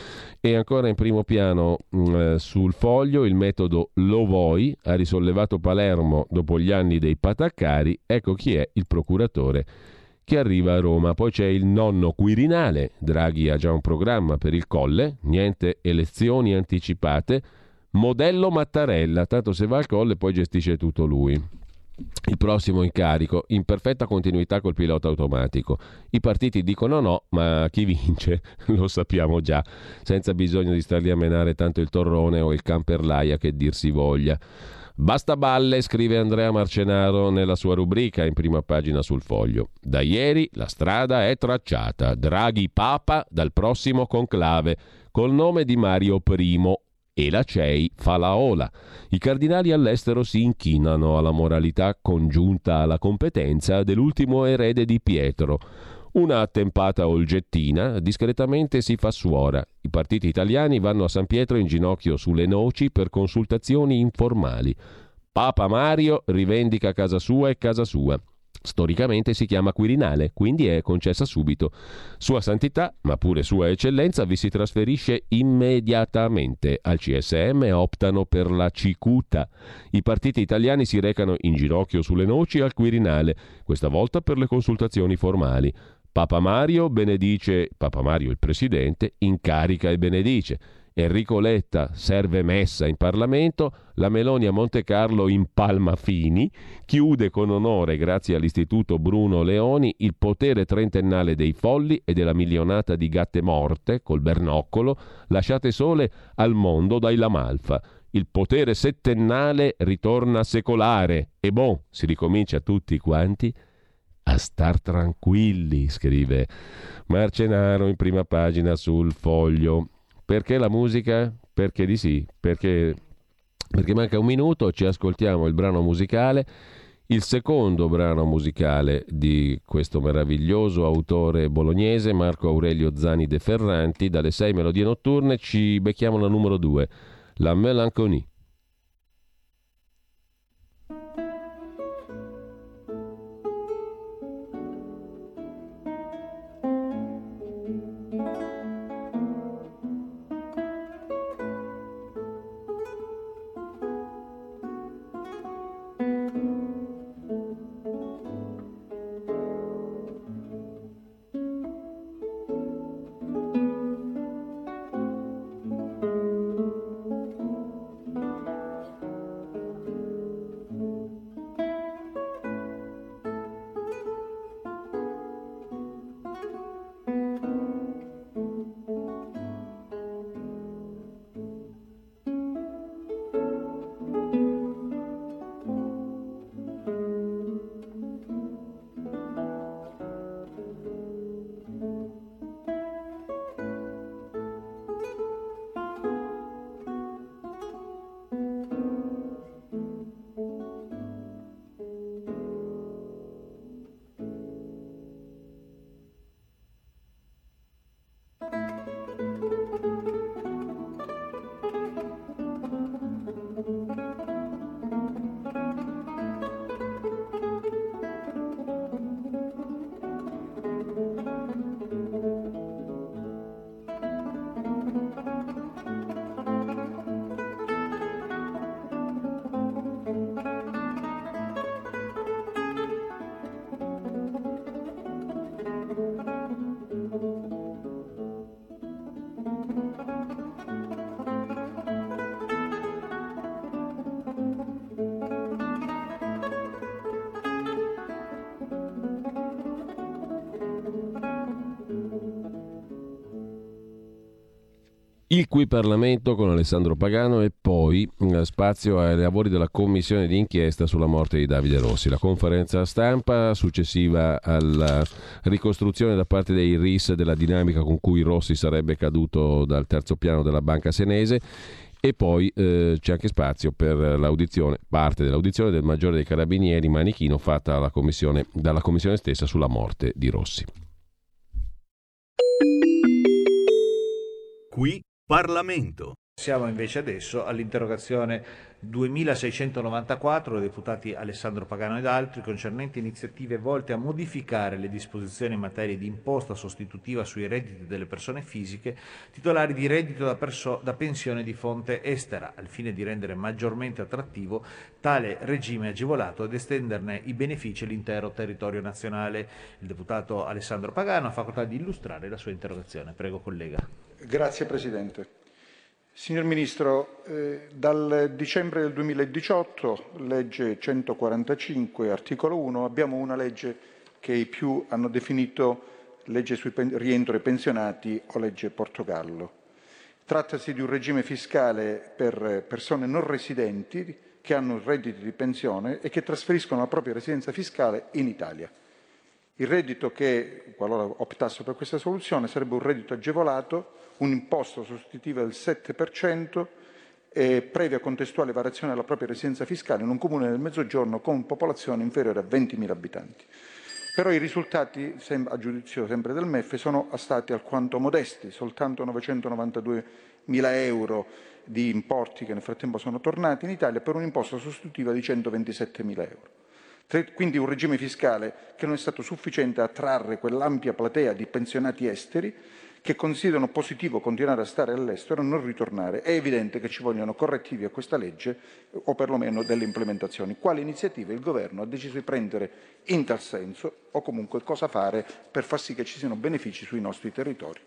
E ancora in primo piano sul Foglio il metodo Lo Voi ha risollevato Palermo dopo gli anni dei pataccari. Ecco chi è il procuratore che arriva a Roma. Poi c'è il nonno Quirinale. Draghi ha già un programma per il Colle, niente elezioni anticipate. Modello Mattarella, tanto se va al Colle poi gestisce tutto lui. Il prossimo incarico, in perfetta continuità col pilota automatico. I partiti dicono no, ma chi vince lo sappiamo già, senza bisogno di starli a menare tanto il torrone o il camperlaia che dir si voglia. Basta balle, scrive Andrea Marcenaro nella sua rubrica in prima pagina sul Foglio. Da ieri la strada è tracciata. Draghi Papa dal prossimo conclave, col nome di Mario I. E la CEI fa la ola. I cardinali all'estero si inchinano alla moralità congiunta alla competenza dell'ultimo erede di Pietro. Una attempata olgettina discretamente si fa suora. I partiti italiani vanno a San Pietro in ginocchio sulle noci per consultazioni informali. Papa Mario rivendica casa sua e casa sua. Storicamente si chiama Quirinale, quindi è concessa subito. Sua Santità, ma pure Sua Eccellenza, vi si trasferisce immediatamente. Al CSM optano per la cicuta. I partiti italiani si recano in ginocchio sulle noci al Quirinale, questa volta per le consultazioni formali. Papa Mario benedice, Papa Mario il presidente, incarica e benedice. Enrico Letta serve messa in Parlamento, la Meloni a Monte Carlo impalma Fini, chiude con onore, grazie all'Istituto Bruno Leoni, il potere trentennale dei folli e della milionata di gatte morte, col bernoccolo, lasciate sole al mondo dai Lamalfa. Il potere settennale ritorna secolare e si ricomincia tutti quanti a star tranquilli, scrive Marcenaro in prima pagina sul Foglio. Perché la musica? Perché di sì, perché manca un minuto, ci ascoltiamo il brano musicale, il secondo brano musicale di questo meraviglioso autore bolognese, Marco Aurelio Zani de Ferranti. Dalle 6 melodie notturne ci becchiamo la numero 2, La Mélancolie. Il Qui Parlamento con Alessandro Pagano e poi spazio ai lavori della commissione di inchiesta sulla morte di Davide Rossi. La conferenza stampa successiva alla ricostruzione da parte dei RIS della dinamica con cui Rossi sarebbe caduto dal terzo piano della banca senese. E poi c'è anche spazio per l'audizione, parte dell'audizione del maggiore dei carabinieri Manichino fatta dalla commissione stessa sulla morte di Rossi. Qui Parlamento. Siamo invece adesso all'interrogazione 2694 dei deputati Alessandro Pagano ed altri, concernente iniziative volte a modificare le disposizioni in materia di imposta sostitutiva sui redditi delle persone fisiche titolari di reddito da pensione di fonte estera, al fine di rendere maggiormente attrattivo tale regime agevolato ed estenderne i benefici all'intero territorio nazionale. Il deputato Alessandro Pagano ha facoltà di illustrare la sua interrogazione. Prego, collega. Grazie, Presidente. Signor Ministro, dal dicembre del 2018, legge 145, articolo 1, abbiamo una legge che i più hanno definito legge sui rientro ai pensionati o legge Portogallo. Trattasi di un regime fiscale per persone non residenti che hanno redditi di pensione e che trasferiscono la propria residenza fiscale in Italia. Il reddito che, qualora optassero per questa soluzione, sarebbe un reddito agevolato, un imposto sostitutivo del 7% e previa contestuale variazione della propria residenza fiscale in un comune del Mezzogiorno con popolazione inferiore a 20.000 abitanti. Però i risultati, a giudizio sempre del MEF, sono stati alquanto modesti, soltanto 992.000 euro di importi che nel frattempo sono tornati in Italia per un imposto sostitutivo di 127.000 euro. Quindi un regime fiscale che non è stato sufficiente a attrarre quell'ampia platea di pensionati esteri che considerano positivo continuare a stare all'estero e non ritornare. È evidente che ci vogliono correttivi a questa legge o perlomeno delle implementazioni. Quali iniziative il Governo ha deciso di prendere in tal senso o comunque cosa fare per far sì che ci siano benefici sui nostri territori?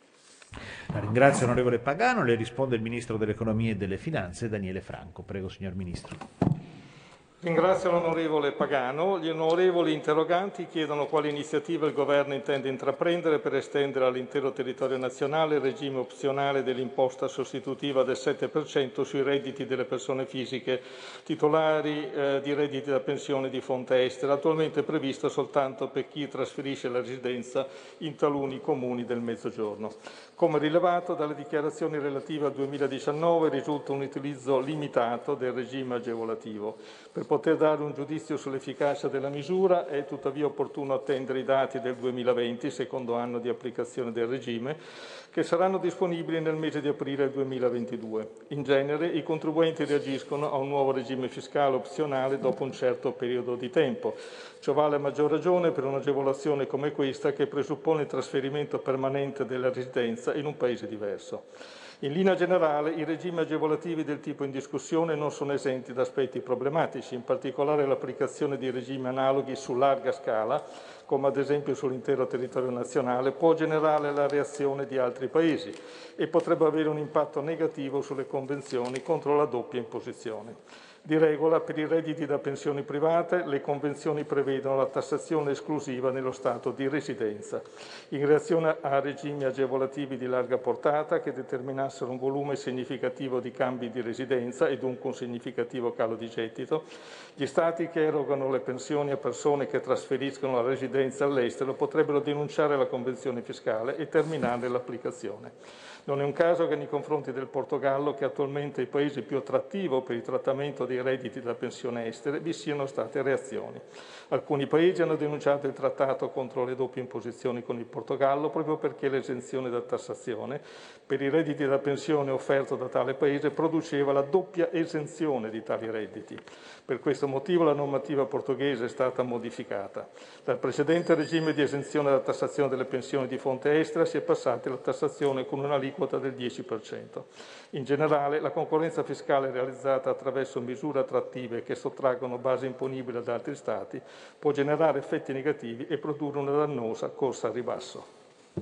La ringrazio onorevole Pagano, le risponde il Ministro dell'Economia e delle Finanze Daniele Franco. Prego signor Ministro. Ringrazio l'onorevole Pagano. Gli onorevoli interroganti chiedono quali iniziative il Governo intende intraprendere per estendere all'intero territorio nazionale il regime opzionale dell'imposta sostitutiva del 7% sui redditi delle persone fisiche titolari di redditi da pensione di fonte estera, attualmente previsto soltanto per chi trasferisce la residenza in taluni comuni del Mezzogiorno. Come rilevato dalle dichiarazioni relative al 2019 risulta un utilizzo limitato del regime agevolativo. Per poter dare un giudizio sull'efficacia della misura è tuttavia opportuno attendere i dati del 2020, secondo anno di applicazione del regime, che saranno disponibili nel mese di aprile 2022. In genere i contribuenti reagiscono a un nuovo regime fiscale opzionale dopo un certo periodo di tempo. Ciò vale a maggior ragione per un'agevolazione come questa che presuppone il trasferimento permanente della residenza in un paese diverso. In linea generale, i regimi agevolativi del tipo in discussione non sono esenti da aspetti problematici, in particolare l'applicazione di regimi analoghi su larga scala, come ad esempio sull'intero territorio nazionale, può generare la reazione di altri Paesi e potrebbe avere un impatto negativo sulle convenzioni contro la doppia imposizione. Di regola, per i redditi da pensioni private, le convenzioni prevedono la tassazione esclusiva nello Stato di residenza. In reazione a regimi agevolativi di larga portata che determinassero un volume significativo di cambi di residenza e dunque un significativo calo di gettito, gli Stati che erogano le pensioni a persone che trasferiscono la residenza all'estero potrebbero denunciare la convenzione fiscale e terminarne l'applicazione. Non è un caso che nei confronti del Portogallo, che attualmente è il paese più attrattivo per il trattamento dei redditi da pensione estere, vi siano state reazioni. Alcuni Paesi hanno denunciato il trattato contro le doppie imposizioni con il Portogallo proprio perché l'esenzione da tassazione per i redditi da pensione offerto da tale Paese produceva la doppia esenzione di tali redditi. Per questo motivo la normativa portoghese è stata modificata. Dal precedente regime di esenzione da tassazione delle pensioni di fonte estera si è passati alla tassazione con un'aliquota del 10%. In generale, la concorrenza fiscale realizzata attraverso misure attrattive che sottraggono base imponibile ad altri Stati può generare effetti negativi e produrre una dannosa corsa al ribasso.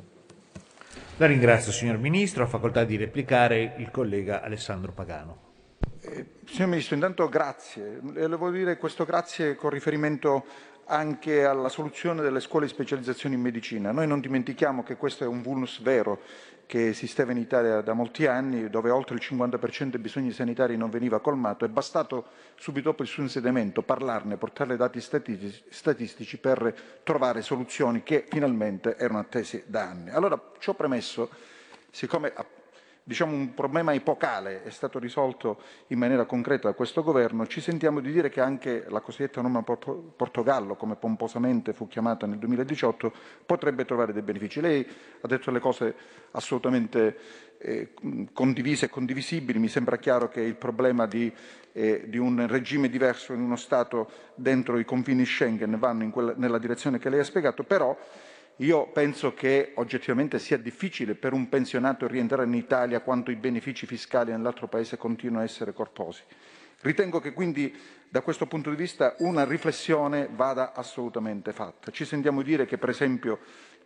La ringrazio signor Ministro, ha facoltà di replicare il collega Alessandro Pagano. Signor Ministro, intanto grazie. Le voglio dire questo grazie con riferimento anche alla soluzione delle scuole di specializzazione in medicina. Noi non dimentichiamo che questo è un vulnus vero che esisteva in Italia da molti anni, dove oltre il 50% dei bisogni sanitari non veniva colmato. È bastato subito dopo il suo insediamento parlarne, portare dati statistici per trovare soluzioni che finalmente erano attese da anni. Allora, ciò premesso, siccome un problema epocale è stato risolto in maniera concreta da questo Governo, ci sentiamo di dire che anche la cosiddetta norma Portogallo, come pomposamente fu chiamata nel 2018, potrebbe trovare dei benefici. Lei ha detto le cose assolutamente condivise e condivisibili. Mi sembra chiaro che il problema di un regime diverso in uno Stato dentro i confini Schengen vanno nella direzione che lei ha spiegato, però io penso che oggettivamente sia difficile per un pensionato rientrare in Italia quando i benefici fiscali nell'altro paese continuano a essere corposi. Ritengo che quindi da questo punto di vista una riflessione vada assolutamente fatta. Ci sentiamo dire che per esempio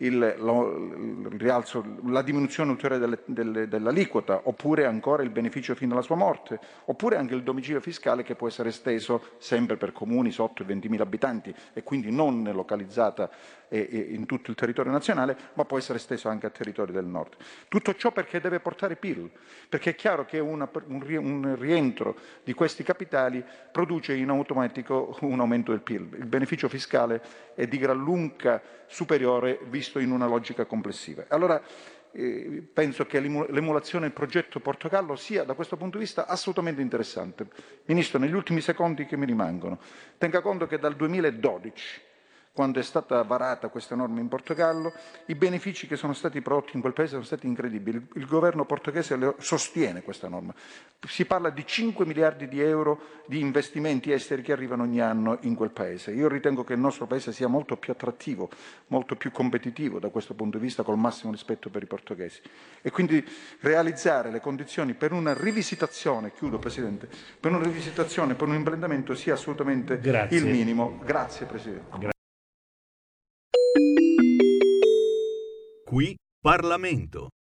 la diminuzione ulteriore dell'aliquota, oppure ancora il beneficio fino alla sua morte, oppure anche il domicilio fiscale che può essere esteso sempre per comuni sotto i 20.000 abitanti e quindi non localizzata in tutto il territorio nazionale, ma può essere esteso anche a territori del nord. Tutto ciò perché deve portare PIL, perché è chiaro che un rientro di questi capitali produce in automatico un aumento del PIL. Il beneficio fiscale è di gran lunga superiore visto in una logica complessiva. Allora penso che l'emulazione del progetto Portogallo sia da questo punto di vista assolutamente interessante. Ministro, negli ultimi secondi che mi rimangono, tenga conto che dal 2012 quando è stata varata questa norma in Portogallo. I benefici che sono stati prodotti in quel paese sono stati incredibili. Il governo portoghese sostiene questa norma. Si parla di 5 miliardi di euro di investimenti esteri che arrivano ogni anno in quel paese. Io ritengo che il nostro paese sia molto più attrattivo, molto più competitivo da questo punto di vista, col massimo rispetto per i portoghesi. E quindi realizzare le condizioni per una rivisitazione, chiudo Presidente, per una rivisitazione, per un implementamento sia assolutamente il minimo. Grazie Presidente. Qui Parlamento.